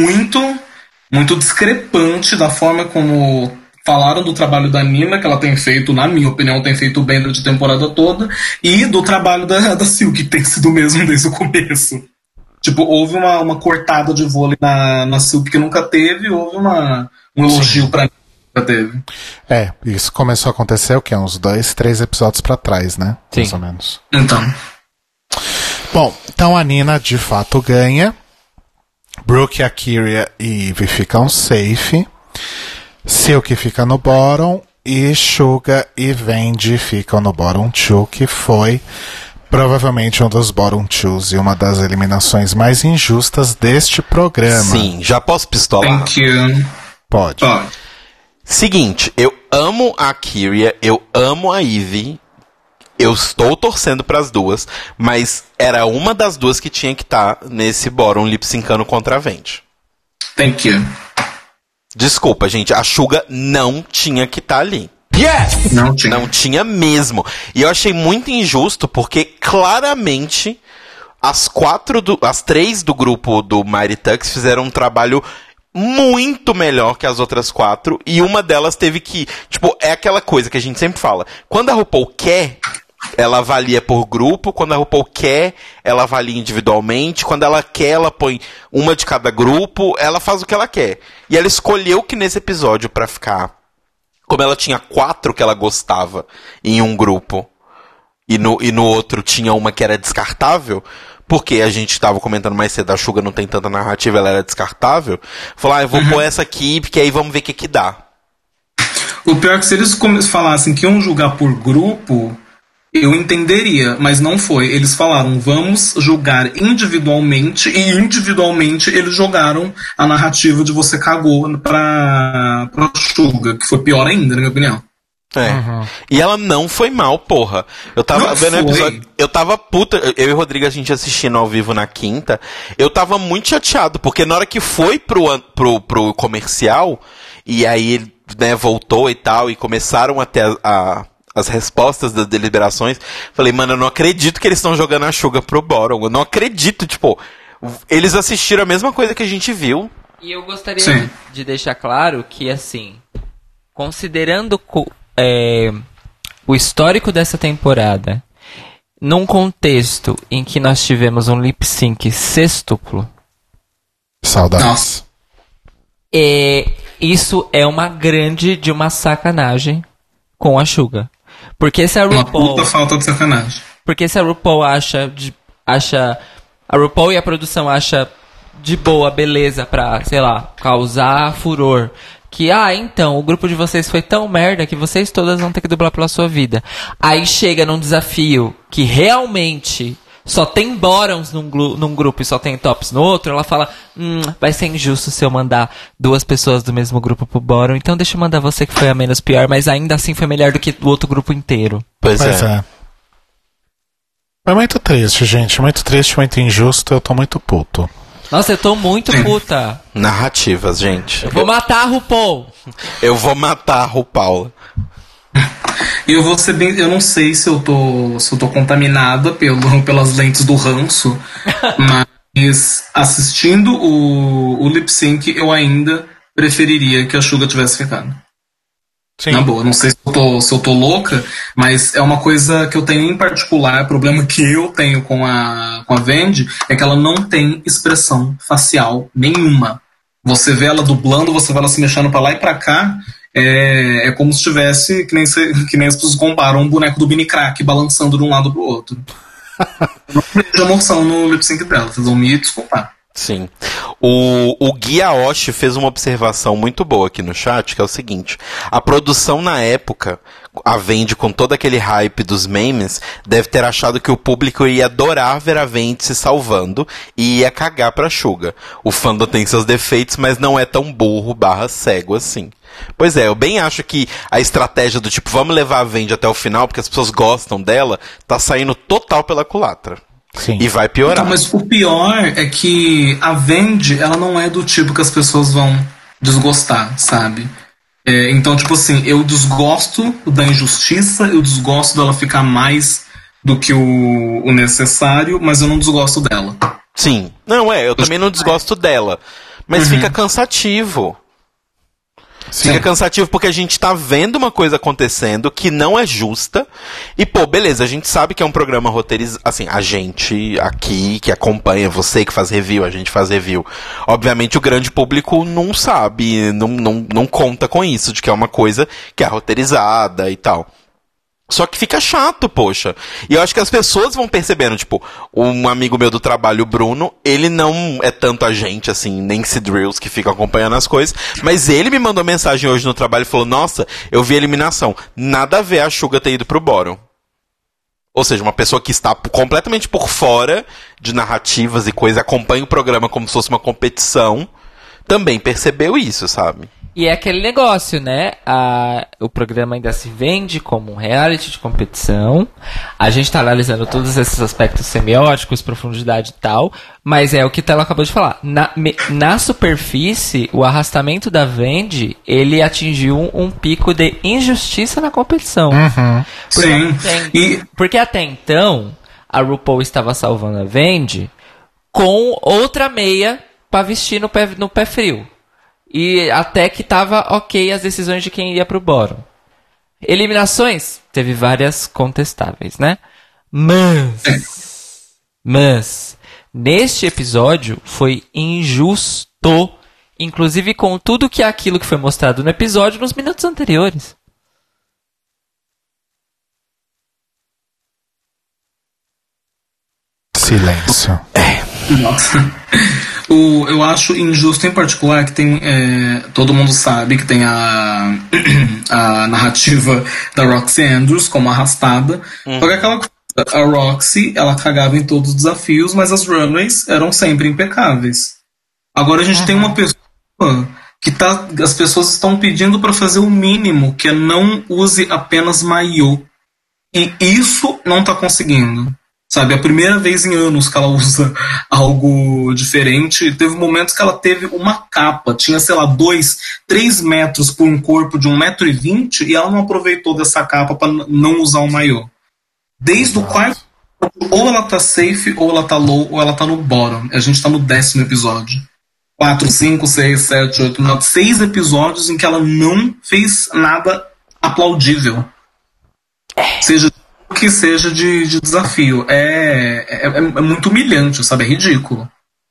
muito discrepante da forma como falaram do trabalho da Nina, que ela tem feito, na minha opinião, tem feito bem durante a temporada toda, e do trabalho da Silk, que tem sido o mesmo desde o começo. Tipo, houve uma cortada de vôlei na Silk que nunca teve, houve um elogio pra Nina que nunca teve. Isso começou a acontecer o quê? Uns 2, 3 episódios pra trás, né? Sim. Mais ou menos. Então. Bom, então a Nina de fato ganha. Brooke, A'Keria e Ivy ficam safe. Silk fica no bottom. E Suga e Vendi ficam no bottom 2, que foi provavelmente um dos bottom 2 e uma das eliminações mais injustas deste programa. Sim, já posso pistolar? Thank you. Pode. Seguinte, eu amo a A'Keria, eu amo a Ivy. Eu estou torcendo pras duas, mas era uma das duas que tinha que estar nesse bottom lip-syncando contra a Vendi. Thank you. Desculpa, gente, a Suga não tinha que estar ali. Yes! Não tinha. Não tinha mesmo. E eu achei muito injusto, porque claramente as 3 do grupo do Mighty Tucks fizeram um trabalho muito melhor que as outras 4, e uma delas teve que... Tipo, é aquela coisa que a gente sempre fala. Quando a RuPaul quer, ela avalia por grupo. Quando a RuPaul quer, ela avalia individualmente. Quando ela quer, ela põe uma de cada grupo. Ela faz o que ela quer. E ela escolheu que nesse episódio, pra ficar... Como ela tinha 4 que ela gostava em um grupo, e no outro tinha uma que era descartável... Porque a gente estava comentando mais cedo, a Suga não tem tanta narrativa, ela era descartável. Falar, eu vou pôr essa aqui, porque aí vamos ver o que dá. O pior é que se eles falassem que iam julgar por grupo, eu entenderia, mas não foi. Eles falaram, vamos julgar individualmente, e individualmente eles jogaram a narrativa de você cagou pra Suga, que foi pior ainda, na minha opinião. E ela não foi mal, porra. Eu tava vendo o episódio, eu tava puta. Eu e o Rodrigo, a gente assistindo ao vivo na quinta. Eu tava muito chateado, porque na hora que foi pro comercial, e aí ele, né, voltou e tal, e começaram a ter as respostas das deliberações, falei, mano, eu não acredito que eles estão jogando a Suga pro bottom. Eu não acredito, tipo, eles assistiram a mesma coisa que a gente viu. E eu gostaria de deixar claro que, assim, considerando o histórico dessa temporada, num contexto em que nós tivemos um lip sync sextuplo, saudades. Isso é uma sacanagem com a Suga. Porque se a RuPaul, uma puta falta de sacanagem. Porque se a RuPaul a RuPaul e a produção acha de boa, beleza, pra, sei lá, causar furor, que, então, o grupo de vocês foi tão merda que vocês todas vão ter que dublar pela sua vida. Aí chega num desafio que realmente só tem bottoms num grupo e só tem tops no outro, ela fala, vai ser injusto se eu mandar 2 pessoas do mesmo grupo pro bottom, então deixa eu mandar você que foi a menos pior, mas ainda assim foi melhor do que o outro grupo inteiro. Pois é. É muito triste, gente. Muito triste, muito injusto. Eu tô muito puto. Nossa, eu tô muito puta. Narrativas, gente. Eu vou matar a RuPaul. Eu vou matar a RuPaul. E eu vou ser bem. Eu não sei se eu tô contaminada pelas lentes do ranço, mas assistindo o lip sync, eu ainda preferiria que a Suga tivesse ficado. Sim. Na boa, não sei se eu tô louca, mas é uma coisa que eu tenho em particular, problema que eu tenho com a Vendi, é que ela não tem expressão facial nenhuma. Você vê ela dublando, você vê ela se mexendo pra lá e pra cá, é como se tivesse, que nem as pessoas comparam um boneco do Mini Crack balançando de um lado pro outro. Eu não vejo emoção no lip sync dela, vocês vão me desculpar. Sim. O Gui Aoshi fez uma observação muito boa aqui no chat, que é o seguinte: a produção na época, a Vendi com todo aquele hype dos memes, deve ter achado que o público ia adorar ver a Vendi se salvando e ia cagar pra Suga. O fandom tem seus defeitos, mas não é tão burro / cego assim. Pois é, eu bem acho que a estratégia do tipo, vamos levar a Vendi até o final, porque as pessoas gostam dela, tá saindo total pela culatra. Sim. E vai piorar. Então, mas o pior é que a Vendi, ela não é do tipo que as pessoas vão desgostar, sabe? Então, tipo assim, eu desgosto da injustiça, eu desgosto dela ficar mais do que o necessário, mas eu não desgosto dela. Sim. Não, eu também não desgosto dela. Mas fica cansativo. Sim. Fica cansativo porque a gente tá vendo uma coisa acontecendo que não é justa. E, pô, beleza, a gente sabe que é um programa roteirizado. Assim, a gente aqui que acompanha, você que faz review, a gente faz review. Obviamente o grande público não sabe, não conta com isso, de que é uma coisa que é roteirizada e tal. Só que fica chato, poxa. E eu acho que as pessoas vão percebendo, tipo, um amigo meu do trabalho, o Bruno, ele não é tanto a gente, assim, Nancy Drills, que fica acompanhando as coisas, mas ele me mandou mensagem hoje no trabalho e falou, nossa, eu vi a eliminação. Nada a ver a Suga ter ido pro bottom. Ou seja, uma pessoa que está completamente por fora de narrativas e coisa, acompanha o programa como se fosse uma competição, também percebeu isso, sabe? E é aquele negócio, né? O programa ainda se vende como um reality de competição. A gente tá analisando todos esses aspectos semióticos, profundidade e tal. Mas é o que Tela acabou de falar. Na superfície, o arrastamento da Vendi, ele atingiu um pico de injustiça na competição. Sim. Porque até então, a RuPaul estava salvando a Vendi com outra meia pra vestir no pé frio. E até que tava ok as decisões de quem ia pro bottom. Eliminações? Teve várias contestáveis, né? Mas neste episódio foi injusto. Inclusive com tudo que aquilo que foi mostrado no episódio nos minutos anteriores. Silêncio. Nossa. Eu acho injusto em particular que tem. Todo mundo sabe que tem a narrativa da Roxy Andrews como arrastada. Só que aquela coisa, a Roxy, ela cagava em todos os desafios, mas as runways eram sempre impecáveis. Agora a gente tem uma pessoa que as pessoas estão pedindo para fazer o mínimo, que é não use apenas maiô. E isso não tá conseguindo. Sabe, a primeira vez em anos que ela usa algo diferente. Teve momentos que ela teve uma capa, tinha, sei lá, 2, 3 metros por um corpo de 1,20 m e ela não aproveitou dessa capa para não usar o maiô. Desde o quarto, ou ela tá safe, ou ela tá low, ou ela tá no bottom. A gente tá no 10º episódio. 4, 5, 6, 7, 8, 9, 6 episódios em que ela não fez nada aplaudível. Seja que seja de desafio. É muito humilhante, sabe? É ridículo.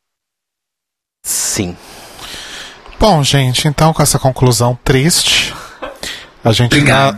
Sim. Bom, gente, então com essa conclusão triste, a gente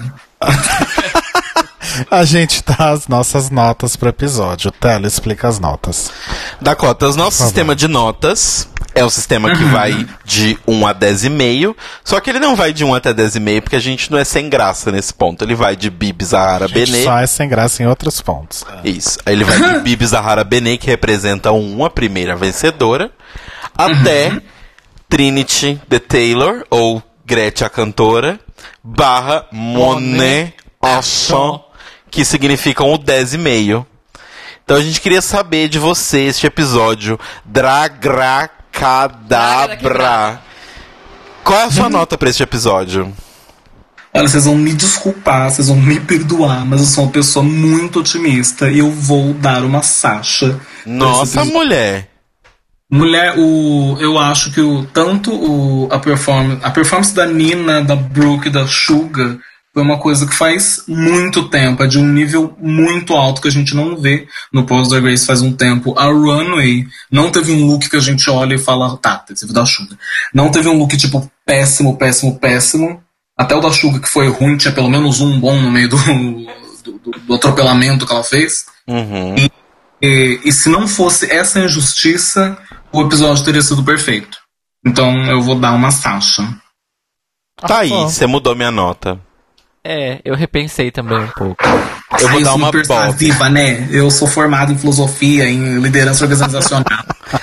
a gente dá as nossas notas pro episódio. Tela, explica as notas. Dakota, o nosso sistema de notas é o sistema que vai de 1 a 10,5. Só que ele não vai de 1 até 10,5 porque a gente não é sem graça nesse ponto. Ele vai de Bibi, Zahara, Benet. Só é sem graça em outros pontos. Isso. Ele vai de Bibi, Zahara, Benet, que representa 1, a primeira vencedora, até Trinity the Taylor, ou Gretchen a cantora, / Monet Achon, que significam o 10,5. Então a gente queria saber de você este episódio Cadabra. Qual é a sua nota pra este episódio? Olha, vocês vão me desculpar, vocês vão me perdoar, mas eu sou uma pessoa muito otimista e eu vou dar uma Sasha. Nossa, mulher! Eu acho que a performance da Nina, da Brooke e da Suga foi uma coisa que faz muito tempo, é de um nível muito alto que a gente não vê no Post Drag Race faz um tempo. A Runway não teve um look que a gente olha e fala, tá, teve da Suga. Não teve um look, tipo, péssimo. Até o da Suga, que foi ruim, tinha pelo menos um bom no meio do atropelamento que ela fez. Uhum. E se não fosse essa injustiça, o episódio teria sido perfeito. Então eu vou dar uma Sasha. Tá aí, você mudou minha nota. Eu repensei também um pouco. Eu vou dar sou uma super Bob. persuasiva, né? Eu sou formado em filosofia, em liderança organizacional.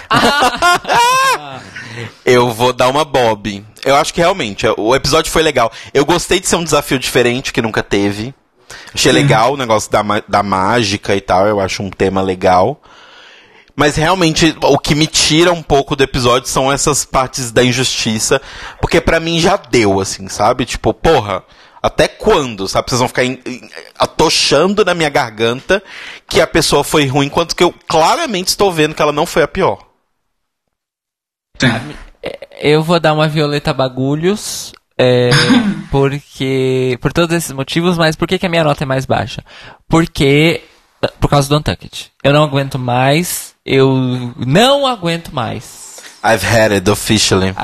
Eu vou dar uma Bob. Eu acho que realmente, o episódio foi legal. Eu gostei de ser um desafio diferente que nunca teve. Achei legal o negócio da mágica e tal. Eu acho um tema legal. Mas realmente, o que me tira um pouco do episódio são essas partes da injustiça. Porque pra mim já deu, assim, sabe? Tipo, porra, até quando, sabe? Vocês vão ficar atochando na minha garganta que a pessoa foi ruim, enquanto que eu claramente estou vendo que ela não foi a pior. Eu vou dar uma Violeta Bagulhos, porque por todos esses motivos, mas por que a minha nota é mais baixa? Por causa do Untucked. Eu não aguento mais. I've had it officially.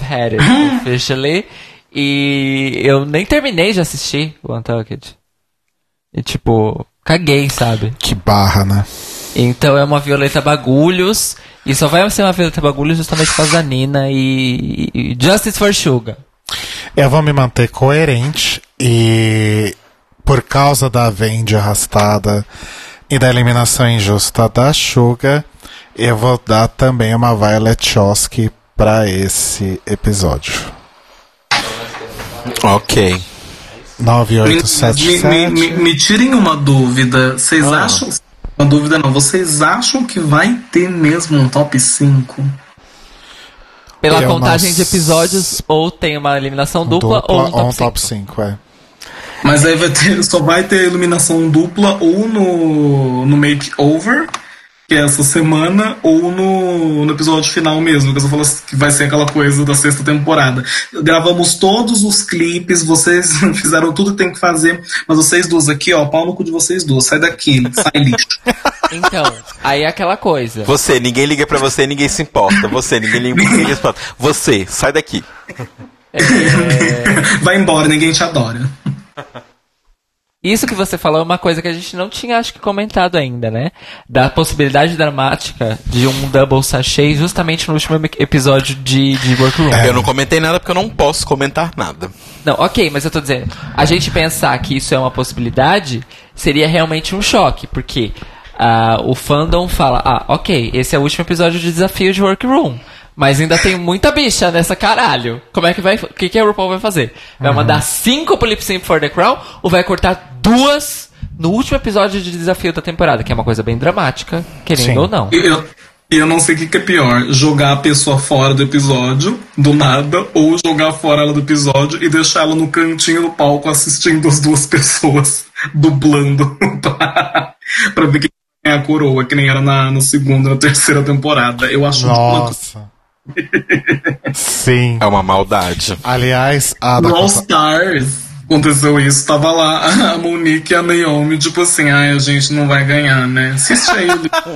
E eu nem terminei de assistir o Untucked. E tipo, caguei, sabe? Que barra, né? Então é uma Violeta Bagulhos. E só vai ser uma Violeta Bagulhos justamente por causa da Nina e Justice for Suga. Eu vou me manter coerente e por causa da Vendi arrastada e da eliminação injusta da Suga, eu vou dar também uma Violet Chachki pra esse episódio. Ok. 9877. Me tirem uma dúvida. Vocês acham... Uma dúvida não. Vocês acham que vai ter mesmo um top 5? Pela contagem de episódios, ou tem uma eliminação dupla ou um top 5. Mas aí só vai ter eliminação dupla ou no makeover, que é essa semana, ou no episódio final mesmo, que eu falo que vai ser aquela coisa da 6ª temporada. Gravamos todos os clipes, vocês fizeram tudo que tem que fazer, mas vocês duas aqui, ó, pau no cu de vocês duas, sai daqui, sai lixo. Então, aí é aquela coisa. Você, ninguém liga pra você, ninguém se importa. Você, ninguém liga pra você, ninguém se importa. Você, sai daqui. Vai embora, ninguém te adora. Isso que você falou é uma coisa que a gente não tinha, acho que, comentado ainda, né? Da possibilidade dramática de um double sachê justamente no último episódio de Workroom. Eu não comentei nada porque eu não posso comentar nada. Não, ok, mas eu tô dizendo, a gente pensar que isso é uma possibilidade seria realmente um choque, porque o fandom fala, ok, esse é o último episódio de desafio de Workroom. Mas ainda tem muita bicha nessa caralho. Como é que vai... O que a RuPaul vai fazer? Vai mandar 5 pro Lip Sync for the Crown? Ou vai cortar 2 no último episódio de desafio da temporada? Que é uma coisa bem dramática, querendo ou não. Eu não sei o que é pior. Jogar a pessoa fora do episódio, do nada, ou jogar fora ela do episódio e deixar ela no cantinho do palco assistindo as duas pessoas dublando pra ver quem é a coroa, que nem era na 2ª, na 3ª temporada. Eu acho Nossa. Sim. É uma maldade. Aliás, no All Stars aconteceu isso, tava lá a Monique e a Naomi, tipo assim, a gente não vai ganhar, né? Assiste aí.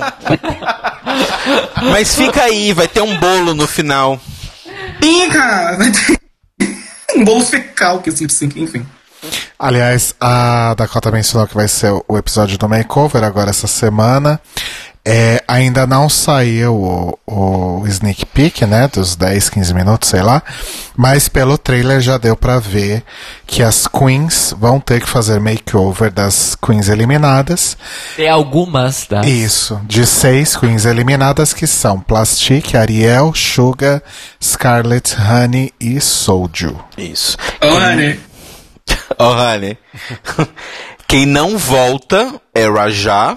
Mas fica aí, vai ter um bolo no final. Fica! Vai ter um bolo fecal que enfim. Aliás, a Dakota mencionou que vai ser o episódio do makeover agora essa semana. Ainda não saiu o sneak peek, né, dos 10, 15 minutos, sei lá, mas pelo trailer já deu pra ver que as queens vão ter que fazer makeover das queens eliminadas. Tem algumas das... Isso, de 6 queens eliminadas, que são Plastic, Ariel, Suga, Scarlett, Honey e Soju. Isso. Honey. Honey. Quem não volta é Rajá,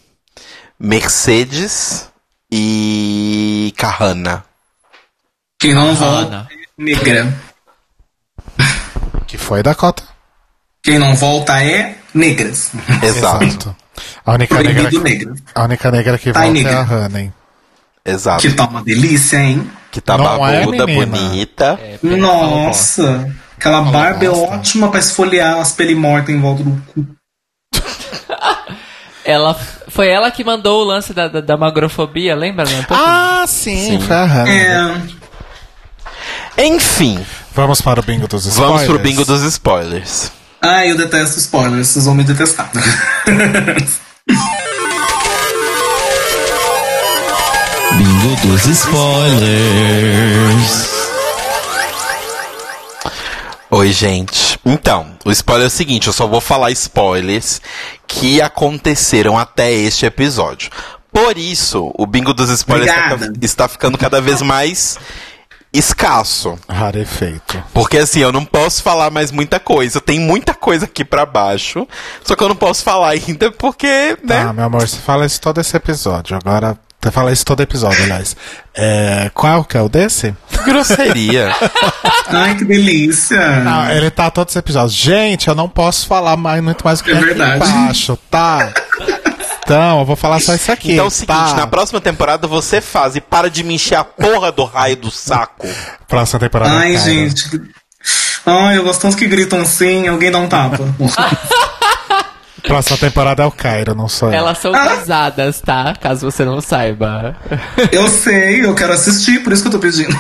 Mercedes e Kahana. Quem não volta é negra. Que foi, Dakota? Quem não volta é negras. Exato. A única negra que volta negra. é a Honey. Exato. Que tá uma delícia, hein? Que tá Não babuda, menina? bonita. Nossa. Aquela barba é ótima pra esfoliar as peles mortas em volta do cu. Foi ela que mandou o lance da magrofobia, lembra? Ah, sim, foi a Honey. Enfim. Vamos para o bingo dos spoilers? Vamos pro bingo dos spoilers. Ai, eu detesto spoilers, vocês vão me detestar. Bingo dos spoilers. Oi, gente. Então, o spoiler é o seguinte, eu só vou falar spoilers que aconteceram até este episódio. Por isso, o bingo dos spoilers está ficando cada vez mais escasso. Rarefeito. Porque assim, eu não posso falar mais muita coisa. Tem muita coisa aqui pra baixo. Só que eu não posso falar ainda porque, né? Ah, meu amor, você fala isso todo esse episódio. Agora, você fala isso todo episódio, aliás. Qual que é o desse? Grosseria. Ai, que delícia. Não, ele tá todos os episódios. Gente, eu não posso falar muito mais o que É aqui verdade. embaixo, tá? Então, eu vou falar só isso aqui. Então é o seguinte, tá? na próxima temporada você faz e para de me encher a porra do raio do saco. Próxima temporada. Ai, cara. gente. Ai, eu gosto tanto que gritam sim, alguém dá um tapa. Próxima temporada é o Cairo, não sou eu. Elas são casadas, tá? Caso você não saiba. Eu sei, eu quero assistir, por isso que eu tô pedindo.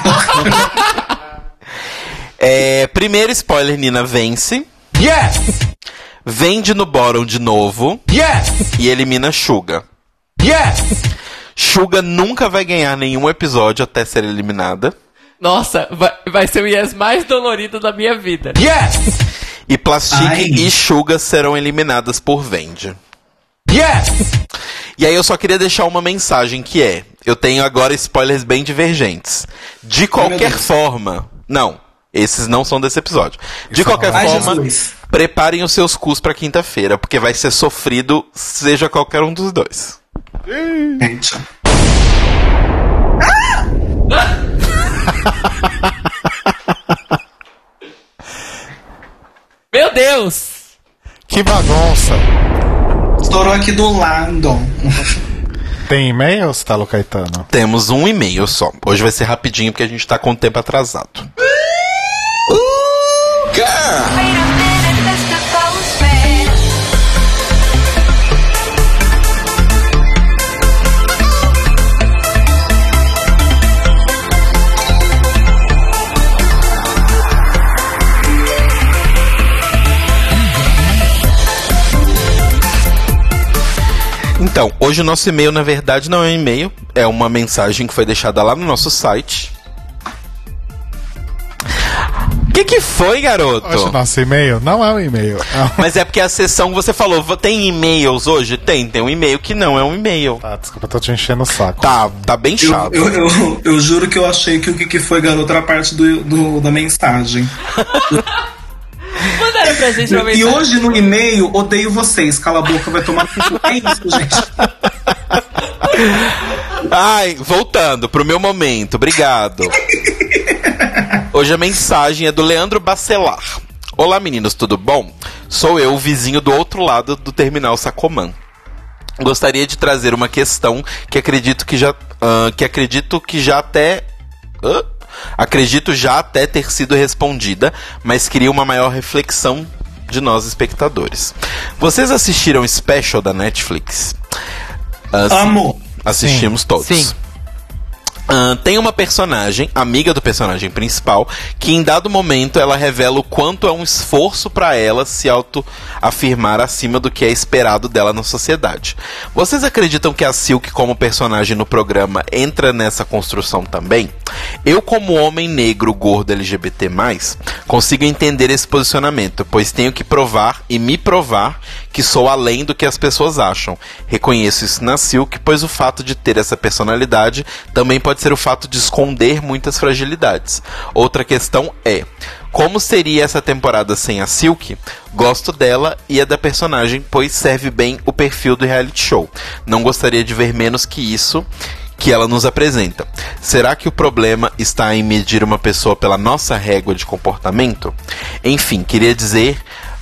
Primeiro spoiler, Nina vence. Yes! Vende no bottom de novo. Yes! E elimina Suga. Yes! Suga nunca vai ganhar nenhum episódio até ser eliminada. Nossa, vai ser o yes mais dolorido da minha vida. Yes! E Plastic Ai. e Suga serão eliminadas por Vende. Yes! E aí eu só queria deixar uma mensagem que é... Eu tenho agora spoilers bem divergentes. De qualquer Deus. forma... Não, esses não são desse episódio. De qualquer Ai, forma, Jesus. preparem os seus cus pra quinta-feira, porque vai ser sofrido, seja qualquer um dos dois. Gente. Meu Deus! Que bagunça. Estourou aqui do lado. Tem e-mails, Talo Caetano? Temos um e-mail só. Hoje vai ser rapidinho, porque a gente tá com o tempo atrasado. Então, hoje o nosso e-mail, na verdade, não é um e-mail. É uma mensagem que foi deixada lá no nosso site. O que foi, garoto? Hoje o nosso e-mail não é um e-mail. Mas é porque a sessão, você falou, tem e-mails hoje? Tem um e-mail que não é um e-mail. Tá, desculpa, eu tô te enchendo o saco. Tá bem chato. Eu juro que eu achei que o que foi garoto era parte da mensagem. Mandaram pra gente uma E mensagem. hoje no e-mail, odeio vocês. Cala a boca, vai tomar no cu. É isso, gente. Ai, voltando pro meu momento, obrigado. Hoje a mensagem é do Leandro Bacelar. Olá, meninos, tudo bom? Sou eu, o vizinho do outro lado do terminal Sacomã. Gostaria de trazer uma questão que acredito já até ter sido respondida, mas queria uma maior reflexão de nós espectadores. Vocês assistiram o Special da Netflix? Amo. Assistimos todos. Sim. Tem uma personagem, amiga do personagem principal, que em dado momento ela revela o quanto é um esforço pra ela se autoafirmar acima do que é esperado dela na sociedade. Vocês acreditam que a Silk, como personagem no programa, entra nessa construção também? Eu, como homem negro, gordo, LGBT+, consigo entender esse posicionamento, pois tenho que provar e me provar que sou além do que as pessoas acham. Reconheço isso na Silk, pois o fato de ter essa personalidade também pode ser o fato de esconder muitas fragilidades. Outra questão é: como seria essa temporada sem a Silk? Gosto dela e é da personagem, pois serve bem o perfil do reality show. Não gostaria de ver menos que isso que ela nos apresenta. Será que o problema está em medir uma pessoa pela nossa régua de comportamento? Enfim, queria dizer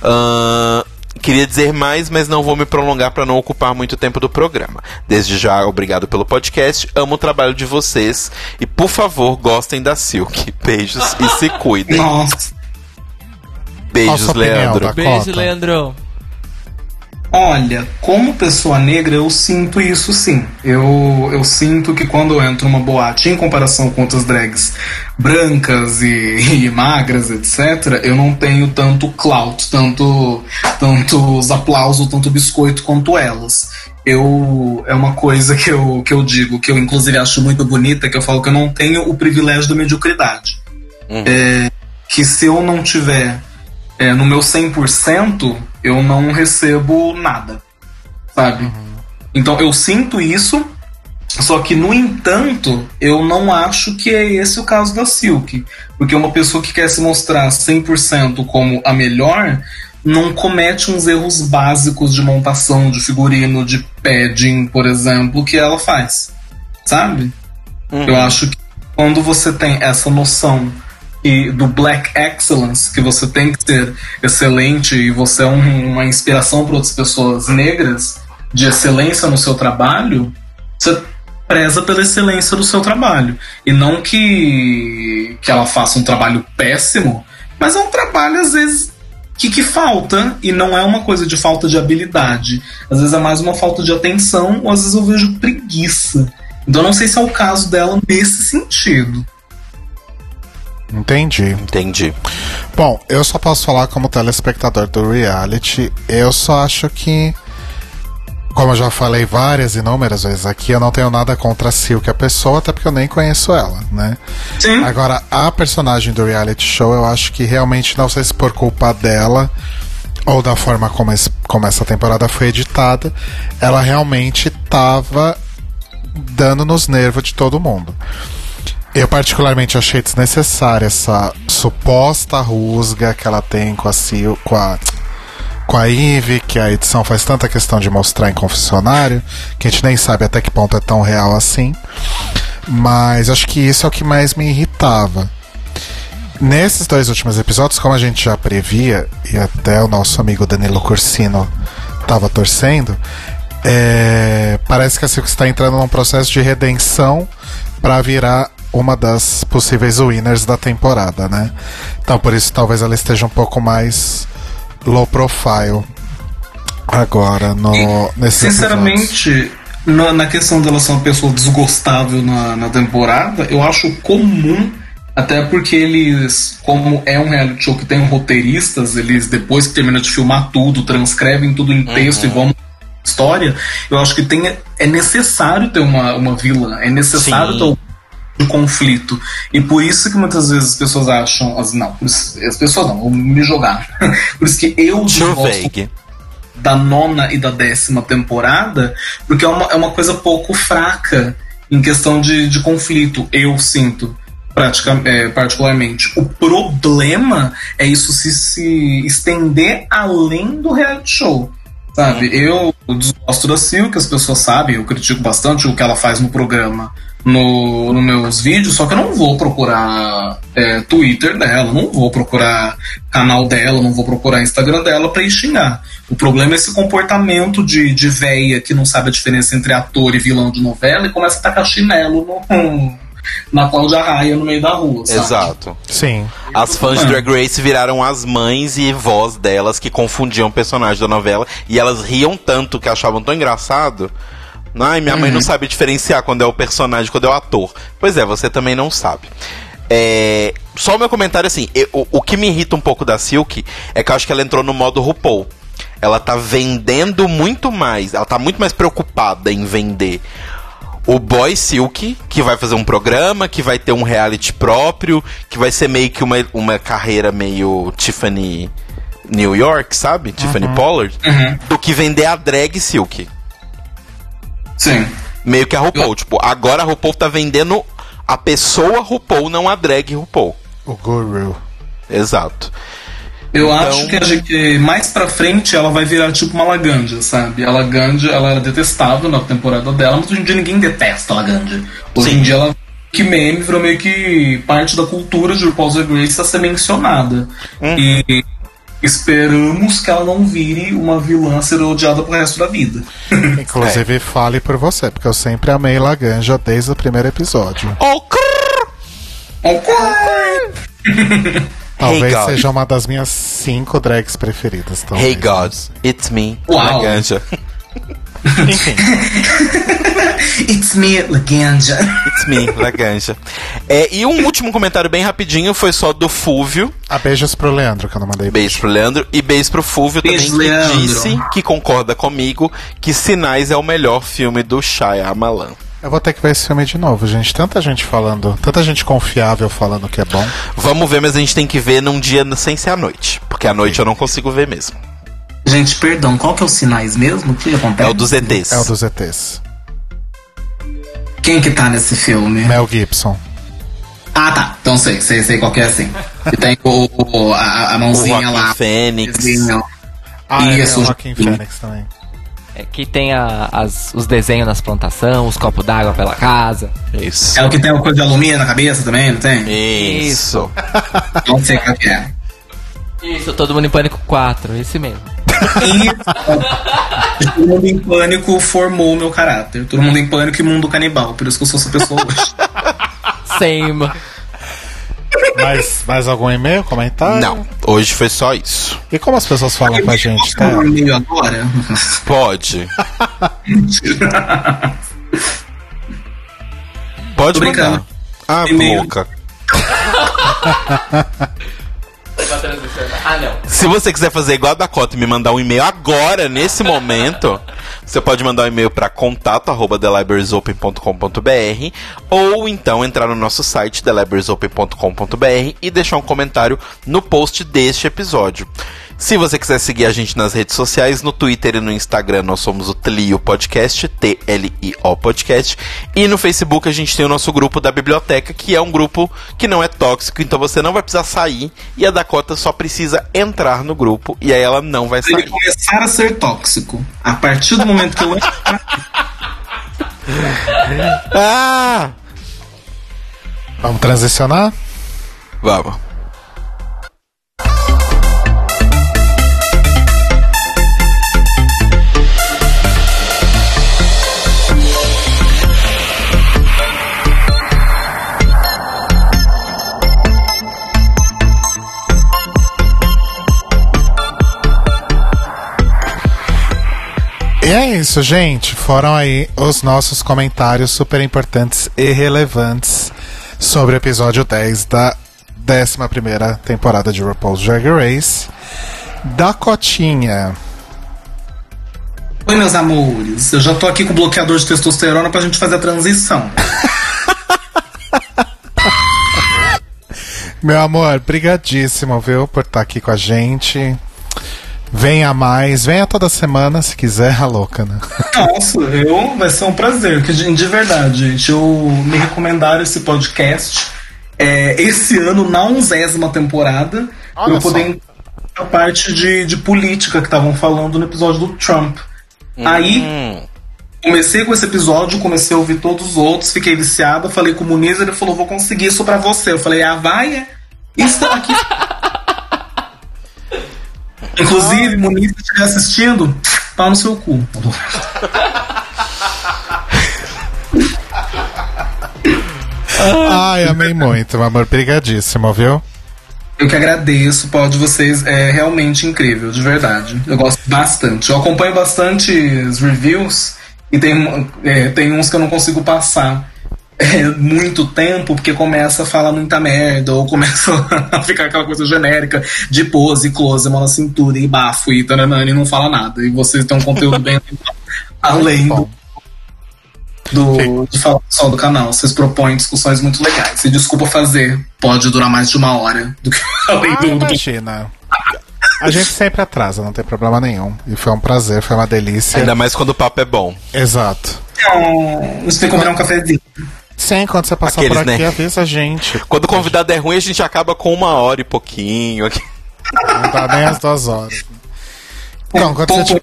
mais, mas não vou me prolongar para não ocupar muito tempo do programa. Desde já, obrigado pelo podcast, amo o trabalho de vocês e, por favor, gostem da Silk. Beijos e se cuidem. Nossa. Beijos, Qual a sua opinião, Leandro. Dakota? Beijo, Leandro. Olha, como pessoa negra, eu sinto isso sim. Eu sinto que quando eu entro numa boate, em comparação com outras drags brancas e magras, etc., eu não tenho tanto clout, tantos aplausos, tanto biscoito quanto elas. É uma coisa que eu digo, que eu inclusive acho muito bonita, que eu falo que eu não tenho o privilégio da mediocridade. Que se eu não tiver no meu 100%, eu não recebo nada, sabe? Então eu sinto isso, só que, no entanto, eu não acho que é esse o caso da Silk. Porque uma pessoa que quer se mostrar 100% como a melhor não comete uns erros básicos de montação, de figurino, de padding, por exemplo, que ela faz, sabe? Eu acho que quando você tem essa noção do Black Excellence, que você tem que ser excelente e você é uma inspiração para outras pessoas negras, de excelência no seu trabalho, você preza pela excelência do seu trabalho. E não que ela faça um trabalho péssimo, mas é um trabalho, às vezes, que falta, e não é uma coisa de falta de habilidade. Às vezes é mais uma falta de atenção, ou às vezes eu vejo preguiça. Então eu não sei se é o caso dela nesse sentido. Entendi. Bom, eu só posso falar como telespectador do reality. Eu só acho que, como eu já falei inúmeras vezes aqui, eu não tenho nada contra a Silk, a pessoa, até porque eu nem conheço ela, né? Sim. Agora, a personagem do reality show, eu acho que realmente, não sei se por culpa dela ou da forma como essa temporada foi editada, ela realmente tava dando nos nervos de todo mundo. Eu particularmente achei desnecessária essa suposta rusga que ela tem com a Ivy, que a edição faz tanta questão de mostrar em confessionário, que a gente nem sabe até que ponto é tão real assim. Mas acho que isso é o que mais me irritava. Nesses 2 últimos episódios, como a gente já previa, e até o nosso amigo Danilo Cursino estava torcendo, parece que a Silk está entrando num processo de redenção para virar uma das possíveis winners da temporada, né? Então por isso talvez ela esteja um pouco mais low profile agora nesse sinceramente, na questão dela ser uma pessoa desgostável na temporada, eu acho comum, até porque eles, como é um reality show que tem roteiristas, eles depois que terminam de filmar tudo, transcrevem tudo em texto e vão história. Eu acho que é necessário ter uma vilã, é necessário ter um conflito. E por isso que muitas vezes as pessoas acham. As pessoas não, vão me jogar. Por isso que eu gosto da 9ª e da 10ª temporada, porque é uma coisa pouco fraca em questão de conflito, eu sinto. Particularmente. O problema é isso se estender além do reality show. Sabe, eu desgosto da Silk, as pessoas sabem, eu critico bastante o que ela faz no programa, nos meus vídeos, só que eu não vou procurar Twitter dela, não vou procurar canal dela, não vou procurar Instagram dela pra ir xingar. O problema é esse comportamento de véia que não sabe a diferença entre ator e vilão de novela e começa a tacar chinelo na Cláudia Raia no meio da rua, sabe? Exato. Sim. As fãs de Drag Race viraram as mães e vós delas que confundiam o personagem da novela e elas riam tanto que achavam tão engraçado. Ai, minha mãe não sabe diferenciar quando é o personagem, quando é o ator. Pois é, você também não sabe. Só o meu comentário assim, o que me irrita um pouco da Silk é que eu acho que ela entrou no modo RuPaul. Ela tá vendendo muito mais, ela tá muito mais preocupada em vender o boy Silk, que vai fazer um programa, que vai ter um reality próprio, que vai ser meio que uma carreira meio Tiffany New York, sabe? Tiffany Pollard, do que vender a drag Silk. Sim. Meio que a RuPaul. Tipo, agora a RuPaul tá vendendo a pessoa RuPaul, não a drag RuPaul. O guru. Exato. Eu acho que mais pra frente ela vai virar tipo uma Laganja, sabe? A Laganja, ela era detestável na temporada dela, mas hoje em dia ninguém detesta a Laganja. Hoje em dia ela que meme virou meio que parte da cultura de RuPaul's Drag Race a ser mencionada. E esperamos que ela não vire uma vilã a ser odiada pro resto da vida. Inclusive, fale por você, porque eu sempre amei Laganja desde o primeiro episódio. Talvez God. seja uma das minhas 5 drags preferidas. Talvez. Hey God, it's me, Uau. Laganja. Enfim. It's me, Laganja. It's me, Laganja. E um último comentário bem rapidinho foi só do Fúvio. Beijos pro Leandro, que eu não mandei Beijo pro Leandro. E beijo pro Fúvio Beijo, também, que Leandro. disse que concorda comigo que Sinais é o melhor filme do Shyamalan. Eu vou ter que ver esse filme de novo, gente. Tanta gente falando, tanta gente confiável falando que é bom. Vamos ver, mas a gente tem que ver num dia sem ser à noite. Porque à noite eu não consigo ver mesmo. Gente, perdão, qual que é os sinais mesmo? O que acontece? É o dos ETs. É o dos ETs. Quem que tá nesse filme? Mel Gibson. Ah, tá. Então sei qual que é assim. E tem a O mãozinha Joaquin lá. Fênix. Desenho. Isso, Isso, o Joaquin Phoenix também. Que tem os desenhos nas plantações, os copos d'água pela casa. Isso. É o que tem uma coisa de alumínio na cabeça também, não tem? Isso. Não sei qual que é. Isso, Todo Mundo em Pânico 4, esse mesmo. E Todo Mundo em Pânico formou o meu caráter. Todo Mundo em Pânico e Mundo Canibal. Por isso que eu sou essa pessoa hoje. Same. Mais algum e-mail, comentário? Não, hoje foi só isso. E como as pessoas falam com a gente, tá? Posso e-mail agora? Pode. Pode Tô brincando. mandar. Ah, E-mail. louca. Ah, não. Se você quiser fazer igual a Dakota e me mandar um e-mail agora, nesse momento, você pode mandar um e-mail para contato@thelibrariesopen.com.br ou então entrar no nosso site thelibrariesopen.com.br e deixar um comentário no post deste episódio. Se você quiser seguir a gente nas redes sociais, no Twitter e no Instagram nós somos o Tlio Podcast, TLIO Podcast, e no Facebook a gente tem o nosso grupo da biblioteca, que é um grupo que não é tóxico, então você não vai precisar sair e a Dakota só precisa entrar no grupo e aí ela não vai Se ele sair. começar a ser tóxico, a partir do momento que eu entrar, Ah! Vamos transicionar? Vamos. E é isso, gente. Foram aí os nossos comentários super importantes e relevantes sobre o episódio 10 da 11ª temporada de RuPaul's Drag Race. Dakotinha. oi meus amores, eu já tô aqui com o bloqueador de testosterona pra gente fazer a transição. Meu amor, brigadíssimo, viu, por estar aqui com a gente. Venha mais, venha toda semana se quiser, a louca, né? Nossa, vai ser um prazer, que de verdade, gente, me recomendaram esse podcast esse ano, na 11ª temporada, pra Olha eu poder só. entrar na parte de política que estavam falando no episódio do Trump. Aí, comecei com esse episódio, comecei a ouvir todos os outros, fiquei viciada, falei com o Muniz, ele falou, vou conseguir isso pra você. Eu falei, vai, isso aqui. Inclusive, Muniz, se estiver assistindo, pau no seu cu. Ai, amei muito, meu amor, brigadíssimo, viu? Eu que agradeço, pode vocês, é realmente incrível, de verdade. Eu gosto bastante. Eu acompanho bastante os reviews e tem uns que eu não consigo passar muito tempo, porque começa a falar muita merda, ou começa a ficar aquela coisa genérica de pose, close, mão na cintura e bafo e taranana e não fala nada. E vocês têm um conteúdo bem além de falar só do canal. Vocês propõem discussões muito legais. E desculpa fazer, pode durar mais de 1 hora do que além do Imagina. A gente sempre atrasa, não tem problema nenhum. E foi um prazer, foi uma delícia. Ainda mais quando o papo é bom. Exato. Então, você tem que combinar um cafezinho. Sim, quando você passar Aqueles, por aqui, né? avisa a gente. Quando o convidado é ruim, a gente acaba com 1 hora e pouquinho. Não dá nem as 2 horas. Então,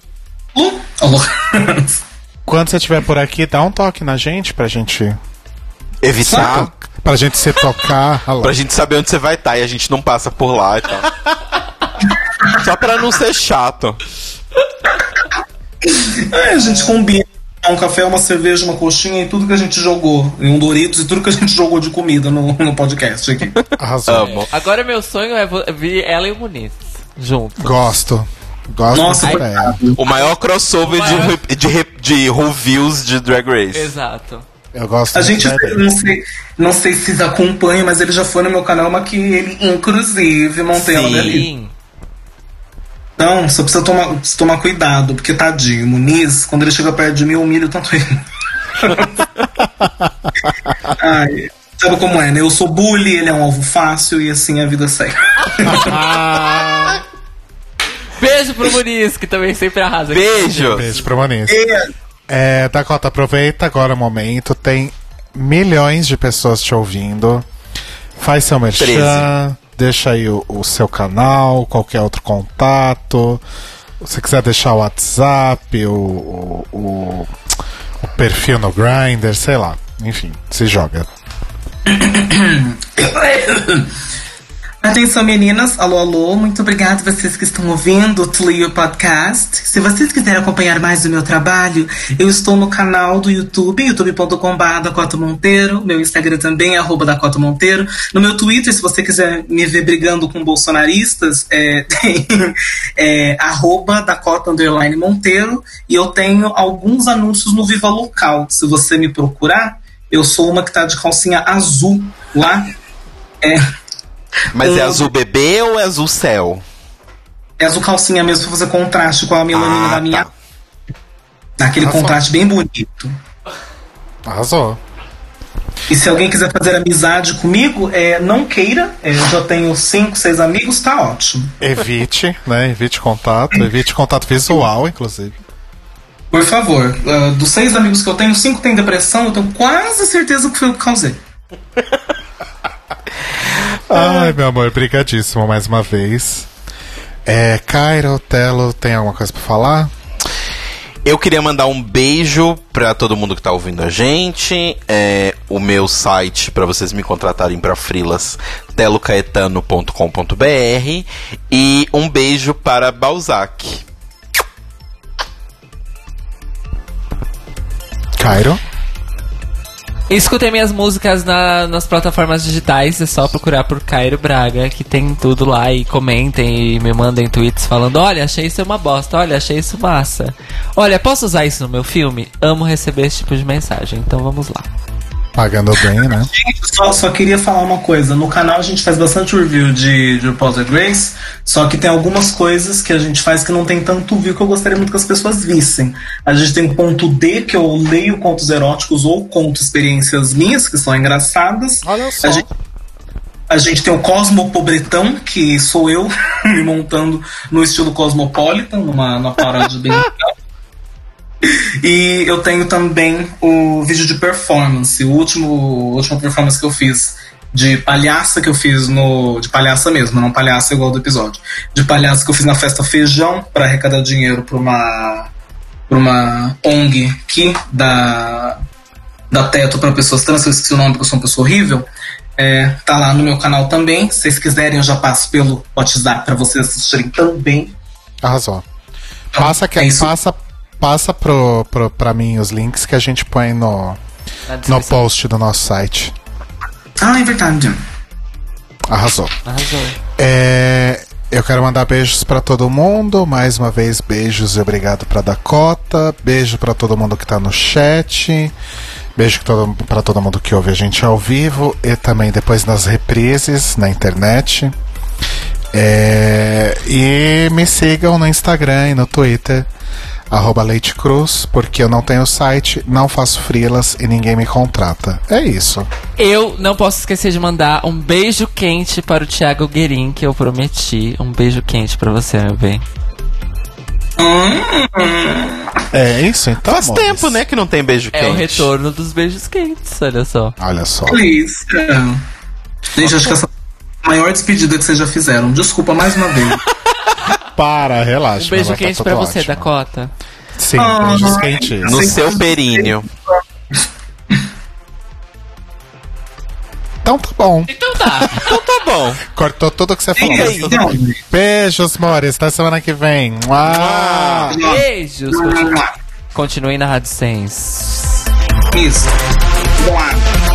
quando você estiver por aqui, dá um toque na gente pra gente. Evitar. Pra gente se tocar. Pra gente saber onde você vai estar e a gente não passa por lá e tal. Só pra não ser chato. A gente combina Um café, uma cerveja, uma coxinha e tudo que a gente jogou. E um Doritos e tudo que a gente jogou de comida no podcast aqui. Arrasou. Agora meu sonho é ver ela e o Muniz juntos. Gosto. Gosto Nossa, dessa ideia. O maior crossover de reviews de Drag Race. Exato. Eu gosto A gente, dessa ideia. não sei se vocês acompanham, mas ele já foi no meu canal, mas que ele, inclusive, montei ela dali. Sim. Então, só precisa tomar cuidado, porque tadinho, o Muniz, quando ele chega perto de mim, eu humilho tanto ele. Ai, sabe como é, né? Eu sou bully, ele é um alvo fácil e assim a vida segue. Beijo pro Muniz, que também sempre arrasa. Beijo! Beijo pro Manice. Dakota, aproveita agora o momento. Tem milhões de pessoas te ouvindo. Faz seu merchan. Deixa aí o seu canal, qualquer outro contato. Se você quiser deixar o WhatsApp, o perfil no Grindr, sei lá. Enfim, se joga. Atenção, meninas. Alô, alô. Muito obrigada a vocês que estão ouvindo o Tlio Podcast. Se vocês quiserem acompanhar mais do meu trabalho, eu estou no canal do YouTube, youtube.com/Dakota Monteiro. Meu Instagram também é @Dakota Monteiro. No meu Twitter, se você quiser me ver brigando com bolsonaristas, tem @Dakota_Monteiro. E eu tenho alguns anúncios no Viva Local. Se você me procurar, eu sou uma que tá de calcinha azul lá. Mas é azul bebê ou é azul céu? É azul calcinha mesmo pra fazer contraste com a melanina da minha. Tá. Aquele contraste bem bonito. Arrasou. E se alguém quiser fazer amizade comigo, não queira. Eu já tenho 5, 6 amigos, tá ótimo. Evite, né? Evite contato visual, inclusive. Por favor, dos 6 amigos que eu tenho, 5 têm depressão, eu tenho quase certeza que foi eu que causei. Ai, meu amor, brigadíssimo mais uma vez. Cairo, Telo, tem alguma coisa pra falar? Eu queria mandar um beijo pra todo mundo que tá ouvindo a gente. O meu site pra vocês me contratarem pra freelas, telocaetano.com.br. E um beijo para Balzac. Cairo? Escutem minhas músicas nas plataformas digitais, é só procurar por Cairo Braga, que tem tudo lá, e comentem e me mandem tweets falando: olha, achei isso uma bosta, olha, achei isso massa, olha, posso usar isso no meu filme? Amo receber esse tipo de mensagem, então vamos lá. Pagando bem, né? Gente, só queria falar uma coisa. No canal a gente faz bastante review de RuPaul's Drag Race, só que tem algumas coisas que a gente faz que não tem tanto view que eu gostaria muito que as pessoas vissem. A gente tem o ponto D, que eu leio contos eróticos ou conto experiências minhas, que são engraçadas. Olha só. A gente tem o Cosmo Pobretão, que sou eu me montando no estilo Cosmopolitan, numa paródia bem legal. E eu tenho também o vídeo de performance, a última performance que eu fiz de palhaça, que eu fiz de palhaça mesmo, não palhaça igual do episódio, de palhaça que eu fiz na Festa Feijão para arrecadar dinheiro para uma ONG aqui da Teto para pessoas trans. Eu esqueci o nome porque eu sou uma pessoa horrível. Tá lá no meu canal também. Se vocês quiserem, eu já passo pelo WhatsApp para vocês assistirem também. Arrasou. Então, Passa pra mim os links que a gente põe no post do nosso site. é verdade. Arrasou. Eu quero mandar beijos pra todo mundo. Mais uma vez, beijos e obrigado pra Dakota. Beijo pra todo mundo que tá no chat. Beijo pra todo mundo que ouve a gente ao vivo e também depois nas reprises na internet. E me sigam no Instagram e no Twitter, @LeiteCruz, porque eu não tenho site, não faço freelas e ninguém me contrata. É isso. Eu não posso esquecer de mandar um beijo quente para o Thiago Guerin, que eu prometi. Um beijo quente pra você, meu bem. É isso, então. Faz tempo, né, que não tem beijo quente. É o retorno dos beijos quentes, olha só. Olha só. Feliz. Gente, acho que essa é a maior despedida que vocês já fizeram. Desculpa mais uma vez. Para, relaxa. Um beijo vai tá quente tudo pra você, ótimo. Dakota. Sim, beijos quentes. No seu períneo. Então tá bom. Então tá. Então tá bom. Cortou tudo que você falou. E aí? Beijos, amores. Até semana que vem. Ah. Beijos. continuem na Rádio Sense. Isso. Vamos lá.